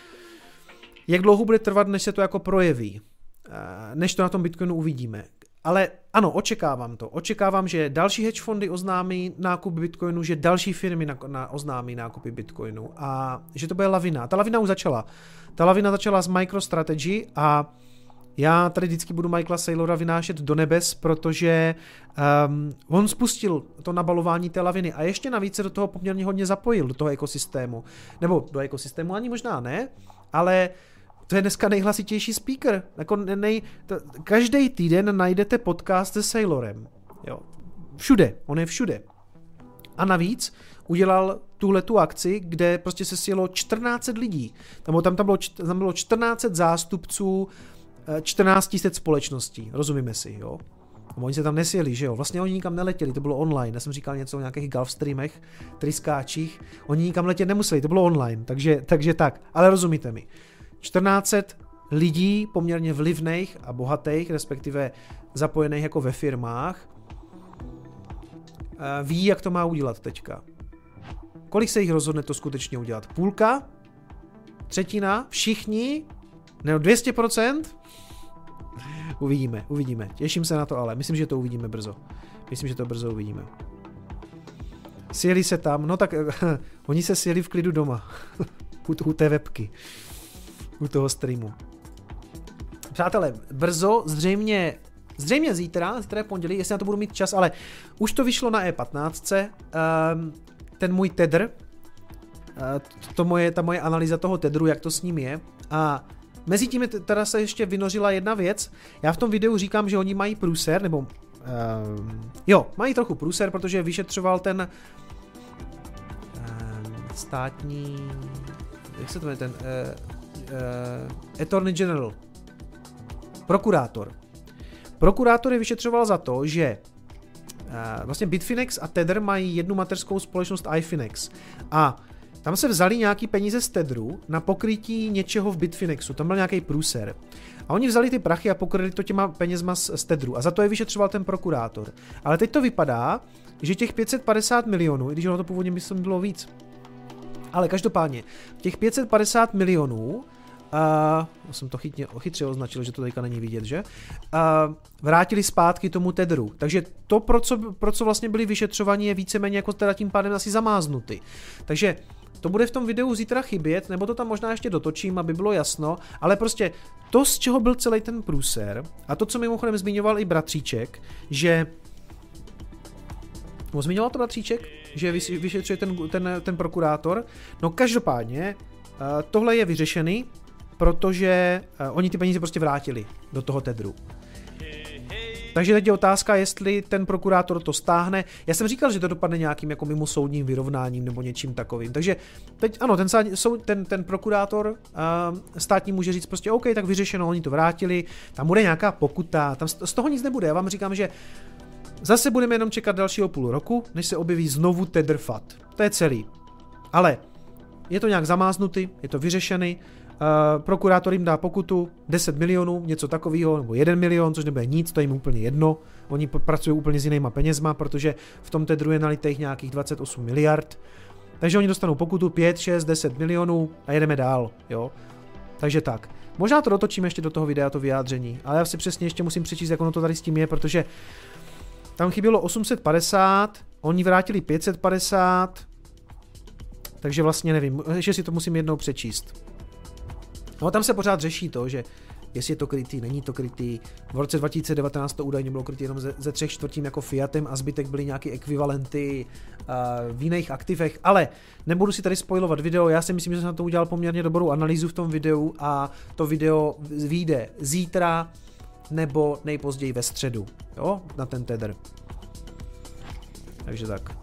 Jak dlouho bude trvat, než se to jako projeví. Než to na tom Bitcoinu uvidíme. Ale ano, očekávám to. Očekávám, že další hedge fondy oznámí nákup Bitcoinu, že další firmy na, na, oznámí nákupy Bitcoinu a že to bude lavina. Ta lavina už začala. Ta lavina začala s MicroStrategy a já tady vždycky budu Michaela Saylora vynášet do nebes, protože um, on spustil to nabalování té laviny a ještě navíc se do toho poměrně hodně zapojil, do toho ekosystému. Nebo do ekosystému ani možná ne, ale to je dneska nejhlasitější speaker. Jako nej, to, každý týden najdete podcast se Saylorem. Jo. Všude, on je všude. A navíc udělal tuhletu akci, kde prostě se sjelo čtrnáct set lidí. Tam, tam, tam, bylo, tam bylo čtrnáct set zástupců čtrnáct set společností. Rozumíme si, jo? Oni se tam nesjeli, že jo? Vlastně oni nikam neletěli, to bylo online. Já jsem říkal něco o nějakých Gulfstreamech, tryskáčích. Oni nikam letět nemuseli, to bylo online. Takže, takže tak, ale rozumíte mi. čtrnáct set lidí poměrně vlivných a bohatých, respektive zapojených jako ve firmách, ví, jak to má udělat teďka. Kolik se jich rozhodne to skutečně udělat? Půlka? Třetina? Všichni? Nebo dvě stě procent? Uvidíme, uvidíme. Těším se na to, ale myslím, že to uvidíme brzo. Myslím, že to brzo uvidíme. Sjeli se tam, no tak oni se sjeli v klidu doma. u, u té webky. U toho streamu. Přátelé, brzo, zřejmě, zřejmě zítra, zítra je pondělí, jestli na to budu mít čas, ale už to vyšlo na E patnáct, um, ten můj Tether, uh, to moje, ta moje analýza toho Tetheru, jak to s ním je. A mezi tím teda se ještě vynořila jedna věc. Já v tom videu říkám, že oni mají průser, nebo um, jo, mají trochu průser, protože vyšetřoval ten um, státní, jak se to jmenuje, ten uh, Uh, Attorney General, prokurátor. Prokurátor je vyšetřoval za to, že uh, vlastně Bitfinex a Tether mají jednu mateřskou společnost iFinex a tam se vzali nějaký peníze z Tetheru na pokrytí něčeho v Bitfinexu, tam byl nějaký průser. A oni vzali ty prachy a pokryli to těma penězma z, z Tetheru a za to je vyšetřoval ten prokurátor. Ale teď to vypadá, že těch pět set padesát milionů, i když ono to původně myslím bylo víc, ale každopádně, těch pět set padesát milionů, a uh, jsem to chytně, chytře označil, že to teďka není vidět, že? Uh, vrátili zpátky tomu Tetheru. Takže to, pro co, pro co vlastně byli vyšetřovaní, je víceméně jako teda tím pádem asi zamáznutý. Takže to bude v tom videu zítra chybět, nebo to tam možná ještě dotočím, aby bylo jasno, ale prostě to, z čeho byl celý ten průser, a to, co mimochodem zmiňoval i bratříček, že... No, zmiňoval to bratříček? Že vyšetřuje ten, ten, ten prokurátor? No každopádně, uh, tohle je vyřešený, protože uh, oni ty peníze prostě vrátili do toho Tetheru. Takže teď je otázka, jestli ten prokurátor to stáhne. Já jsem říkal, že to dopadne nějakým jako mimosoudním vyrovnáním nebo něčím takovým. Takže teď ano, ten, ten, ten prokurátor uh, státní může říct prostě OK, tak vyřešeno, oni to vrátili, tam bude nějaká pokuta, tam z toho nic nebude. Já vám říkám, že zase budeme jenom čekat dalšího půl roku, než se objeví znovu Tether F A T. To je celý. Ale je to nějak zamáznutý, je to vyřešený. Uh, prokurátor jim dá pokutu deset milionů, něco takového, nebo jeden milion, což nebude nic, to je jim úplně jedno. Oni pracují úplně s jinýma penězma, protože v tom Tetheru je nalitých nějakých dvacet osm miliard. Takže oni dostanou pokutu pět, šest, deset milionů a jedeme dál, jo. Takže tak. Možná to dotočím ještě do toho videa, to vyjádření, ale já si přesně ještě musím přečíst, jak ono to tady s tím je, protože tam chybělo osm set padesát, oni vrátili pět set padesát, takže vlastně nevím, ještě si to musím jednou přečíst. No tam se pořád řeší to, že jestli je to krytý, není to krytý. V roce dva tisíce devatenáct to údajně bylo krytý jenom ze, ze třech čtvrtím jako Fiatem a zbytek byly nějaké ekvivalenty uh, v jiných aktivech, ale nebudu si tady spoilovat video, já si myslím, že jsem na to udělal poměrně dobrou analýzu v tom videu a to video vyjde zítra nebo nejpozději ve středu, jo, na ten Tether. Takže tak.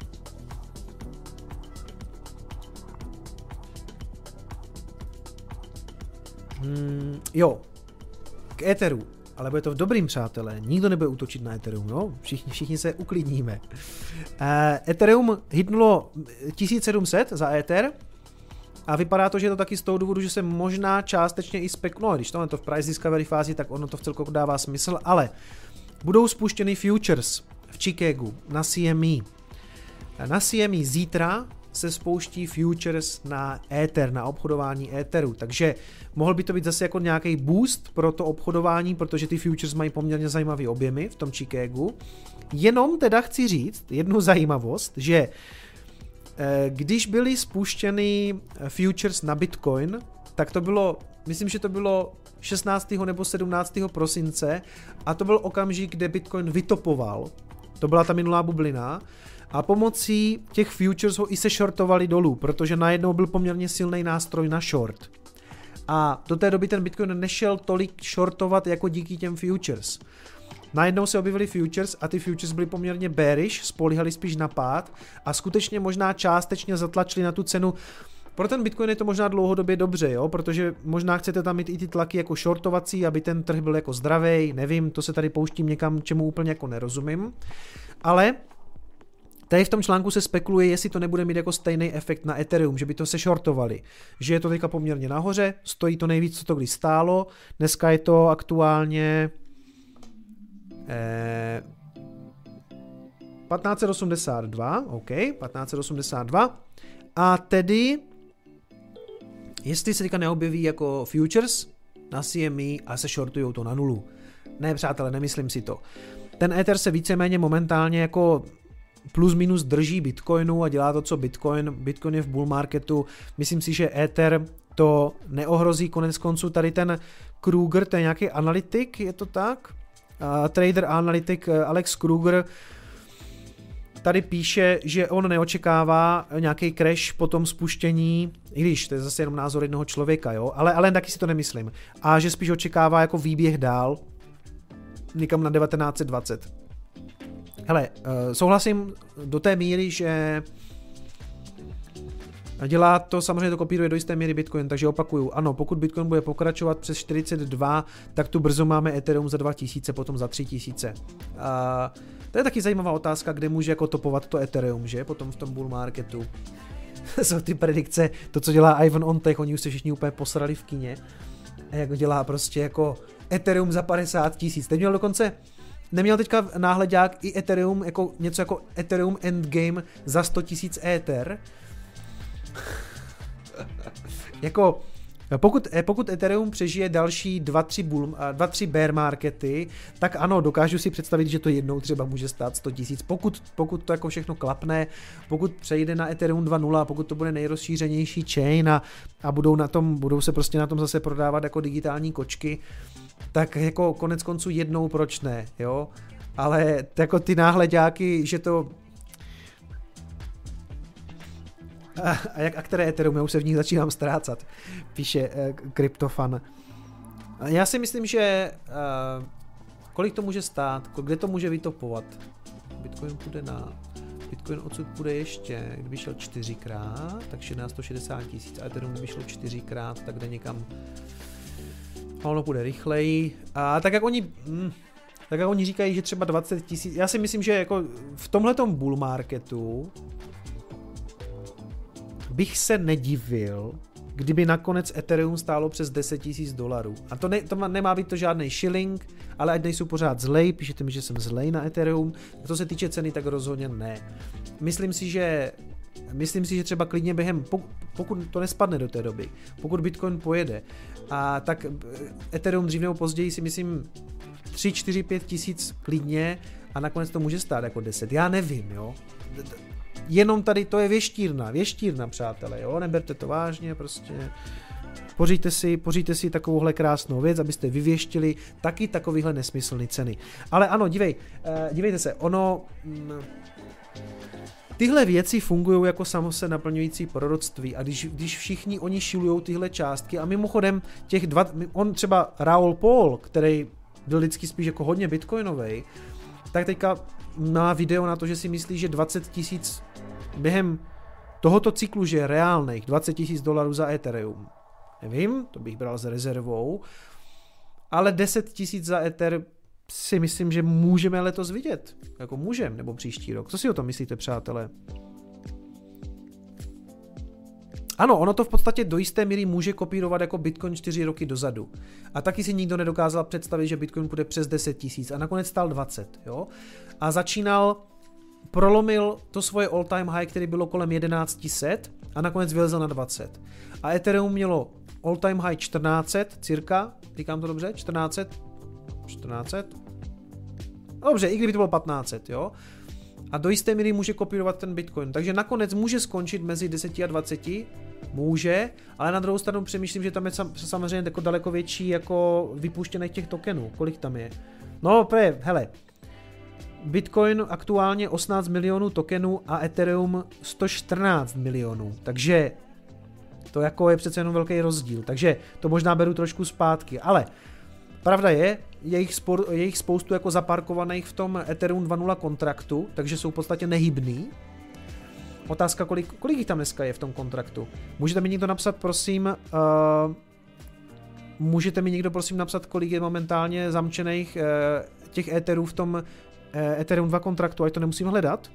Hmm, jo, k Etheru, ale bude to v dobrým, přátelé, nikdo nebude útočit na Ethereum, jo, všichni, všichni se uklidníme. Uh, Ethereum hitnulo tisíc sedm set za Ether a vypadá to, že je to taky z toho důvodu, že se možná částečně i spekulo, no, když tohle to v price discovery fázi, tak ono to v celku dává smysl, ale budou spuštěny futures v Chicagu na C M E. Na C M E zítra se spouští futures na Ether, na obchodování Etheru, takže mohl by to být zase jako nějaký boost pro to obchodování, protože ty futures mají poměrně zajímavé objemy v tom Chicagu. Jenom teda chci říct jednu zajímavost, že když byly spuštěny futures na Bitcoin, tak to bylo, myslím, že to bylo šestnáctého nebo sedmnáctého prosince a to byl okamžik, kde Bitcoin vytopoval. To byla ta minulá bublina. A pomocí těch futures ho i se shortovali dolů, protože najednou byl poměrně silný nástroj na short. A do té doby ten Bitcoin nešel tolik shortovat jako díky těm futures. Najednou se objevily futures a ty futures byly poměrně bearish, spolíhali spíš na pád a skutečně možná částečně zatlačili na tu cenu. Pro ten Bitcoin je to možná dlouhodobě dobře, jo, protože možná chcete tam mít i ty tlaky jako shortovací, aby ten trh byl jako zdravej, nevím, to se tady pouštím někam, čemu úplně jako nerozumím, ale tady v tom článku se spekuluje, jestli to nebude mít jako stejný efekt na Ethereum, že by to se shortovali, že je to teďka poměrně nahoře, stojí to nejvíc, co to kdy stálo, dneska je to aktuálně eh, patnáct set osmdesát dva, OK, patnáct set osmdesát dva a tedy jestli se teďka neobjeví jako futures na C M E a se shortujou to na nulu. Ne, přátelé, nemyslím si to. Ten Ether se víceméně momentálně jako plus minus drží Bitcoinu a dělá to, co Bitcoin. Bitcoin je v bull marketu. Myslím si, že Ether to neohrozí, konec konců. Tady ten Kruger, ten nějaký analytik, je to tak? Uh, trader analytik Alex Kruger tady píše, že on neočekává nějaký crash po tom spuštění, i když to je zase jenom názor jednoho člověka, jo? Ale, ale taky si to nemyslím. A že spíš očekává jako výběh dál někam na devatenáct set dvacet. Hele, souhlasím do té míry, že dělá to, samozřejmě to kopíruje do jisté míry Bitcoin, takže opakuju, ano, pokud Bitcoin bude pokračovat přes čtyřicet dva, tak tu brzo máme Ethereum za dva tisíce, potom za tři tisíce. A to je taky zajímavá otázka, kde může jako topovat to Ethereum, že? Potom v tom bull marketu. Jsou ty predikce, to, co dělá Ivan Ontech, oni už se všichni úplně posrali v kině. A jak dělá prostě jako Ethereum za padesát tisíc. Teď měl dokonce Neměl teďka náhledák i Ethereum, jako něco jako Ethereum Endgame za sto tisíc Ether? Jako, pokud, pokud Ethereum přežije další dva tři bear markety, tak ano, dokážu si představit, že to jednou třeba může stát sto tisíc. Pokud, pokud to jako všechno klapne, pokud přejde na Ethereum dva tečka nula, pokud to bude nejrozšířenější chain a, a budou, na tom, budou se prostě na tom zase prodávat jako digitální kočky, tak jako konec konců jednou proč ne, jo? Ale jako ty náhleďáky, že to... A, jak, a které Ethereum, já už se v nich začínám ztrácat, píše uh, Kryptofan. Já si myslím, že uh, kolik to může stát, kde to může vytopovat. Bitcoin půjde na... Bitcoin odsud půjde ještě, kdyby šel čtyřikrát, tak na sto šedesát tisíc, a Ethereum kdyby šlo čtyřikrát, tak jde někam... ono půjde rychleji. A tak jak oni... Mm, tak jak oni říkají, že třeba dvacet tisíc... Já si myslím, že jako v tomhletom bull marketu bych se nedivil, kdyby nakonec Ethereum stálo přes deset tisíc dolarů. A to, ne, to nemá být to žádný shilling, ale ať nejsou pořád zlej, píšete mi, že jsem zlej na Ethereum. A co se týče ceny, tak rozhodně ne. Myslím si, že myslím si, že třeba klidně během, pokud to nespadne do té doby, pokud Bitcoin pojede, a tak Ethereum dřív nebo později si myslím tři, čtyři, pět tisíc klidně a nakonec to může stát jako deset. Já nevím, jo. Jenom tady to je věštírna, věštírna, přátelé, jo, neberte to vážně, prostě pořiďte si, pořiďte si takovouhle krásnou věc, abyste vyvěštili taky takovýhle nesmyslný ceny. Ale ano, dívej, uh, dívejte se, ono... Mm, tyhle věci fungují jako samo se naplňující proroctví a když, když všichni oni šilujou tyhle částky a mimochodem těch dva, on třeba Raoul Paul, který byl vždycky spíš jako hodně bitcoinovej, tak teďka má video na to, že si myslí, že dvacet tisíc během tohoto cyklu, že je reálných dvacet tisíc dolarů za Ethereum. Nevím, to bych bral s rezervou, ale deset tisíc za Ether si myslím, že můžeme letos vidět. Jako můžeme, nebo příští rok. Co si o tom myslíte, přátelé? Ano, ono to v podstatě do jisté míry může kopírovat jako Bitcoin čtyři roky dozadu. A taky si nikdo nedokázal představit, že Bitcoin bude přes deset tisíc a nakonec stál dvacet, jo? A začínal, prolomil to svoje all time high, který bylo kolem jedenáct set a nakonec vylezl na dvacet. A Ethereum mělo all time high čtrnáct set, cirka, říkám to dobře, čtrnáct set, čtrnáct set? Dobře, i kdyby to bylo patnáct set, jo? A do jisté míry může kopírovat ten Bitcoin. Takže nakonec může skončit mezi deseti a dvaceti, může, ale na druhou stranu přemýšlím, že tam je sam, samozřejmě jako daleko větší jako vypuštěných těch tokenů. Kolik tam je? No, pre, hele, Bitcoin aktuálně osmnáct milionů tokenů a Ethereum sto čtrnáct milionů, takže to jako je přece jenom velký rozdíl, takže to možná beru trošku zpátky, ale pravda je, je jich, spor, je jich spoustu jako zaparkovaných v tom Ethereum dva tečka nula kontraktu, takže jsou v podstatě nehybný. Otázka, kolik, kolik jich tam dneska je v tom kontraktu. Můžete mi někdo napsat, prosím, uh, můžete mi někdo prosím napsat, kolik je momentálně zamčených uh, těch Etherů v tom uh, Ethereum dva kontraktu, ať to nemusím hledat.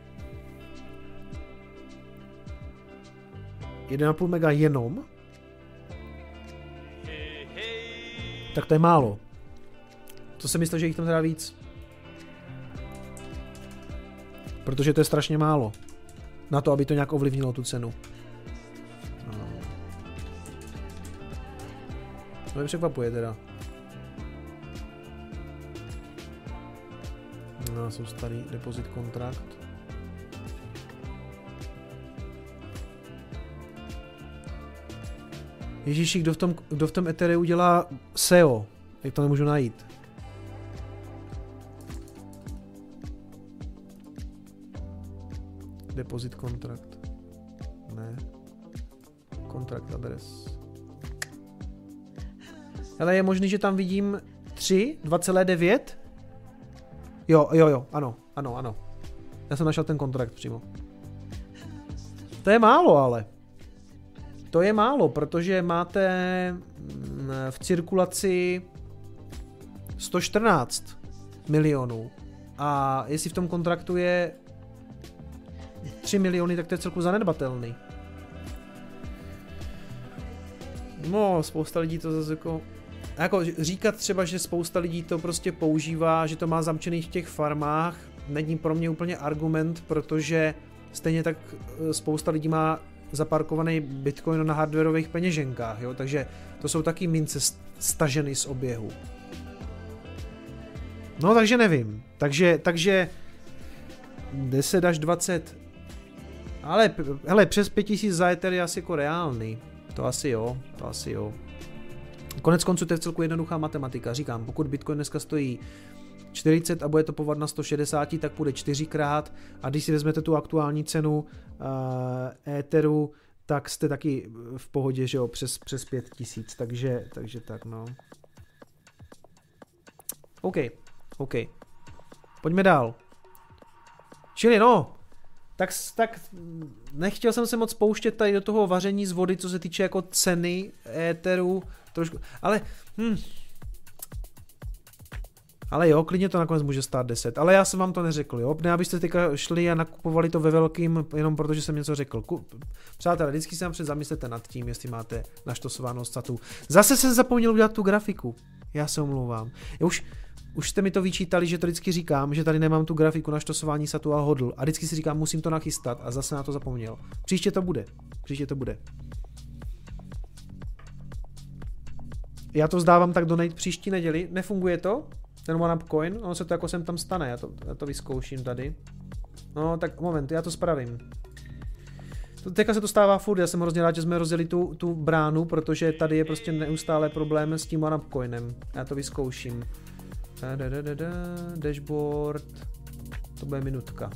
jedna celá pět mega jenom. Tak to je málo. To jsem myslel, že jich tam teda víc. Protože to je strašně málo. Na to, aby to nějak ovlivnilo tu cenu. No. To mě překvapuje teda. No, jsou starý deposit kontrakt. Ježíši, kdo v tom, kdo v tom Ethereu dělá S E O? Jak to nemůžu najít? Deposit kontrakt. Ne. Kontrakt adres. Ale je možný, že tam vidím tři, dva celá devět? Jo, jo, jo, ano, ano, ano. Já jsem našel ten kontrakt přímo. To je málo, ale. To je málo, protože máte v cirkulaci sto čtrnáct milionů a jestli v tom kontraktu je tři miliony, tak to je celku zanedbatelný. No, spousta lidí to zase jako... jako říkat třeba, že spousta lidí to prostě používá, že to má zamčených v těch farmách, není pro mě úplně argument, protože stejně tak spousta lidí má zaparkovaný Bitcoin na hardwareových peněženkách, jo? Takže to jsou taky mince staženy z oběhu. No, takže nevím. Takže, takže deset až dvacet, ale hele, přes pět tisíc za Ether je asi jako reálný. To asi jo, to asi jo. Konec konců to je v celku jednoduchá matematika. Říkám, pokud Bitcoin dneska stojí čtyřicet a bude to povat na sto šedesát, tak půjde čtyřikrát a když si vezmete tu aktuální cenu uh, Etheru, tak jste taky v pohodě, že jo, přes, přes pět tisíc, takže, takže tak no. OK, OK. Pojďme dál. Čili no, tak, tak nechtěl jsem se moc pouštět tady do toho vaření z vody, co se týče jako ceny Etheru, trošku, ale hm, ale jo, klidně to nakonec může stát deset, ale já jsem vám to neřekl, jo, ne abyste teďka šli a nakupovali to ve velkým, jenom protože jsem něco řekl. Přátelé, vždycky se napřed zamyslete nad tím, jestli máte naštosovánou statu. Zase jsem zapomněl udělat tu grafiku, já se omlouvám. Já už, už jste mi to vyčítali, že to vždycky říkám, že tady nemám tu grafiku naštosování satu a hodl a vždycky si říkám, musím to nachystat a zase na to zapomněl. Příště to bude, příště to bude. Já to vzdávám tak donate příští neděli, nefunguje to? Ten one-up coin, ono se to jako sem tam stane, já to, já to vyzkouším tady. No tak moment, já to spravím. teďka se to stává furt, já jsem hrozně rád, že jsme rozjeli tu, tu bránu, protože tady je prostě neustále problém s tím OneUpCoinem. Já to vyzkouším. Da, da, da, da, da, dashboard, to bude minutka.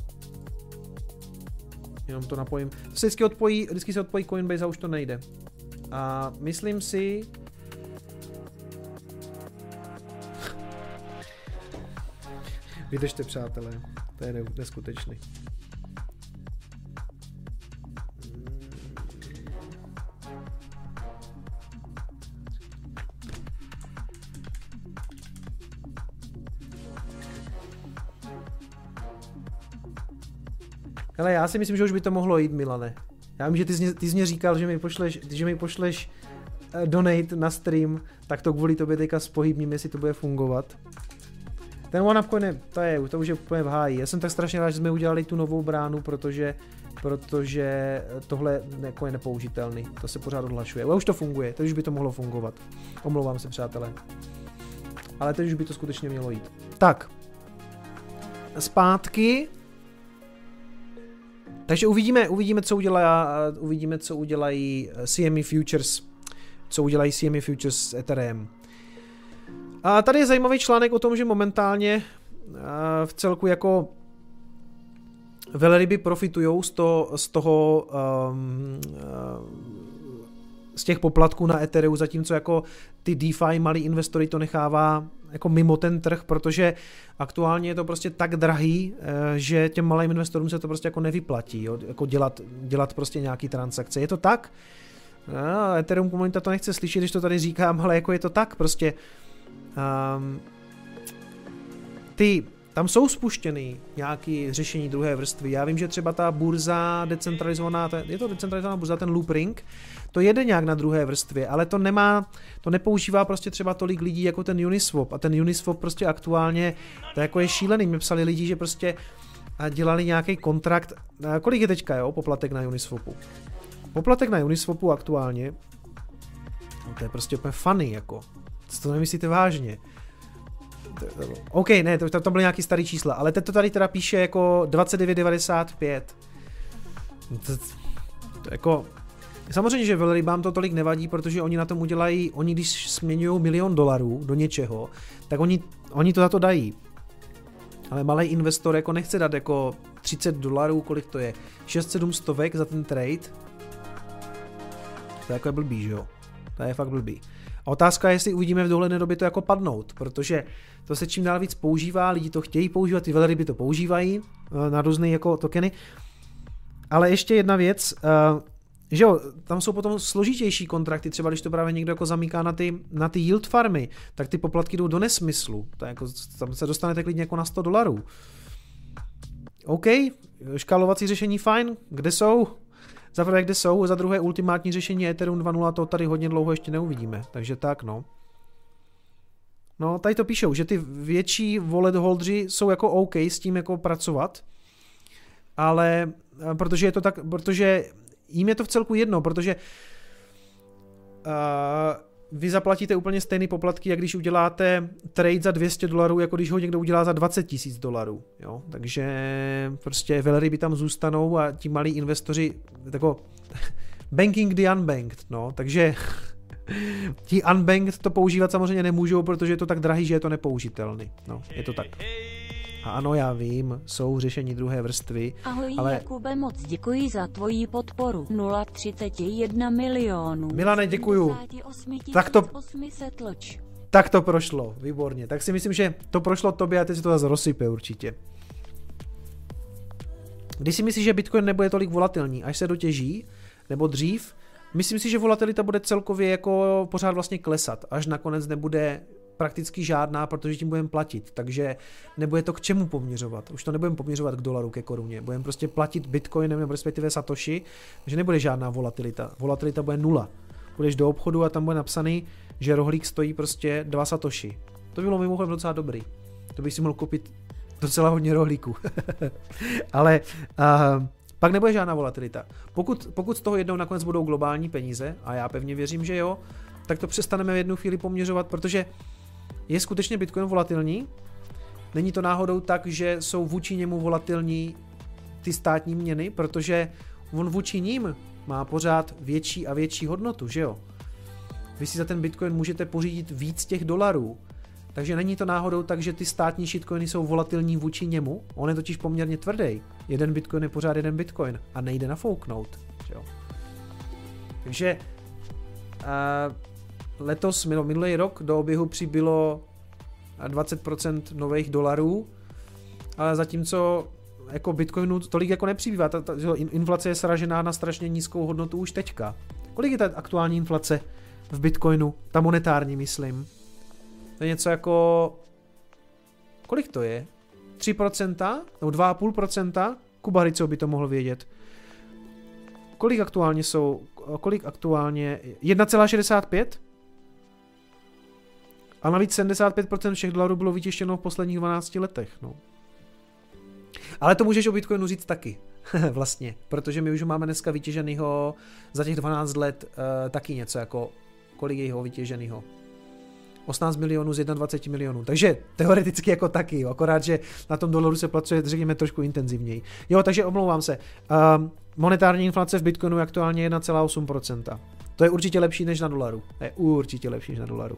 Jenom to napojím. To se vždycky odpojí, vždycky se odpojí Coinbase a už to nejde. A myslím si... Vydržte, přátelé, to je neskutečný. Hele, já si myslím, že už by to mohlo jít, Milane. Já vím, že ty jsi, ty jsi mě říkal, že mi pošleš, že mi pošleš uh, donate na stream, tak to kvůli tobě teďka spohybním, jestli to bude fungovat. Ten OneUpCoin, to je, to už je úplně v háji. Já jsem tak strašně rád, že jsme udělali tu novou bránu, protože, protože tohle jako je nepoužitelný. To se pořád odhlašuje. Ale už to funguje, teď už by to mohlo fungovat. Omlouvám se, přátelé. Ale teď už by to skutečně mělo jít. Tak. Zpátky. Takže uvidíme, uvidíme, co udělá, uvidíme, co udělají C M E Futures, co udělají C M E Futures s Ethereum. A tady je zajímavý článek o tom, že momentálně v celku jako velryby profitujou z, to, z toho um, z těch poplatků na Ethereum, zatímco jako ty DeFi malí investory to nechává jako mimo ten trh, protože aktuálně je to prostě tak drahý, že těm malým investorům se to prostě jako nevyplatí, jo? Jako dělat, dělat prostě nějaký transakce. Je to tak? No, Ethereum komunita to nechce slyšet, když to tady říkám, ale jako je to tak prostě. Um, ty, tam jsou spuštěny nějaké řešení druhé vrstvy. Já vím, že třeba ta burza decentralizovaná, je to decentralizovaná burza, ten Loopring, to jede nějak na druhé vrstvě, ale to nemá, to nepoužívá prostě třeba tolik lidí jako ten Uniswap a ten Uniswap prostě aktuálně, to jako je šílený, mě psali lidi, že prostě dělali nějaký kontrakt, kolik je teďka, jo, poplatek na Uniswapu? Poplatek na Uniswapu aktuálně, no to je prostě úplně funny, jako, to nemyslíte vážně. OK, ne, to, to byly nějaký starý čísla, ale teď to tady teda píše jako dvacet devět devadesát pět. To, to jako... Samozřejmě, že velrybám to tolik nevadí, protože oni na tom udělají, oni když směňují milion dolarů do něčeho, tak oni, oni to za to dají. Ale malý investor jako nechce dát jako třicet dolarů, kolik to je, šest sedm stovek za ten trade. To je jako blbý, že jo? To je fakt blbý. A otázka je, jestli uvidíme v dohledné době to jako padnout, protože to se čím dál víc používá, lidi to chtějí používat, ty velryby to používají na různé jako tokeny. Ale ještě jedna věc, že jo, tam jsou potom složitější kontrakty, třeba když to právě někdo jako zamíká na ty, na ty yield farmy, tak ty poplatky jdou do nesmyslu, to jako, tam se dostanete klidně jako na sto dolarů. OK, škálovací řešení fajn, kde jsou? Za prvé, kde jsou, za druhé ultimátní řešení Ethereum dva tečka nula, to tady hodně dlouho ještě neuvidíme, takže tak no. No, tady to píšou, že ty větší wallet holdři jsou jako OK s tím jako pracovat, ale protože je to tak, protože jim je to v celku jedno, protože uh, vy zaplatíte úplně stejný poplatky, jak když uděláte trade za dvě stě dolarů, jako když ho někdo udělá za dvacet tisíc dolarů. Jo? Takže prostě velryby tam zůstanou a ti malí investoři, jako banking the unbanked, no, takže ti unbanked to používat samozřejmě nemůžou, protože je to tak drahý, že je to nepoužitelný. No, je to tak. A ano, já vím, jsou řešení druhé vrstvy. Ahoj ale... Jakube, moc děkuji za tvoji podporu. nula celá třicet jedna milionů. Milane, děkuju. Tak to, tak to prošlo, výborně. Tak si myslím, že to prošlo tobě a teď si to zase rozsype určitě. Když si myslíš, že Bitcoin nebude tolik volatilní, až se dotěží, nebo dřív, myslím si, že volatilita bude celkově jako pořád vlastně klesat, až nakonec nebude prakticky žádná, protože tím budeme platit, takže nebude to k čemu poměřovat. Už to nebudeme poměřovat k dolaru, ke koruně. Budeme prostě platit bitcoinem nebo respektive satoshi, takže nebude žádná volatilita. Volatilita bude nula. Půjdeš do obchodu a tam bude napsaný, že rohlík stojí prostě dva satoshi. To bylo mimochodem docela dobrý. To bych si mohl koupit docela hodně rohlíků. Ale uh, pak nebude žádná volatilita. Pokud, pokud z toho jednou nakonec budou globální peníze, a já pevně věřím, že jo, tak to přestaneme v jednu chvíli poměřovat, protože je skutečně Bitcoin volatilní? Není to náhodou tak, že jsou vůči němu volatilní ty státní měny, protože on vůči ním má pořád větší a větší hodnotu, že jo? Vy si za ten Bitcoin můžete pořídit víc těch dolarů. Takže není to náhodou tak, že ty státní shitcoiny jsou volatilní vůči němu. On je totiž poměrně tvrdý. Jeden Bitcoin je pořád jeden Bitcoin a nejde nafouknout. Že jo? Takže uh, letos, minulý rok do oběhu přibylo dvacet procent nových dolarů, ale zatímco jako Bitcoinu tolik jako nepřibývá. Ta, ta, inflace je sražená na strašně nízkou hodnotu už teďka. Kolik je ta aktuální inflace v Bitcoinu? Ta monetární, myslím. To je něco jako... Kolik to je? tři procenta? Nebo dva a půl procenta? Kuba Rico by to mohl vědět. Kolik aktuálně jsou? Kolik aktuálně? jedna celá šedesát pět? A navíc sedmdesát pět procent všech dolarů bylo vytěštěno v posledních dvanácti letech. No. Ale to můžeš o Bitcoinu říct taky. Vlastně. Protože my už máme dneska vytěženýho za těch dvanáct let uh, taky něco jako... Kolik je jeho vytěženýho? osmnáct milionů z dvacet jedna milionů. Takže teoreticky jako taky, jo. Akorát, že na tom dolaru se pracuje, řekněme, trošku intenzivněji. Jo, takže omlouvám se. Uh, monetární inflace v Bitcoinu je aktuálně jedna celá osm procenta. To je určitě lepší než na dolaru. To je určitě lepší než na dolaru.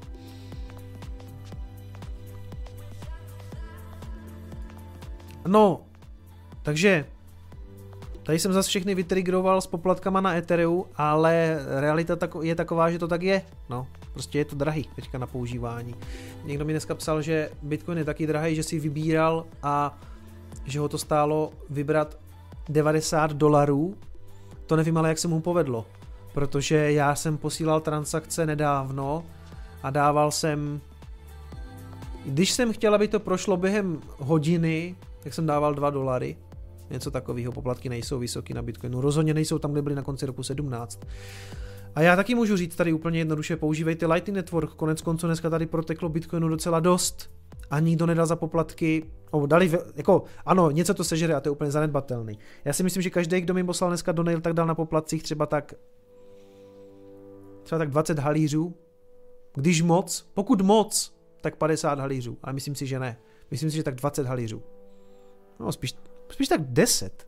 No, takže tady jsem zase všechny vytrigroval s poplatkama na Ethereu, ale realita je taková, že to tak je. No, prostě je to drahý teďka na používání. Někdo mi dneska psal, že Bitcoin je taky drahý, že si vybíral a že ho to stálo vybrat devadesát dolarů. To nevím, ale jak se mu povedlo. Protože já jsem posílal transakce nedávno a dával jsem... Když jsem chtěl, aby to prošlo během hodiny, tak jsem dával dva dolary. Něco takového, poplatky nejsou vysoký na Bitcoinu. Rozhodně nejsou tam, kde byly na konci roku sedmnáct. A já taky můžu říct tady úplně jednoduše, používejte Lightning Network, konec konců dneska tady proteklo Bitcoinu docela dost a nikdo nedal za poplatky, oh, dali, jako, ano, něco to sežere a to je úplně zanedbatelný. Já si myslím, že každý, kdo mi poslal dneska donate, tak dal na poplatcích třeba tak třeba tak dvacet halířů, když moc, pokud moc, tak padesát halířů, ale myslím si, že ne. Myslím si, že tak dvacet halířů. No, spíš Spíš tak deset.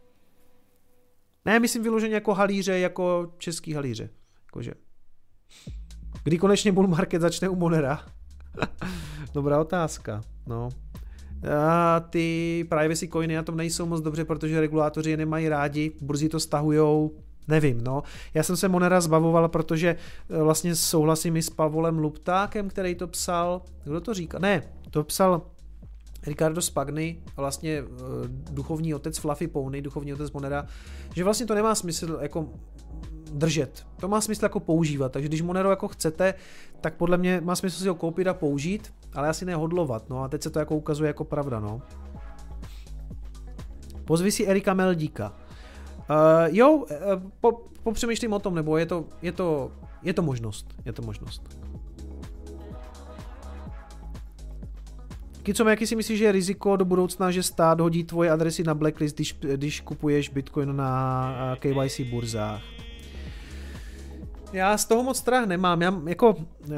Ne, myslím vyloženě jako halíře, jako český halíře. Jakože. Kdy konečně bull market začne u Monera? Dobrá otázka. No. A ty privacy coiny na tom nejsou moc dobře, protože regulátoři je nemají rádi, burzy to stahujou, nevím, no. Já jsem se Monera zbavoval, protože vlastně souhlasím i s Pavlem Luptákem, který to psal. Kdo to říká? Ne, to psal Ricardo Spagni, vlastně duchovní otec Fluffy Pony, duchovní otec Monera, že vlastně to nemá smysl jako držet. To má smysl jako používat, takže když Monero jako chcete, tak podle mě má smysl si ho koupit a použít, ale asi ne hodlovat, no a teď se to jako ukazuje jako pravda, no. Pozvi si Erika Meldíka. Uh, jo, uh, po, popřemýšlím o tom, nebo je to, je to, je to možnost, je to možnost. Kicom, jaký si myslíš, že je riziko do budoucna, že stát hodí tvoje adresy na blacklist, když, když kupuješ Bitcoin na K Y C burzách? Já z toho moc strach nemám, já jako... Uh,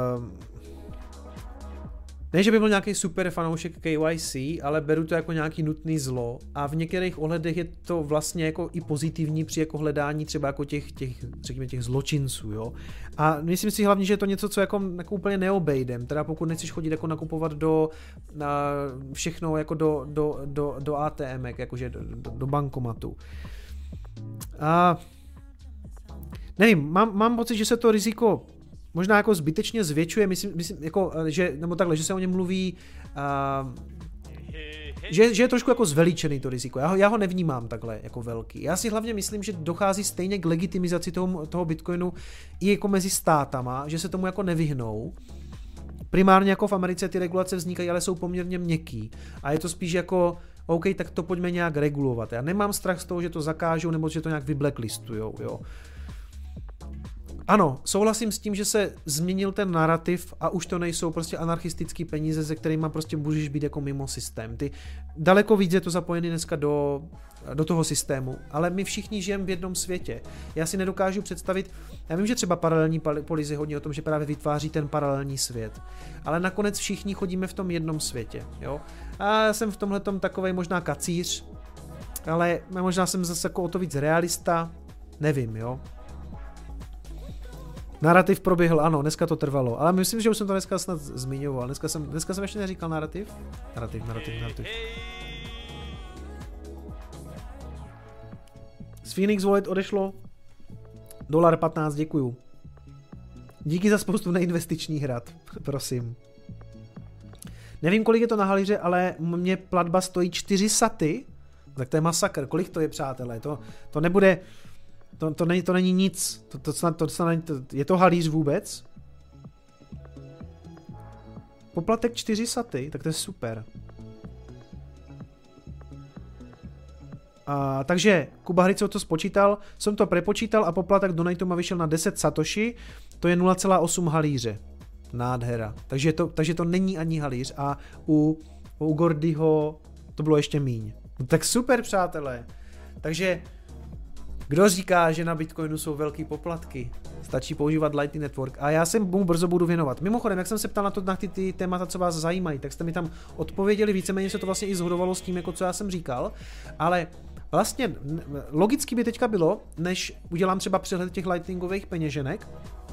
ne, že by byl nějaký super fanoušek K Y C, ale beru to jako nějaký nutný zlo a v některých ohledech je to vlastně jako i pozitivní při jako hledání třeba jako těch, těch, řekněme, těch zločinců, jo. A myslím si hlavně, že je to něco, co jako, jako úplně neobejdem, teda pokud nechceš chodit jako nakupovat do na všechno jako do, do, do, do A T M ek, jakože do, do, do bankomatu. A nevím, mám, mám pocit, že se to riziko možná jako zbytečně zvětšuje, myslím, myslím jako, že, nebo takhle, že se o něm mluví, uh, že, že je trošku jako zveličený to riziko. Já ho, já ho nevnímám takhle jako velký. Já si hlavně myslím, že dochází stejně k legitimizaci toho, toho Bitcoinu i jako mezi státama, že se tomu jako nevyhnou. Primárně jako v Americe ty regulace vznikají, ale jsou poměrně měkký. A je to spíš jako, OK, tak to pojďme nějak regulovat. Já nemám strach z toho, že to zakážou, nebo že to nějak vyblacklistují, jo. Ano, souhlasím s tím, že se změnil ten narrativ a už to nejsou prostě anarchistický peníze, se kterými prostě můžeš být jako mimo systém. Ty daleko víc je to zapojený dneska do, do toho systému, ale my všichni žijeme v jednom světě. Já si nedokážu představit, já vím, že třeba paralelní polizy hodně o tom, že právě vytváří ten paralelní svět, ale nakonec všichni chodíme v tom jednom světě, jo. A já jsem v tomhletom takovej možná kacíř, ale možná jsem zase jako o to víc realista, nevím, jo. Narrativ proběhl, ano, dneska to trvalo, ale myslím, že už jsem to dneska snad zmiňoval. Dneska jsem, dneska jsem ještě neříkal narrativ. Narrativ, narrativ, narrativ. Z Phoenix Wallet odešlo dolar patnáct, děkuju. Díky za spoustu neinvestičních hrad, prosím. Nevím, kolik je to na halíře, ale mě platba stojí čtyři saty, tak to je masakr. Kolik to je, přátelé? To, to nebude... To, to, není, to není nic, to, to, snad, to, snad není, to, je to halíř vůbec? Poplatek čtyři saty, tak to je super. A, takže Kuba Hryco to spočítal, jsem to prepočítal a poplatek donatuma vyšel na deset satoshi, to je nula celá osm halíře. Nádhera. Takže to, takže to není ani halíř a u, u Gordyho to bylo ještě míň. No, tak super, přátelé. Takže kdo říká, že na Bitcoinu jsou velký poplatky? Stačí používat Lightning Network a já se mu brzo budu věnovat. Mimochodem, jak jsem se ptal na, to, na ty, ty témata, co vás zajímají, tak jste mi tam odpověděli, víceméně se to vlastně i shodovalo s tím, jako co já jsem říkal, ale vlastně logicky by teďka bylo, než udělám třeba přehled těch lightningových peněženek,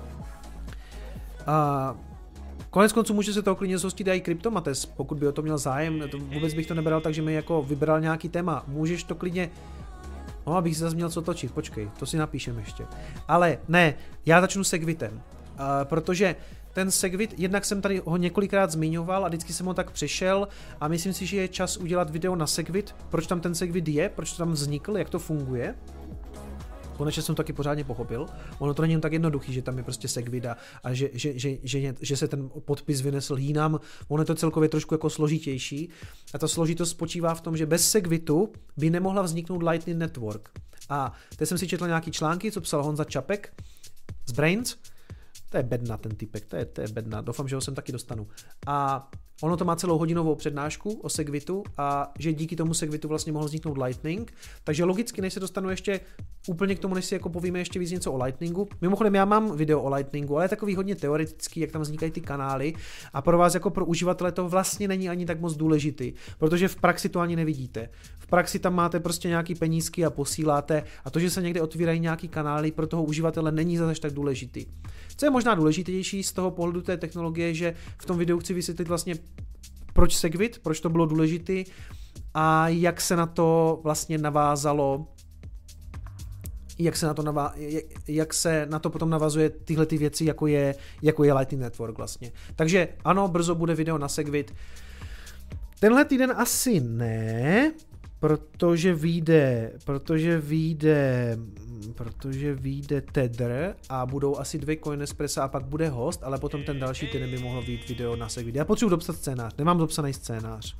a konec konců může se toho klidně zhostit i Kryptomates, pokud by o to měl zájem, to vůbec bych to nebral, takže mi jako vybral nějaký téma, můžeš to klidně. No, abych si zase měl co točit, počkej, to si napíšem ještě. Ale ne, já začnu Segwitem, uh, protože ten Segwit, jednak jsem tady ho několikrát zmiňoval a vždycky jsem ho tak přešel a myslím si, že je čas udělat video na Segwit, proč tam ten Segwit je, proč to tam vznikl, jak to funguje. Konečně jsem to taky pořádně pochopil. Ono to není jen tak jednoduchý, že tam je prostě Segwit a, a že, že, že, že, že se ten podpis vynesl jinam. Ono je to celkově trošku jako složitější. A ta složitost spočívá v tom, že bez Segwitu by nemohla vzniknout Lightning Network. A teď jsem si četl nějaký články, co psal Honza Čapek z Brains. To je bedna ten typek, to je, to je bedna. Doufám, že ho sem taky dostanu. A ono to má celou hodinovou přednášku o Segwitu a že díky tomu Segwitu vlastně mohl vzniknout Lightning. Takže logicky, než se dostanu ještě úplně k tomu, než si jako povíme ještě víc něco o Lightningu. Mimochodem, já mám video o Lightningu, ale je takový hodně teoretický, jak tam vznikají ty kanály a pro vás jako pro uživatele to vlastně není ani tak moc důležitý, protože v praxi to ani nevidíte. V praxi tam máte prostě nějaký penízky a posíláte a to, že se někde otvírají nějaký kanály, pro toho uživatele není zase tak důležitý. Co je možná důležitější z toho pohledu té technologie, že v tom videu chci vysvětlit vlastně proč Segwit, proč to bylo důležitý a jak se na to vlastně navázalo, jak se na to, navá, jak se na to potom navazuje tyhle ty věci, jako je, jako je Lightning Network vlastně. Takže ano, brzo bude video na Segwit. Tenhle týden asi ne, protože vyjde, protože vyjde, protože vyjde Tether a budou asi dvě Coinespressa a pak bude host, ale potom ten další týden by mohlo vyjít video na Segwit. Já potřebuji dopsat scénář, nemám dopsaný scénář.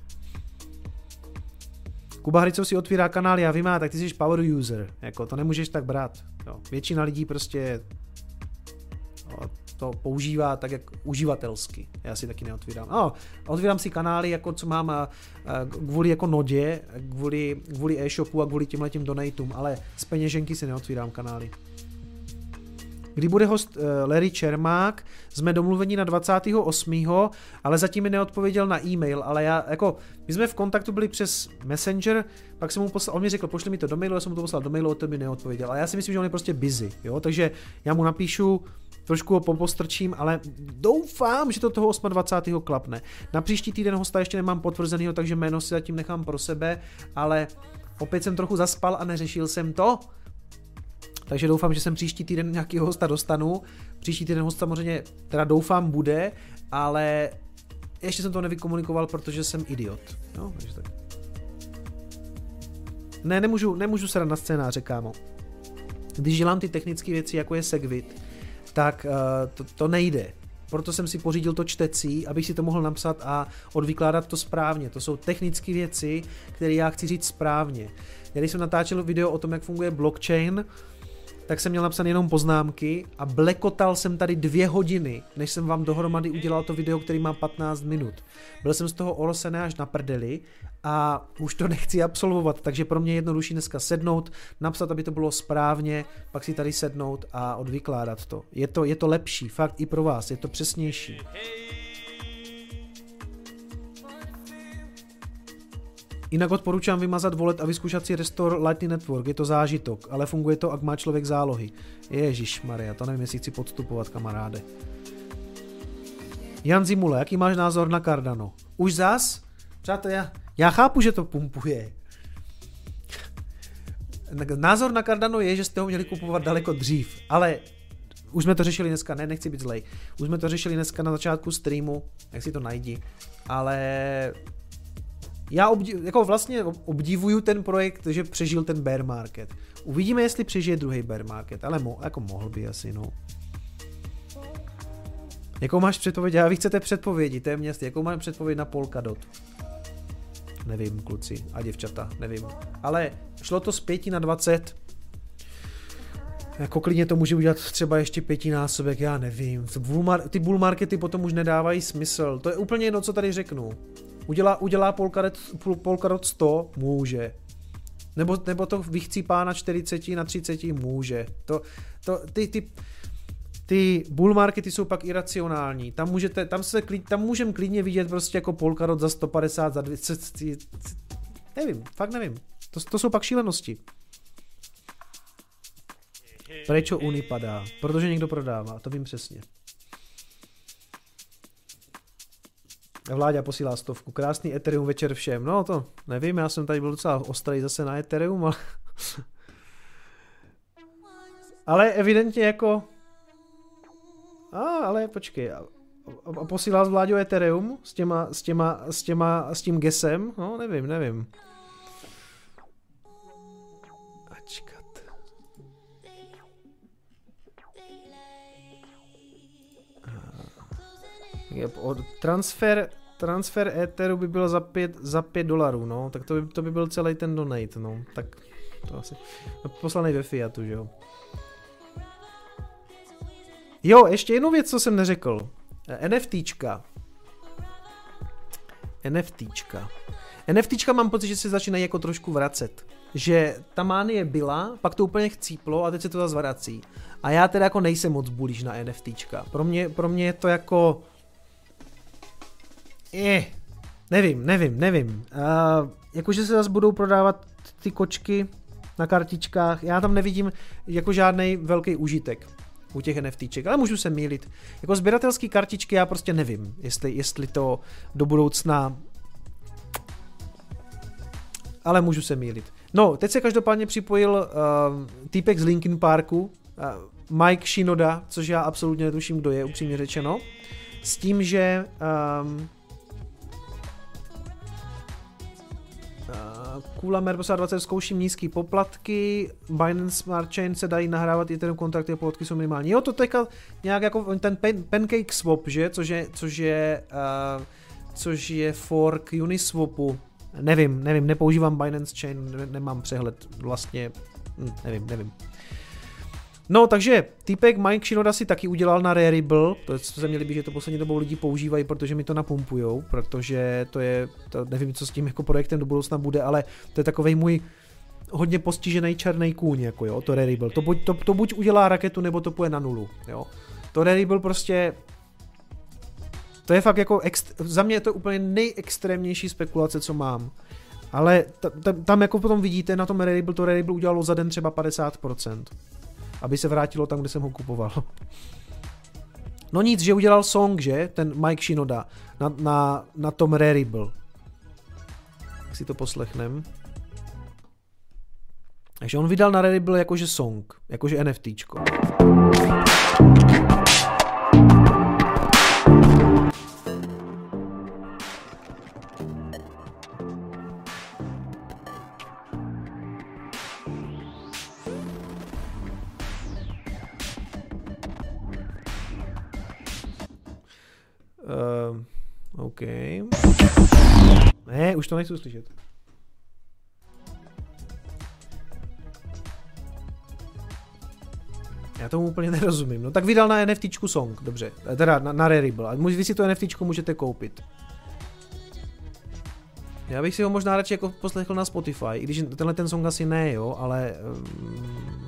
Kuba Hrycov si otvírá kanál, já vím, tak ty jsi power user, jako to nemůžeš tak brát. Jo. Většina lidí prostě jo, to používá tak jak uživatelsky. Já si taky neotvírám. No, otvírám si kanály, jako co mám a, a kvůli jako nodě, kvůli, kvůli e-shopu a kvůli těmhletím donatům, ale z peněženky si neotvírám kanály. Kdy bude host uh, Larry Čermák, jsme domluveni na dvacátého osmého ale zatím mi neodpověděl na e-mail, ale já, jako, my jsme v kontaktu byli přes Messenger, pak jsem mu poslal, on mi řekl, pošli mi to do mailu, já jsem mu to poslal do mailu, o to mi neodpověděl, a já si myslím, že on je prostě busy, jo, takže já mu napíšu, trošku ho popostrčím, ale doufám, že to toho dvacátého osmého klapne. Na příští týden hosta ještě nemám potvrzenýho, takže jméno si zatím nechám pro sebe, ale opět jsem trochu zaspal a neřešil jsem to. Takže doufám, že jsem příští týden nějakého hosta dostanu. Příští týden host samozřejmě teda doufám bude, ale ještě jsem to nevykomunikoval, protože jsem idiot. No, takže tak. Ne, nemůžu, nemůžu se dát na scénáře, kámo. Když dělám ty technické věci, jako je Segwit, tak uh, to, to nejde. Proto jsem si pořídil to čtecí, abych si to mohl napsat a odvykládat to správně. To jsou technické věci, které já chci říct správně. Já když jsem natáčel video o tom, jak funguje blockchain, tak jsem měl napsat jenom poznámky a blekotal jsem tady dvě hodiny, než jsem vám dohromady udělal to video, který má patnáct minut. Byl jsem z toho orosený až na prdeli a už to nechci absolvovat, takže pro mě je jednodušší dneska sednout, napsat, aby to bylo správně, pak si tady sednout a odvykládat to. Je to, je to lepší, fakt i pro vás, je to přesnější. Jinak odporučám vymazat wallet a vyzkoušet si Restore Lightning Network, je to zážitok, ale funguje to, ak má člověk zálohy. Ježišmarja, to nevím, jestli chci podstupovat, kamaráde. Jan Zimule, jaký máš názor na Cardano? Už zas? Přátelé, já, já chápu, že to pumpuje. Názor na Cardano je, že jste ho měli kupovat daleko dřív, ale už jsme to řešili dneska, ne, nechci být zlej. Už jsme to řešili dneska na začátku streamu, jak si to najdi, ale já obdiv, jako vlastně obdivuju ten projekt, že přežil ten bear market. Uvidíme, jestli přežije druhý bear market, ale mo, jako mohl by asi, no. Jakou máš předpověď? Já vy chcete předpovědi, to je město. Jakou máš předpověď na Polkadot? Nevím, kluci a děvčata, nevím. Ale šlo to z pěti na dvacet. Jako klidně to může udělat třeba ještě pětinásobek, já nevím. Ty bull markety potom už nedávají smysl. To je úplně jedno, co tady řeknu. Udělá, udělá Polkadot, Polkadot sto? Může. Nebo, nebo to vychcípá na čtyřicet, na třicet? Může. To, to, ty, ty, ty bull markety jsou pak iracionální. Tam, můžete, tam, se, tam můžeme klidně vidět prostě jako Polkadot za sto padesát, za dvě stě. Nevím, fakt nevím. To, to jsou pak šílenosti. Prečo Uni padá? Protože někdo prodává, to vím přesně. Vláďa posílá stovku. Krásný Ethereum večer všem. No to nevím, já jsem tady byl docela ostrý zase na Ethereum, ale... ale evidentně jako... A, ale počkej. A, a posílá z Vláďo Ethereum s těma, s těma, s těma, s tím gesem? No nevím, nevím. Ačkat. Transfer, transfer Etheru by byl za pět, za pět dolarů, no, tak to by, to by byl celý ten donate, no, tak to asi, poslanej ve fiatu, že jo. Jo, ještě jednu věc, co jsem neřekl, NFTčka, NFTčka, NFTčka mám pocit, že se začínají jako trošku vracet, že ta mánie byla, pak to úplně chcíplo a teď se to zase vrací. A já teda jako nejsem moc bulíš na NFTčka, pro mě, pro mě je to jako... Je, nevím, nevím, nevím. Uh, jakože se zase budou prodávat ty kočky na kartičkách, já tam nevidím jako žádný velký užitek u těch NFTček, ale můžu se mýlit. Jako sběratelský kartičky já prostě nevím, jestli, jestli to do budoucna... Ale můžu se mýlit. No, teď se každopádně připojil uh, týpek z Linkin Parku, uh, Mike Shinoda, což já absolutně netuším, kdo je, upřímně řečeno, s tím, že um, Kula Merbosa dvacet zkouším nízký poplatky, Binance Smart Chain se dají nahrávat Ethereum kontrakty a poplatky jsou minimální. Jo, to teďka nějak jako ten pen, Pancake Swap, že? Což je, což je, uh, což je fork Uniswapu. Nevím, nevím, nepoužívám Binance Chain, ne, nemám přehled vlastně, hm, nevím, nevím. No, takže týpek Mike Shinoda si taky udělal na Rarible, to se mi líbí, že to poslední dobou lidi používají, protože mi to napumpujou, protože to je, to nevím, co s tím jako projektem do budoucna bude, ale to je takovej můj hodně postižený černý kůň, jako jo, to Rarible. To buď, to, to buď udělá raketu, nebo to půjde na nulu, jo. To Rarible prostě, to je fakt jako, ext, za mě je to úplně nejextrémnější spekulace, co mám. Ale ta, ta, tam jako potom vidíte na tom Rarible, to Rarible udělalo za den třeba padesát procent. Aby se vrátilo tam, kde jsem ho kupoval. No nic, že udělal song, že? Ten Mike Shinoda na, na, na tom Rarible. Tak si to poslechneme. Takže on vydal na Rarible jakože song, jakože NFTčko. Uh, OK. Ne, už to nechci slyšet. Já tomu úplně nerozumím. No tak vydal na NFTčku song, dobře. Teda na, na Rarible. A vy si to NFTčko můžete koupit. Já bych si ho možná radši jako poslechl na Spotify, i když tenhle ten song asi ne, jo, ale... Um...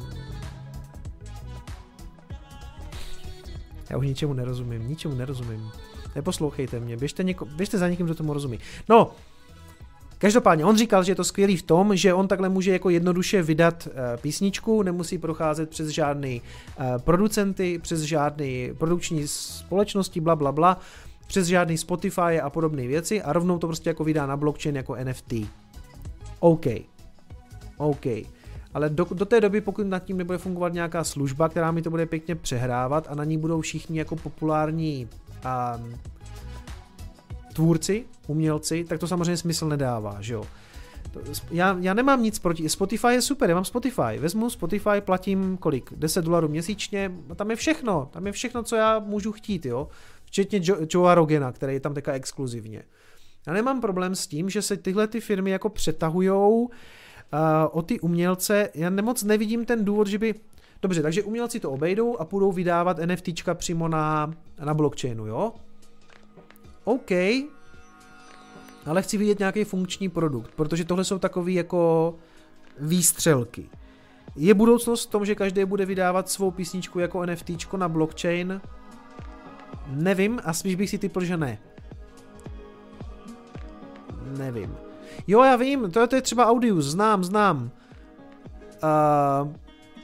Já už ničemu nerozumím, ničemu nerozumím. Neposlouchejte mě, běžte, něko, běžte za někým, kdo tomu rozumí. No, Každopádně, on říkal, že je to skvělý v tom, že on takhle může jako jednoduše vydat uh, písničku, nemusí procházet přes žádný uh, producenty, přes žádný produkční společnosti, bla bla bla, přes žádný Spotify a podobné věci a rovnou to prostě jako vydá na blockchain jako N F T. OK. OK. Ale do, do té doby, pokud nad tím nebude fungovat nějaká služba, která mi to bude pěkně přehrávat a na ní budou všichni jako populární um, tvůrci, umělci, tak to samozřejmě smysl nedává, že jo. Já, já nemám nic proti, Spotify je super, já mám Spotify, vezmu Spotify, platím kolik, deset dolarů měsíčně, tam je všechno, tam je všechno, co já můžu chtít, jo. Včetně jo- Joea Rogana, který je tam teďka exkluzivně. Já nemám problém s tím, že se tyhle ty firmy jako přetahujou Uh, o ty umělce, já nemoc nevidím ten důvod, že by... Dobře, takže umělci to obejdou a půjdou vydávat NFTčka přímo na, na blockchainu, jo? OK, ale chci vidět nějaký funkční produkt, protože tohle jsou takový jako výstřelky. Je budoucnost v tom, že každý bude vydávat svou písničku jako NFTčko na blockchain? Nevím, a spíš bych si typl, že ne. Nevím. Jo, já vím, to, to je třeba Audius, znám, znám. Uh,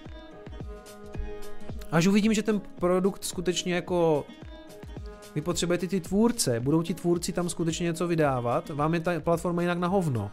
až uvidím, že ten produkt skutečně jako... Vy potřebujete ty tvůrce, budou ti tvůrci tam skutečně něco vydávat, vám je ta platforma jinak na hovno.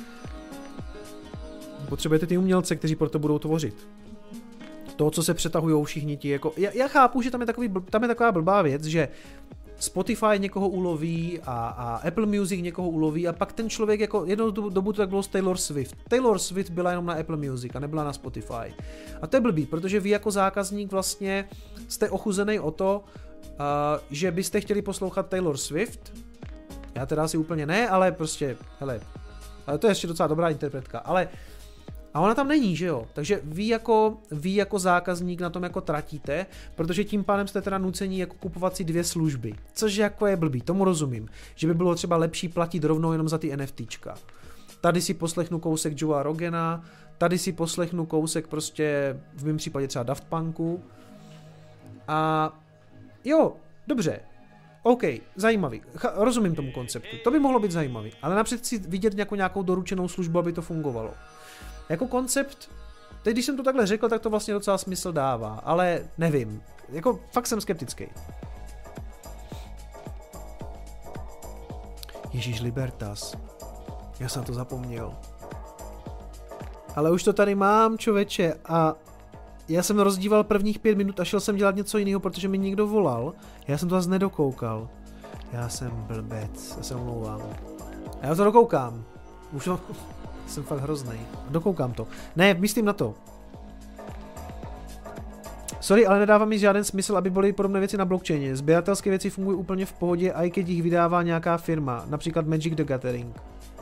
Potřebujete ty umělce, kteří pro to budou tvořit. To, co se přetahujou všichni ti, jako... Já, já chápu, že tam je, takový, tam je taková blbá věc, že Spotify někoho uloví a, a Apple Music někoho uloví a pak ten člověk jako jednou dobu to tak bylo s Taylor Swift. Taylor Swift byla jenom na Apple Music a nebyla na Spotify. A to je blbý, protože vy jako zákazník vlastně jste ochuzený o to, uh, že byste chtěli poslouchat Taylor Swift. Já teda asi úplně ne, ale prostě, hele, ale to je ještě docela dobrá interpretka, ale a ona tam není, že jo? Takže vy jako, vy jako zákazník na tom jako tratíte, protože tím pádem jste teda nucení jako kupovat si dvě služby. Což jako je blbý, tomu rozumím. Že by bylo třeba lepší platit rovnou jenom za ty NFTčka. Tady si poslechnu kousek Joea Rogana, tady si poslechnu kousek prostě v mém případě třeba Daft Punku. A jo, dobře. OK, zajímavý. Ch- rozumím tomu konceptu. To by mohlo být zajímavý. Ale napřed si vidět jako nějakou doručenou službu, aby to fungovalo. Jako koncept, teď když jsem to takhle řekl, tak to vlastně docela smysl dává, ale nevím, jako fakt jsem skeptický. Ježíš Libertas, já jsem to zapomněl. Ale už to tady mám, člověče, a já jsem rozdíval prvních pět minut a šel jsem dělat něco jiného, protože mi někdo volal, já jsem to zase nedokoukal. Já jsem blbec, já se omlouvám. A já to dokoukám, už mám... Jsem fakt hroznej. Dokoukám to. Ne, myslím na to. Sorry, ale nedává mi žádný smysl, aby byly podobné věci na blockchaině. Sběratelské věci fungují úplně v pohodě, a i když jich vydává nějaká firma, například Magic the Gathering.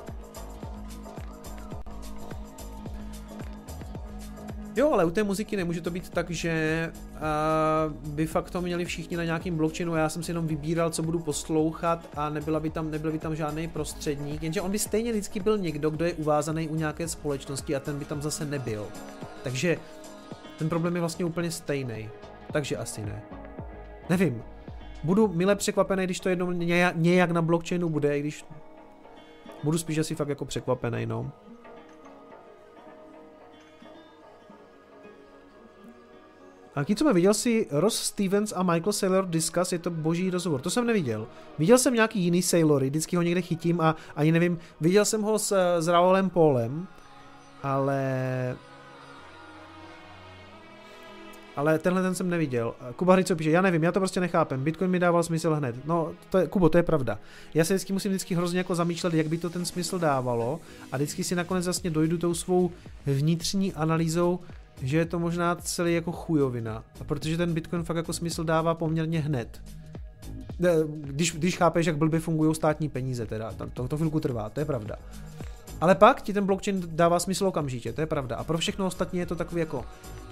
Jo, ale u té muziky nemůže to být tak, že uh, by fakt to měli všichni na nějakým blockchainu, já jsem si jenom vybíral, co budu poslouchat a nebyla by tam, nebyl by tam žádný prostředník, jenže on by stejně vždycky byl někdo, kdo je uvázaný u nějaké společnosti a ten by tam zase nebyl. Takže ten problém je vlastně úplně stejný. Takže asi ne. Nevím. Budu mile překvapený, když to jednou nějak, nějak na blockchainu bude, i když budu spíš asi fakt jako překvapený, no. A ti, co mě viděl si Ross Stevens a Michael Saylor Discuss, je to boží rozhovor. To jsem neviděl. Viděl jsem nějaký jiný Saylory, vždycky ho někde chytím a ani nevím. Viděl jsem ho s, s Raoulem Paulem, ale... Ale tenhle ten jsem neviděl. Kuba Hry, co píše, já nevím, já to prostě nechápem. Bitcoin mi dával smysl hned. No, to je, Kubo, to je pravda. Já se vždycky musím vždycky hrozně jako zamýšlet, jak by to ten smysl dávalo a vždycky si nakonec vlastně dojdu tou svou vnitřní analýzou, že je to možná celý jako chujovina. A protože ten Bitcoin fakt jako smysl dává poměrně hned. Když, když chápeš, jak blbě fungují státní peníze, teda, to, to chvilku trvá, to je pravda. Ale pak ti ten blockchain dává smysl okamžitě, to je pravda. A pro všechno ostatní je to takový jako...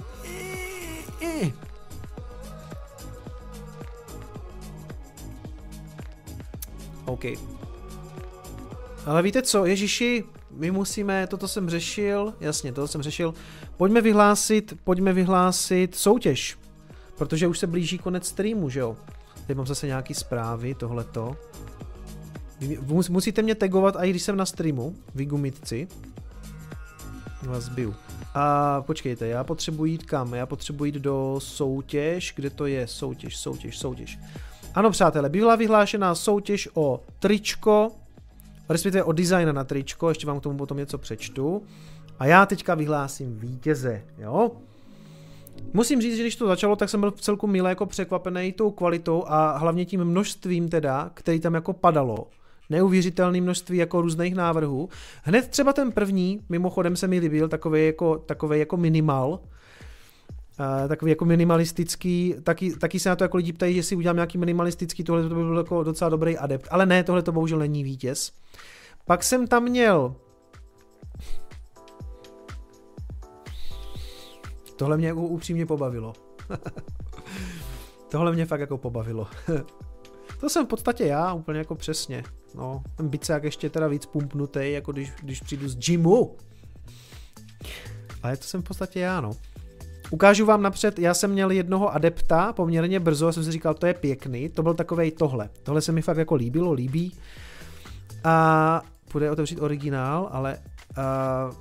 OK. Ale víte co, Ježiši, my musíme, toto jsem řešil, jasně, toto jsem řešil, pojďme vyhlásit, pojďme vyhlásit soutěž, protože už se blíží konec streamu, že jo. Teď mám zase nějaký zprávy, tohleto. Musíte mě tagovat, i když jsem na streamu, vy gumitci. Vás zbiju. A počkejte, já potřebuji jít kam? Já potřebuji jít do soutěž, kde to je? Soutěž, soutěž, soutěž. Ano, přátelé, byla vyhlášená soutěž o tričko, respektive o design na tričko, ještě vám k tomu potom něco přečtu. A já teďka vyhlásím vítěze, jo? Musím říct, že když to začalo, tak jsem byl v celku milé jako překvapený tou kvalitou a hlavně tím množstvím teda, který tam jako padalo. Neuvěřitelné množství jako různých návrhů. Hned třeba ten první, mimochodem se mi líbil, takový jako, takový jako minimal, uh, takový jako minimalistický, taky, taky se na to jako lidi ptají, že si udělám nějaký minimalistický, tohle to by byl jako docela dobrý adept, ale ne, tohle to bohužel není vítěz. Pak jsem tam měl tohle mě jako upřímně pobavilo. Tohle mě fakt jako pobavilo. To jsem v podstatě já, úplně jako přesně. No, ten bicák ještě teda víc pumpnutý, jako když, když přijdu z gymu. Ale to jsem v podstatě já, no. Ukážu vám napřed, já jsem měl jednoho adepta poměrně brzo, a jsem si říkal, to je pěkný, to byl takovej tohle. Tohle se mi fakt jako líbilo, líbí. A půjde otevřít originál, ale uh,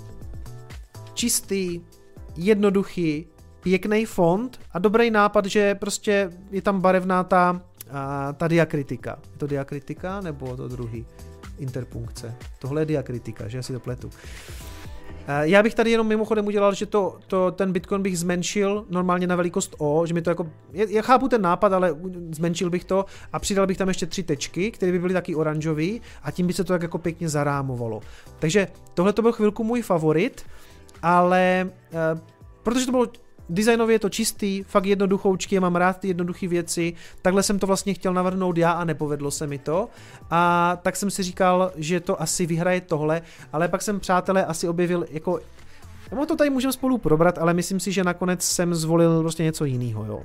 čistý, jednoduchý, pěkný font a dobrý nápad, že prostě je tam barevná ta, a, ta diakritika. Je to diakritika nebo to druhý? Interpunkce. Tohle je diakritika, že já si to pletu. A já bych tady jenom mimochodem udělal, že to, to, ten Bitcoin bych zmenšil normálně na velikost O, že mi to jako, já chápu ten nápad, ale zmenšil bych to a přidal bych tam ještě tři tečky, které by byly taky oranžový a tím by se to tak jako pěkně zarámovalo. Takže tohle to byl chvilku můj favorit, ale uh, protože to bylo designově je to čistý, fakt jednoduchoučky, já mám rád ty jednoduché věci, takhle jsem to vlastně chtěl navrhnout já a nepovedlo se mi to a tak jsem si říkal, že to asi vyhraje tohle, ale pak jsem, přátelé, asi objevil jako, no to tady můžeme spolu probrat, ale myslím si, že nakonec jsem zvolil prostě něco jiného, jo.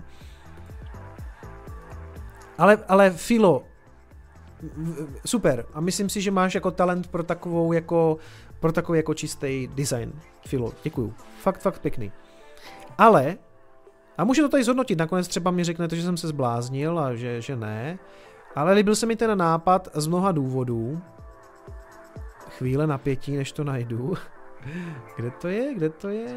Ale, ale Filo, super a myslím si, že máš jako talent pro takovou jako, pro takový jako čistý design, Filo, děkuju, fakt, fakt pěkný. Ale, a můžu to tady zhodnotit, nakonec třeba mi řeknete, že jsem se zbláznil a že, že ne, ale líbil se mi ten nápad z mnoha důvodů. Chvíle napětí, než to najdu. Kde to je, kde to je?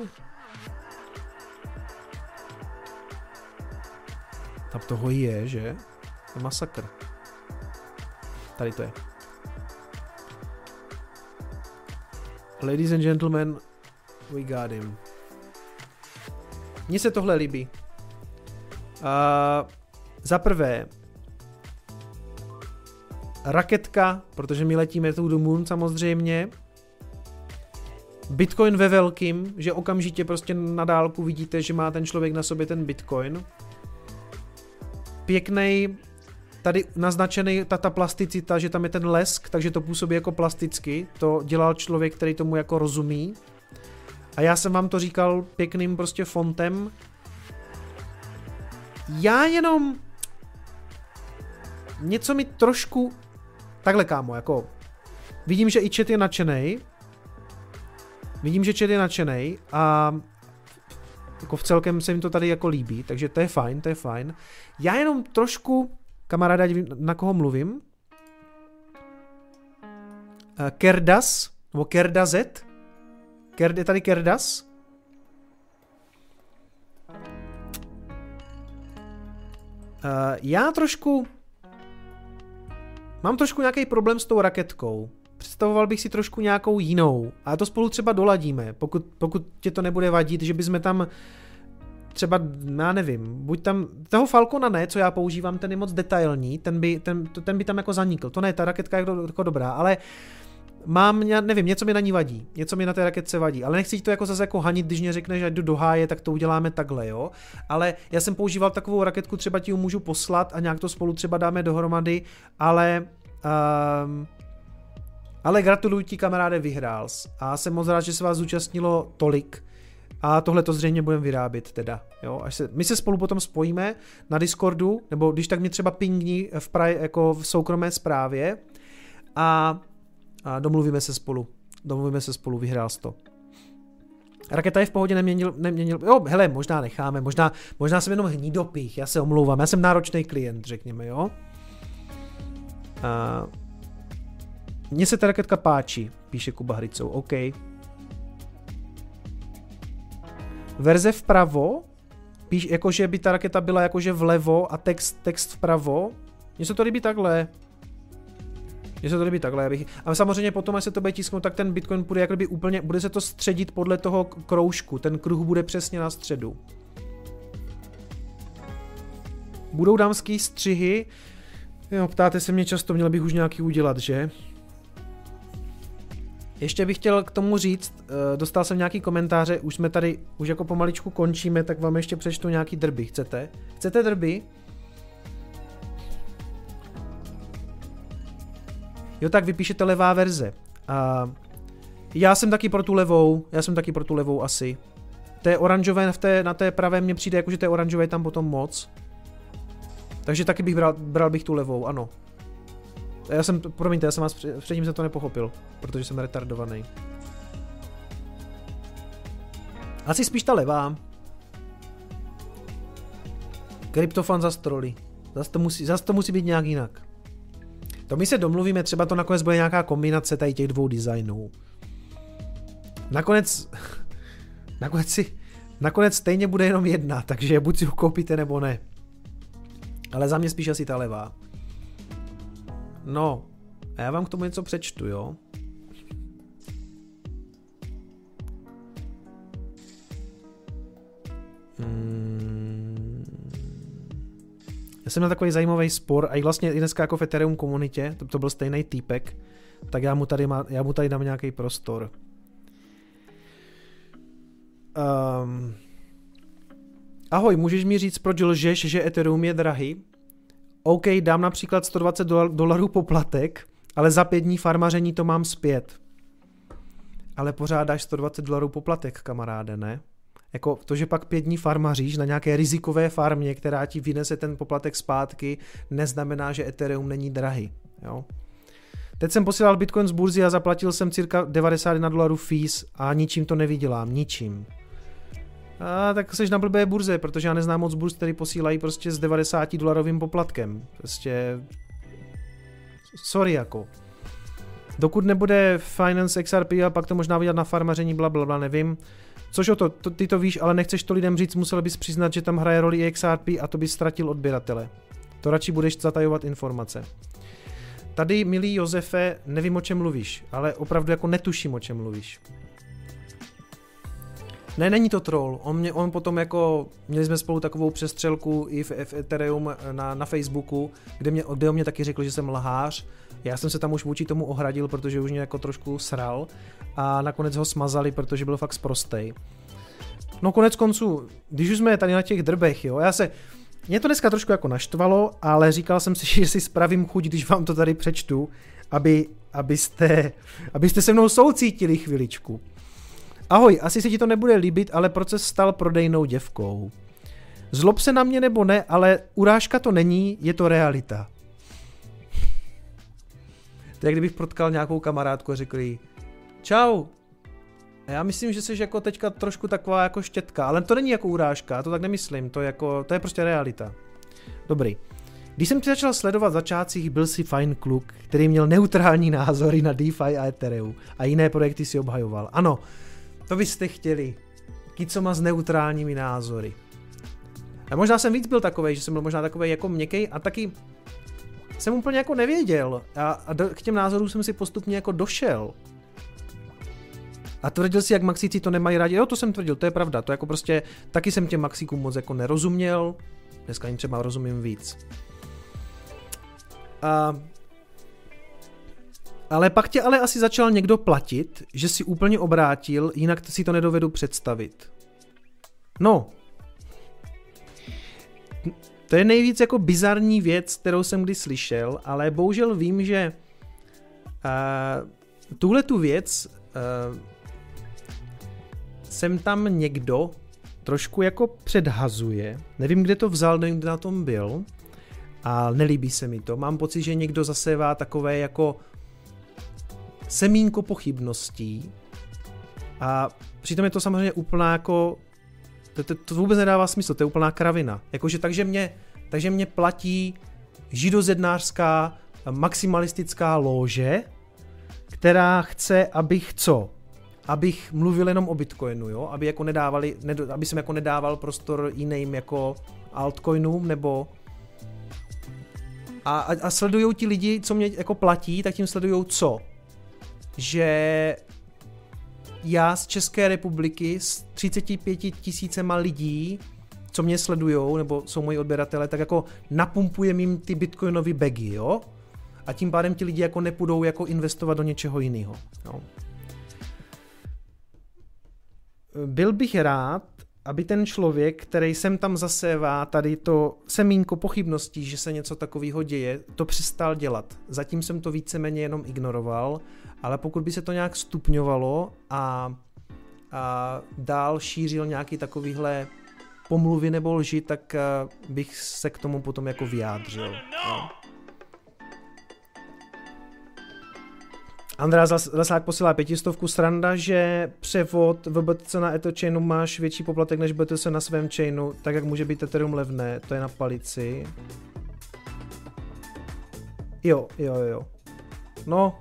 Tam toho je, že? To je masakr. Tady to je. Ladies and gentlemen, we got him. Mně se tohle líbí. Uh, za prvé raketka, protože my letíme tu do Moon samozřejmě. Bitcoin ve velkým, že okamžitě prostě na dálku vidíte, že má ten člověk na sobě ten Bitcoin. Pěknej, tady naznačený ta, ta plasticita, že tam je ten lesk, takže to působí jako plasticky. To dělal člověk, který tomu jako rozumí. A já jsem vám to říkal pěkným prostě fontem. Já jenom něco mi trošku takhle, kámo, jako vidím, že i chat je nadšenej. Vidím, že chat je nadšenej a jako v celkem se jim to tady jako líbí, takže to je fajn, to je fajn. Já jenom trošku, kamaráda, na koho mluvím. Kerdas, nebo Kerdazet. Je tady Kerdas? Uh, já trošku mám trošku nějaký problém s tou raketkou. Představoval bych si trošku nějakou jinou. A to spolu třeba doladíme, pokud, pokud tě to nebude vadit, že bychom tam třeba, já nevím, buď tam, toho Falcona ne, co já používám, ten je moc detailní, ten by, ten, ten by tam jako zanikl. To ne, ta raketka je jako dobrá, ale mám, nevím, něco mi na ní vadí, něco mi na té raketce vadí, ale nechci to jako zase jako hanit, když mě řekneš, že jdu do háje, tak to uděláme takhle, jo. Ale já jsem používal takovou raketku, třeba ti ji můžu poslat a nějak to spolu třeba dáme dohromady, ale um, ale gratuluju ti, kamaráde, vyhrál jsi. A jsem moc rád, že se vás zúčastnilo tolik. A tohle to zřejmě budeme vyrábět teda, jo. Až se, my se spolu potom spojíme na Discordu, nebo když tak mě třeba pingni v, praj, jako v soukromé zprávě a A domluvíme se spolu. Domluvíme se spolu, vyhrál jsi to. Raketa je v pohodě, neměnil, neměnil. Jo, hele, možná necháme, možná, možná jsem jenom hnidopich, já se omlouvám, já jsem náročný klient, řekněme, jo. A Mně se ta raketka páčí, píše Kuba Hricou, OK. Verze vpravo, píš, jakože by ta raketa byla jakože vlevo a text, text vpravo. Mně se to líbí takhle. Mně se to líbí takhle. Bych... A samozřejmě potom, až se to bude tisknout, tak ten Bitcoin bude jakoby úplně, bude se to středit podle toho kroužku. Ten kruh bude přesně na středu. Budou dámský střihy. Jo, ptáte se mě často, měl bych už nějaký udělat, že? Ještě bych chtěl k tomu říct, dostal jsem nějaký komentáře, už jsme tady, už jako pomaličku končíme, tak vám ještě přečtu nějaký drby, chcete? Chcete drby? Jo, tak vypíšete levá verze. A já jsem taky pro tu levou, já jsem taky pro tu levou asi. Té oranžové v té, na té pravé mně přijde, jakože té oranžové je tam potom moc. Takže taky bych bral, bral bych tu levou, ano. Já jsem, promiňte, já jsem vás předtím se to nepochopil, protože jsem retardovaný. Asi spíš ta levá. Kryptofan za troly. Zas to musí, zas to musí být nějak jinak. To my se domluvíme, třeba to nakonec bude nějaká kombinace tady těch dvou designů. Nakonec, nakonec si, nakonec stejně bude jenom jedna, takže buď si ho koupíte nebo ne. Ale za mě spíš asi ta levá. No, a já vám k tomu něco přečtu, jo? Hmm. Já jsem měl takový zajímavý spor, a i vlastně i dneska jako v Ethereum komunitě, to, to byl stejný týpek, tak já mu tady, má, já mu tady dám nějaký prostor. Um. Ahoj, můžeš mi říct, proč lžeš, že Ethereum je drahý? OK, dám například sto dvacet dolarů poplatek, ale za pět dní farmaření to mám zpět. Ale pořád dáš sto dvacet dolarů poplatek, kamaráde, ne? Jako to, že pak pět dní farmaříš na nějaké rizikové farmě, která ti vynese ten poplatek zpátky, neznamená, že Ethereum není drahý, jo? Teď jsem posílal Bitcoin z burzy a zaplatil jsem cirka devadesát jedna dolarů fees a ničím to nevydělám, ničím. A tak seš na blbé burze, protože já neznám moc burz, který posílají prostě s devadesáti dolarovým poplatkem. Prostě... Sorry jako. Dokud nebude Finance X R P a pak to možná vydělat na farmaření, blablabla, nevím. Což o to, to, ty to víš, ale nechceš to lidem říct, musel bys přiznat, že tam hraje roli i X R P a to bys ztratil odběratele. To radši budeš zatajovat informace. Tady, milý Josefe, nevím, o čem mluvíš, ale opravdu jako netuším, o čem mluvíš. Ne, není to troll, on, mě, on potom jako, měli jsme spolu takovou přestřelku i v, v Ethereum na, na Facebooku, kde, mě, kde on mě taky řekl, že jsem lhář. Já jsem se tam už vůči tomu ohradil, protože už mě jako trošku sral a nakonec ho smazali, protože byl fakt sprostej. No konec konců, když už jsme tady na těch drbech, jo, já se, mě to dneska trošku jako naštvalo, ale říkal jsem si, že si spravím chuť, když vám to tady přečtu, aby, abyste, abyste se mnou soucítili chviličku. Ahoj, asi se ti to nebude líbit, ale proces stal prodejnou děvkou. Zlob se na mě nebo ne, ale urážka to není, je to realita. To je, kdybych potkal nějakou kamarádku a řekl jí, čau, já myslím, že jsi jako teďka trošku taková jako štětka, ale to není jako urážka, to tak nemyslím, to je, jako, to je prostě realita. Dobrý. Když jsem tě začal sledovat v začátcích, byl si fajn kluk, který měl neutrální názory na DeFi a Ethereum a jiné projekty si obhajoval. Ano, to byste chtěli. Kicoma s neutrálními názory. A možná jsem víc byl takovej, že jsem byl možná takovej jako měkkej a taky jsem úplně jako nevěděl a, a do, k těm názorům jsem si postupně jako došel. A tvrdil si, jak maxíci to nemají rádi. Jo, to jsem tvrdil, to je pravda. To jako prostě, taky jsem těm maxíkům moc jako nerozuměl. Dneska jim třeba rozumím víc. A... Ale pak tě ale asi začal někdo platit, že si úplně obrátil, jinak si to nedovedu představit. No. To je nejvíc jako bizarní věc, kterou jsem kdy slyšel, ale bohužel vím, že uh, tuhle tu věc uh, jsem tam někdo trošku jako předhazuje. Nevím, kde to vzal, nevím, kde na tom byl. A nelíbí se mi to. Mám pocit, že někdo zasevá takové jako semínko pochybností. A přitom je to samozřejmě úplná jako... To, to, to vůbec nedává smysl, to je úplná kravina. Jakože takže mě, takže mě platí židozednářská maximalistická lóže, která chce, abych co? Abych mluvil jenom o Bitcoinu, jo? Aby, jako nedávali, ned, aby jsem jako nedával prostor jiným jako altcoinům, nebo... A, a, a sledujou ti lidi, co mě jako platí, tak tím sledujou co? Že já z České republiky s třiceti pěti tisícema lidí, co mě sledujou, nebo jsou moji odběratele, tak jako napumpujem jim ty bitcoinové bagy, jo? A tím pádem ti lidi jako nepůjdou jako investovat do něčeho jiného. Jo? Byl bych rád, aby ten člověk, který sem tam zasévá tady to semínko pochybností, že se něco takového děje, to přestal dělat. Zatím jsem to víceméně jenom ignoroval, ale pokud by se to nějak stupňovalo a, a dál šířil nějaký takovýhle pomluvy nebo lži, tak bych se k tomu potom jako vyjádřil. No. András Lesák posílá pětistovku, sranda, že převod V B T C na EtherChainu máš větší poplatek než B T C na svém chainu, tak jak může být Ethereum levné, to je na palici. Jo, jo, jo. No.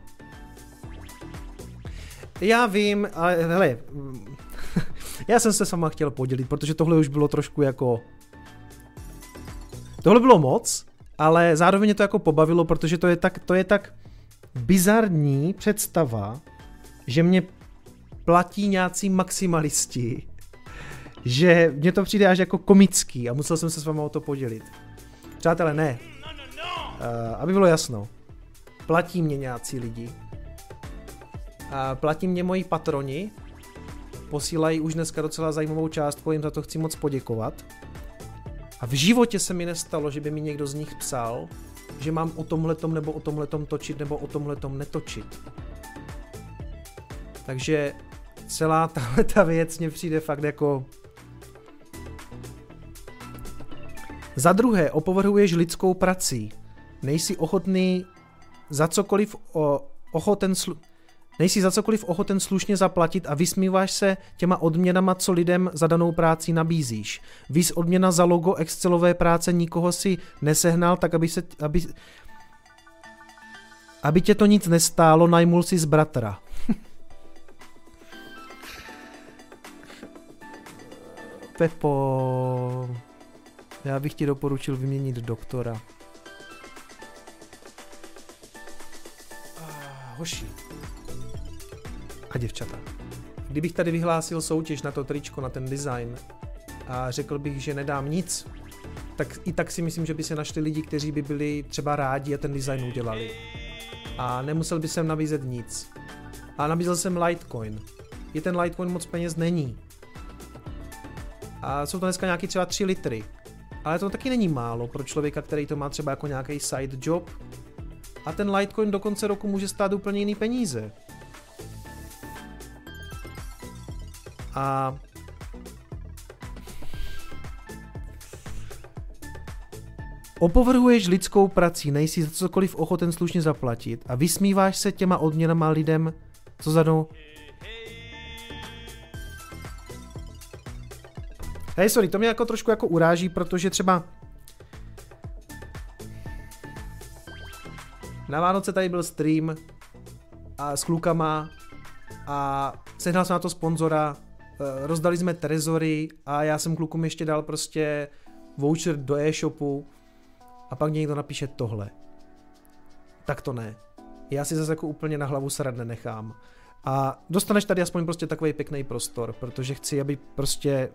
Já vím, ale hele, já jsem se sama chtěl podělit, protože tohle už bylo trošku jako... Tohle bylo moc, ale zároveň to jako pobavilo, protože to je tak, to je tak bizarní představa, že mě platí nějací maximalisti, že mně to přijde až jako komický a musel jsem se s vámi o to podělit. Přátelé, ne. Uh, aby bylo jasno, platí mě nějací lidi. Uh, platí mě moji patroni, posílají už dneska docela zajímavou částku, jim za to chci moc poděkovat. A v životě se mi nestalo, že by mi někdo z nich psal, že mám o tomhletom nebo o tomhletom točit nebo o tomhletom netočit. Takže celá tahleta věc mě přijde fakt jako... Za druhé, opovrhuješ lidskou prací. Nejsi ochotný za cokoliv o, ochoten slu... Nejsi za cokoliv ochoten slušně zaplatit a vysmíváš se těma odměnama, co lidem za danou práci nabízíš. Víš, odměna za logo Excelové práce, nikoho si nesehnal, tak aby se, aby, aby tě to nic nestálo, najmul si z bratra. Pepo, já bych ti doporučil vyměnit doktora. Hoši. A děvčata. Kdybych tady vyhlásil soutěž na to tričko, na ten design a řekl bych, že nedám nic, tak i tak si myslím, že by se našli lidi, kteří by byli třeba rádi a ten design udělali. A nemusel by jsem nabízet nic. A nabízel jsem Litecoin. I ten Litecoin moc peněz není. A jsou to dneska nějaký třeba tři litry. Ale to taky není málo pro člověka, který to má třeba jako nějaký side job. A ten Litecoin do konce roku může stát úplně jiný peníze. A opovrhuješ lidskou prací, nejsi za cokoliv ochoten slušně zaplatit a vysmíváš se těma odměnama lidem, co zadnou. Hej, sorry, to mě jako trošku jako uráží, protože třeba na Vánoce tady byl stream a s klukama a sehnal jsem na to sponzora, rozdali jsme trezory a já jsem klukům ještě dal prostě voucher do e-shopu a pak někdo napíše tohle. Tak to ne. Já si zase jako úplně na hlavu srad nenechám. A dostaneš tady aspoň prostě takový pěkný prostor, protože chci, aby prostě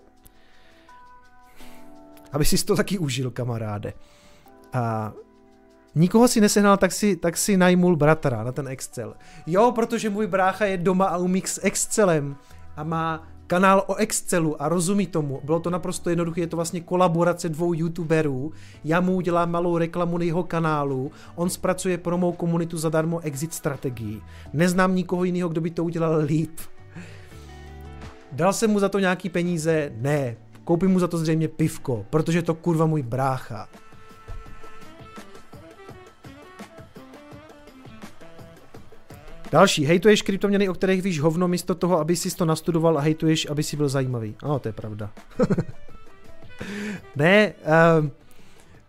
aby si to taky užil, kamaráde. A nikoho si nesehnal, tak si, tak si najmul bratra na ten Excel. Jo, protože můj brácha je doma a umí s Excelem a má kanál o Excelu a rozumí tomu. Bylo to naprosto jednoduché, je to vlastně kolaborace dvou youtuberů. Já mu udělám malou reklamu na jeho kanálu, on zpracuje pro mou komunitu zadarmo exit strategii. Neznám nikoho jiného, kdo by to udělal líp. Dal jsem mu za to nějaký peníze? Ne. Koupím mu za to zřejmě pivko, protože je to kurva můj brácha. Další, hejtuješ kryptoměny, o kterých víš hovno, místo toho, aby jsi to nastudoval a hejtuješ, aby si byl zajímavý. Ano, to je pravda. Ne, um,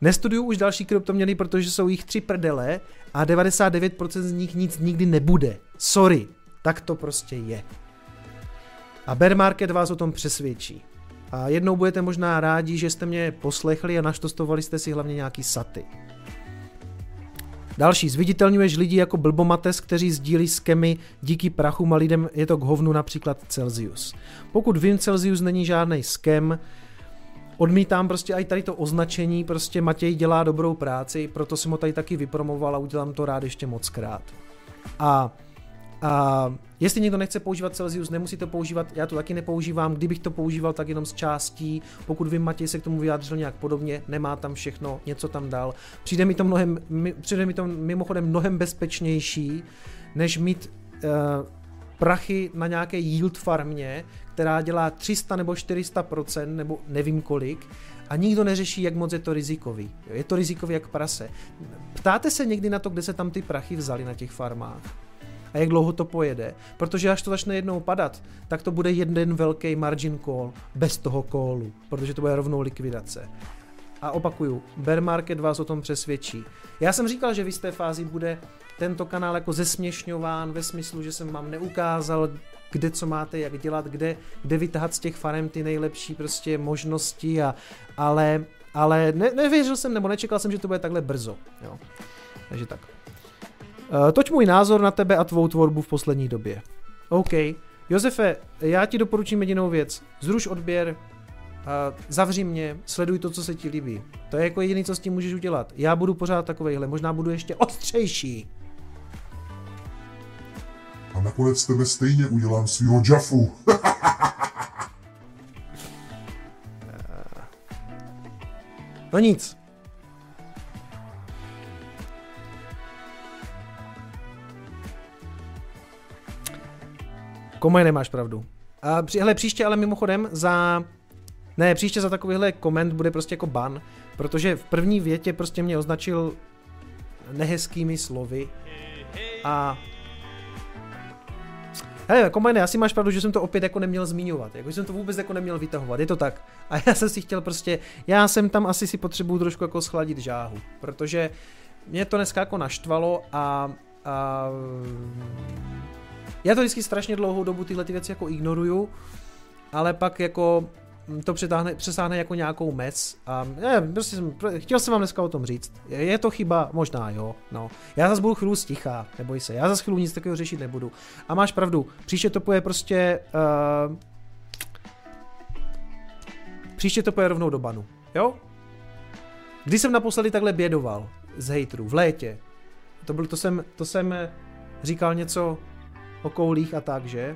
Nestuduju už další kryptoměny, protože jsou jich tři prdele a devadesát devět procent z nich nic nikdy nebude. Sorry, tak to prostě je. A bear market vás o tom přesvědčí. A jednou budete možná rádi, že jste mě poslechli a naštostovali jste si hlavně nějaký saty. Další, zviditelňuješ lidi jako blbomates, kteří sdílí skemy díky prachům a lidem je to k hovnu, například Celsius. Pokud vím, Celsius není žádný skem, odmítám prostě i tady to označení, prostě Matěj dělá dobrou práci, proto jsem ho tady taky vypromoval a udělám to rád ještě moc krát. A, a jestli někdo nechce používat Celsius, nemusíte používat, já to taky nepoužívám, kdybych to používal, tak jenom z částí, pokud vím, Matěj se k tomu vyjádřil nějak podobně, nemá tam všechno, něco tam dal. Přijde mi to, mnohem, přijde mi to mimochodem mnohem bezpečnější, než mít uh, prachy na nějaké yield farmě, která dělá tři sta nebo čtyři sta procent, nebo nevím kolik, a nikdo neřeší, jak moc je to rizikový. Je to rizikový jak prase. Ptáte se někdy na to, kde se tam ty prachy vzaly na těch farmách? A jak dlouho to pojede? Protože až to začne jednou padat, tak to bude jeden velký margin call bez toho callu, protože to bude rovnou likvidace. A opakuju, bear market vás o tom přesvědčí. Já jsem říkal, že v jisté fázi bude tento kanál jako zesměšňován ve smyslu, že jsem vám neukázal, kde co máte, jak dělat, kde, kde vytahat z těch farem ty nejlepší prostě možnosti, a, ale, ale ne, nevěřil jsem nebo nečekal jsem, že to bude takhle brzo. Jo. Takže tak. Uh, toť můj názor na tebe a tvou tvorbu v poslední době. OK. Josefe, já ti doporučím jedinou věc. Zruš odběr, uh, zavři mě, sleduj to, co se ti líbí. To je jako jediný, co s tím můžeš udělat. Já budu pořád takovejhle, možná budu ještě ostřejší. A nakonec z tebe stejně udělám svýho Jaffu. No nic. Komaj, nemáš pravdu. A při, hele, příště ale mimochodem za... Ne, příště za takovýhle koment bude prostě jako ban, protože v první větě prostě mě označil nehezkými slovy a... Hele, Komajne, asi máš pravdu, že jsem to opět jako neměl zmiňovat, jako jsem to vůbec jako neměl vytahovat, je to tak. A já jsem si chtěl prostě, já jsem tam asi si potřebuju trošku jako schladit žáhu, protože mě to dneska jako naštvalo a... a já to vždycky strašně dlouhou dobu tyhle ty věci jako ignoruju, ale pak jako to přetáhne, přesáhne jako nějakou mez a ne, prostě jsem, chtěl jsem vám dneska o tom říct. Je, je to chyba? Možná jo, no. Já zase budu chvíli sticha, neboj se, já zase chvíli nic takového řešit nebudu. A máš pravdu, příště to půjde prostě, uh, příště to půjde rovnou do banu, jo? Když jsem naposledy takhle bědoval z hejtrů, v létě, to, byl, to, jsem, to jsem říkal něco o koulích a tak, že?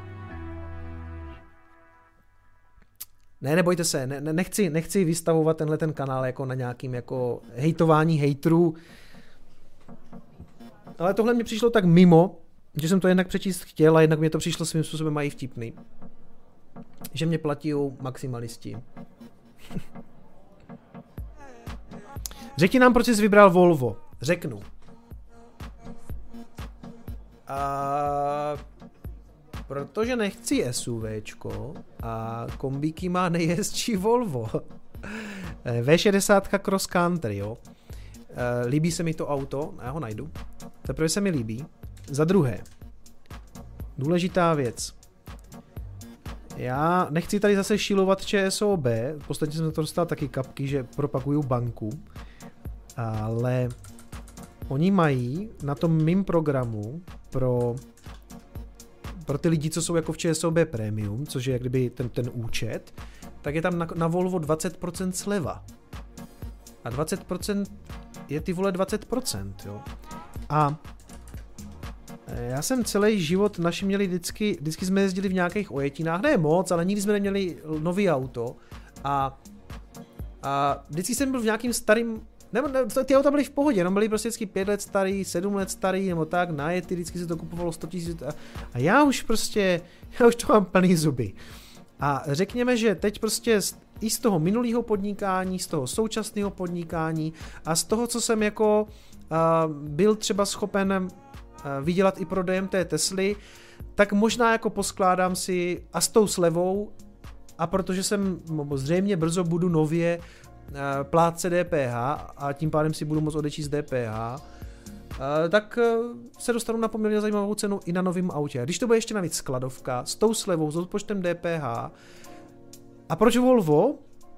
Ne, nebojte se, ne, nechci, nechci vystavovat tenhle ten kanál jako na nějakým jako hejtování hejtrů, ale tohle mi přišlo tak mimo, že jsem to jednak přečíst chtěl a jednak mě to přišlo svým způsobem mají vtipný. Že mě platí maximalisti. Řekni nám, proč jsi vybral Volvo. Řeknu. A... protože nechci SUVčko a kombíky má nejjezdčí Volvo. V šedesát Cross Country, jo. Líbí se mi to auto, já ho najdu. Teprve se mi líbí. Za druhé, důležitá věc. Já nechci tady zase šilovat ČSOB, v podstatě jsem to dostal taky kapky, že propaguju banku, ale oni mají na tom mým programu pro pro ty lidi, co jsou jako v ČSOB Premium, což je jak kdyby ten, ten účet, tak je tam na, na Volvo dvacet procent sleva. A dvacet procent je ty vole dvacet procent, jo. A já jsem celý život, naši měli vždycky, vždycky jsme jezdili v nějakých ojetinách, ne moc, ale nikdy jsme neměli nový auto a, a vždycky jsem byl v nějakým starým, nebo ne, ty auta byly v pohodě, jenom byly prostě vždycky pět let starý, sedm let starý, nebo tak, najety, vždycky se to kupovalo sto tisíc a, a já už prostě, já už to mám plný zuby. A řekněme, že teď prostě i z toho minulého podnikání, z toho současného podnikání a z toho, co jsem jako uh, byl třeba schopen uh, vydělat i prodejem té Tesly, tak možná jako poskládám si a s tou slevou a protože jsem zřejmě brzo budu nově plátce D P H a tím pádem si budu moct odečíst D P H, tak se dostanu na poměrně zajímavou cenu i na novém autě. Když to bude ještě navíc skladovka s tou slevou, s odpočtem D P H. A proč Volvo?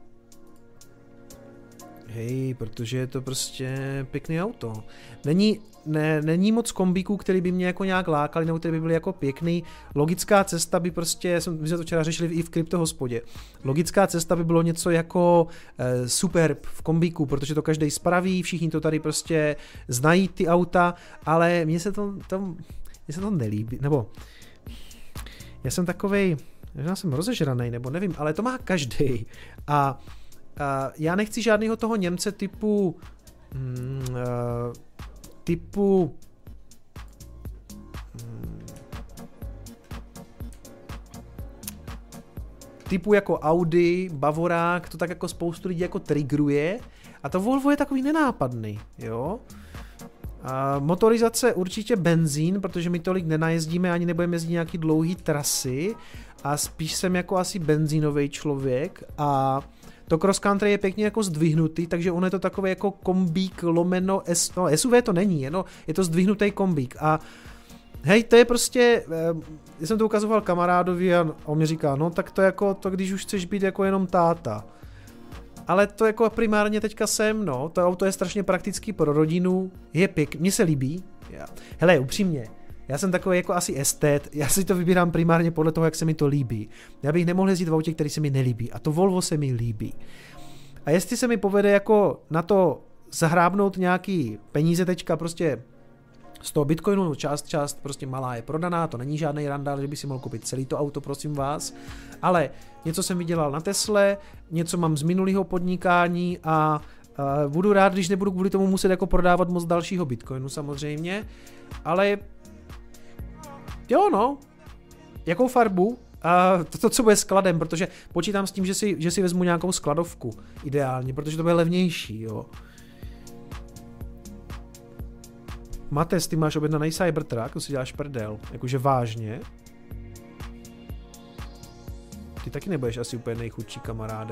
Hej, protože je to prostě pěkný auto. Není, ne, není moc kombíků, který by mě jako nějak lákali, nebo který by byly jako pěkný. Logická cesta by prostě, jsem, my jsme to včera řešili i v kryptohospodě, logická cesta by bylo něco jako e, Superb v kombíku, protože to každý spraví, všichni to tady prostě znají ty auta, ale mně se to, to, mně se to nelíbí, nebo já jsem takovej, já jsem rozežranej, nebo nevím, ale to má každý. A Uh, já nechci žádného toho Němce typu mm, uh, typu mm, typu jako Audi, Bavorák, to tak jako spoustu lidí jako triggeruje a to Volvo je takový nenápadný, jo. Uh, motorizace určitě benzín, protože my tolik nenajezdíme, ani nebudeme jezdit nějaký dlouhý trasy a spíš jsem jako asi benzínový člověk a to cross country je pěkně jako zdvihnutý, takže ono je to takový jako kombík lomeno, S, no S U V to není, je, no, je to zdvihnutý kombík a hej, to je prostě, já jsem to ukazoval kamarádovi a on mi říká, no tak to jako, to když už chceš být jako jenom táta. Ale to jako primárně teďka jsem, no, to auto je strašně praktický pro rodinu, je pěkný, mně se líbí, já. Hele, upřímně, já jsem takový jako asi estet, já si to vybírám primárně podle toho, jak se mi to líbí. Já bych nemohl jezdit v autě, který se mi nelíbí a to Volvo se mi líbí. A jestli se mi povede jako na to zahrábnout nějaký peníze teďka prostě z toho Bitcoinu, část, část prostě malá je prodaná, to není žádný randál, že by si mohl koupit celý to auto, prosím vás, ale něco jsem vydělal na Tesle, něco mám z minulého podnikání a uh, budu rád, když nebudu kvůli tomu muset jako prodávat moc dalšího Bitcoinu samozřejmě, ale jo no, jakou farbu? A to, to, co bude skladem, protože počítám s tím, že si, že si vezmu nějakou skladovku ideálně, protože to bude levnější, jo. Mates, ty máš objednaný Cybertruck, to si děláš prdel, jakože vážně. Ty taky nebudeš asi úplně nejchudší, kamaráde.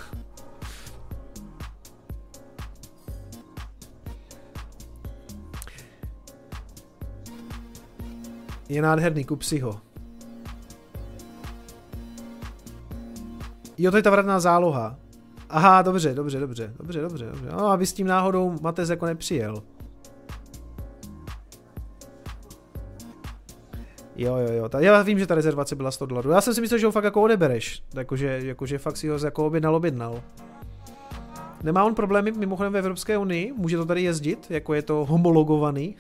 Je nádherný, kup si ho. Jo, to je ta vratná záloha. Aha, dobře, dobře, dobře, dobře, dobře, dobře. No, aby s tím náhodou Matez jako nepřijel. Jo, jo, jo. Já vím, že ta rezervace byla sto dolarů. Já jsem si myslel, že ho fakt jako odebereš. Jakože, jakože fakt si ho jako objednal, objednal. Nemá on problémy mimochodem v Evropské unii? Může to tady jezdit? Jako je to homologovaný?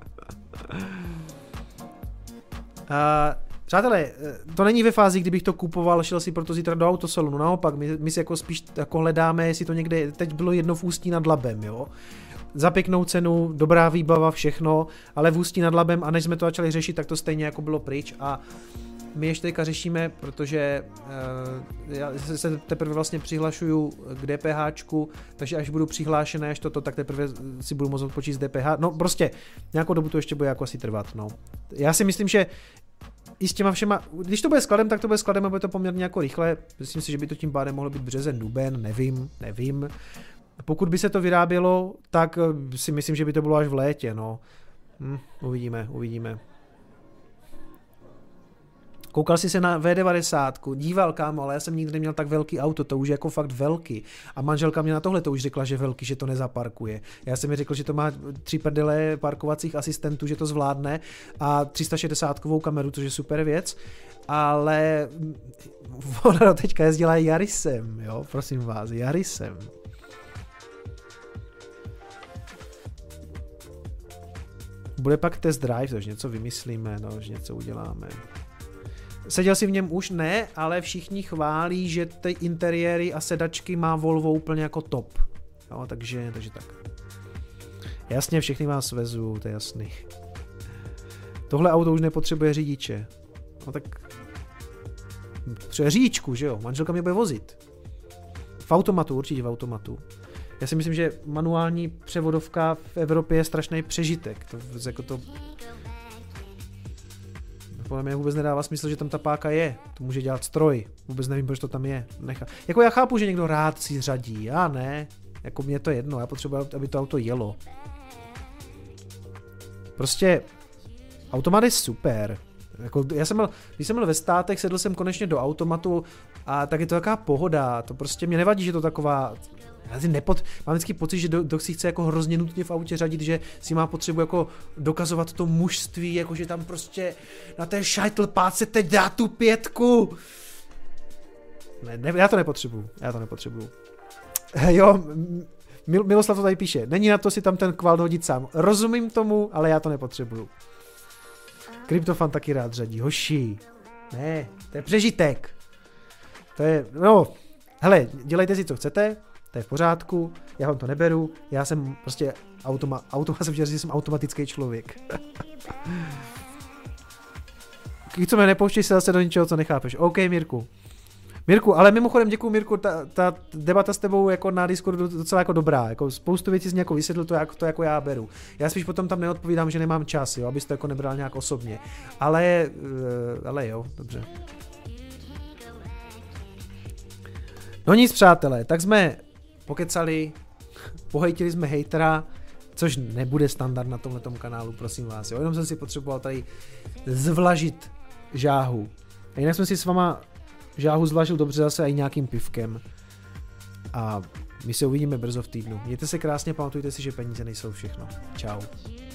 Uh, přátelé, to není ve fázi, kdybych to kupoval, šel si proto zítra do autosalonu, naopak, my, my si jako spíš jako hledáme, jestli to někde, teď bylo jedno v Ústí nad Labem, jo. Za pěknou cenu, dobrá výbava, všechno, ale v Ústí nad Labem a než jsme to začali řešit, tak to stejně jako bylo pryč a my ještě teďka řešíme, protože uh, já se teprve vlastně přihlašuju k DPHčku, takže až budu přihlášený až toto, tak teprve si budu moct odpočíst D P H. No prostě nějakou dobu to ještě bude jako asi trvat, no. Já si myslím, že i s těma všema, když to bude skladem, tak to bude skladem a bude to poměrně jako rychle. Myslím si, že by to tím pádem mohlo být březen, duben, nevím, nevím. Pokud by se to vyrábělo, tak si myslím, že by to bylo až v létě, no. Hm, uvidíme, uvidíme. Koukal jsi se na V devadesát, díval, kámo, ale já jsem nikdy neměl tak velký auto, to už je jako fakt velký. A manželka mě na tohle to už řekla, že velký, že to nezaparkuje. Já jsem mi řekl, že to má tři prdele parkovacích asistentů, že to zvládne a tři sta šedesátkovou kameru, což je super věc. Ale ona teďka jezdila Yarisem, jo, prosím vás, Yarisem. Bude pak test drive, takže něco vymyslíme, no, že něco uděláme. Seděl si v něm už? Ne, ale všichni chválí, že ty interiéry a sedačky má Volvo úplně jako top. Jo, takže, takže tak. Jasně, všechny vás vezu, to je jasný. Tohle auto už nepotřebuje řidiče. No tak... Třeba říčku, že jo? Manželka mě bude vozit. V automatu, určitě v automatu. Já si myslím, že manuální převodovka v Evropě je strašný přežitek. To, jako to... podle mě vůbec nedává smysl, že tam ta páka je. To může dělat stroj. Vůbec nevím, proč to tam je. Nechá. Jako já chápu, že někdo rád si řadí, já ne. Jako mě to jedno, já potřebuji, aby to auto jelo. Prostě automat je super. Jako, já jsem byl, když jsem byl ve státech, sedl jsem konečně do automatu a tak je to taková pohoda. To prostě mě nevadí, že to taková... Já si nepot... Mám vždycky pocit, že do, do si chce jako hrozně nutně v autě řadit, že si má potřebu jako dokazovat to mužství, jako že tam prostě na té šajtl páce teď dá tu pětku. Ne, ne, já to nepotřebuju, já to nepotřebuju. Jo, Mil, Miloslav to tady píše, není na to si tam ten kvalt hodit sám. Rozumím tomu, ale já to nepotřebuju. Kryptofan taky rád řadí, hoši. Ne, to je přežitek. To je, no, hele, dělejte si, co chcete. To je v pořádku, já vám to neberu, já jsem prostě automa, automa jsem chtěl říct, že jsem automatický člověk. Když co mě nepouštěj se zase do ničeho, co nechápeš. OK, Mirku. Mirku, ale mimochodem děkuju, Mirku, ta, ta debata s tebou jako na Discordu docela jako dobrá, jako spoustu věcí z nějakou vysvětlil, to jako, to jako já beru. Já spíš potom tam neodpovídám, že nemám čas, jo, abys to jako nebral nějak osobně. Ale, ale jo, dobře. No nic, přátelé, tak jsme pokecali, pohejtili jsme hejtera, což nebude standard na tomhletom kanálu, prosím vás, jo, jenom jsem si potřeboval tady zvlažit žáhu. A jinak jsem si s váma žáhu zvlažil dobře zase i nějakým pivkem. A my se uvidíme brzo v týdnu. Mějte se krásně, pamatujte si, že peníze nejsou všechno. Čau.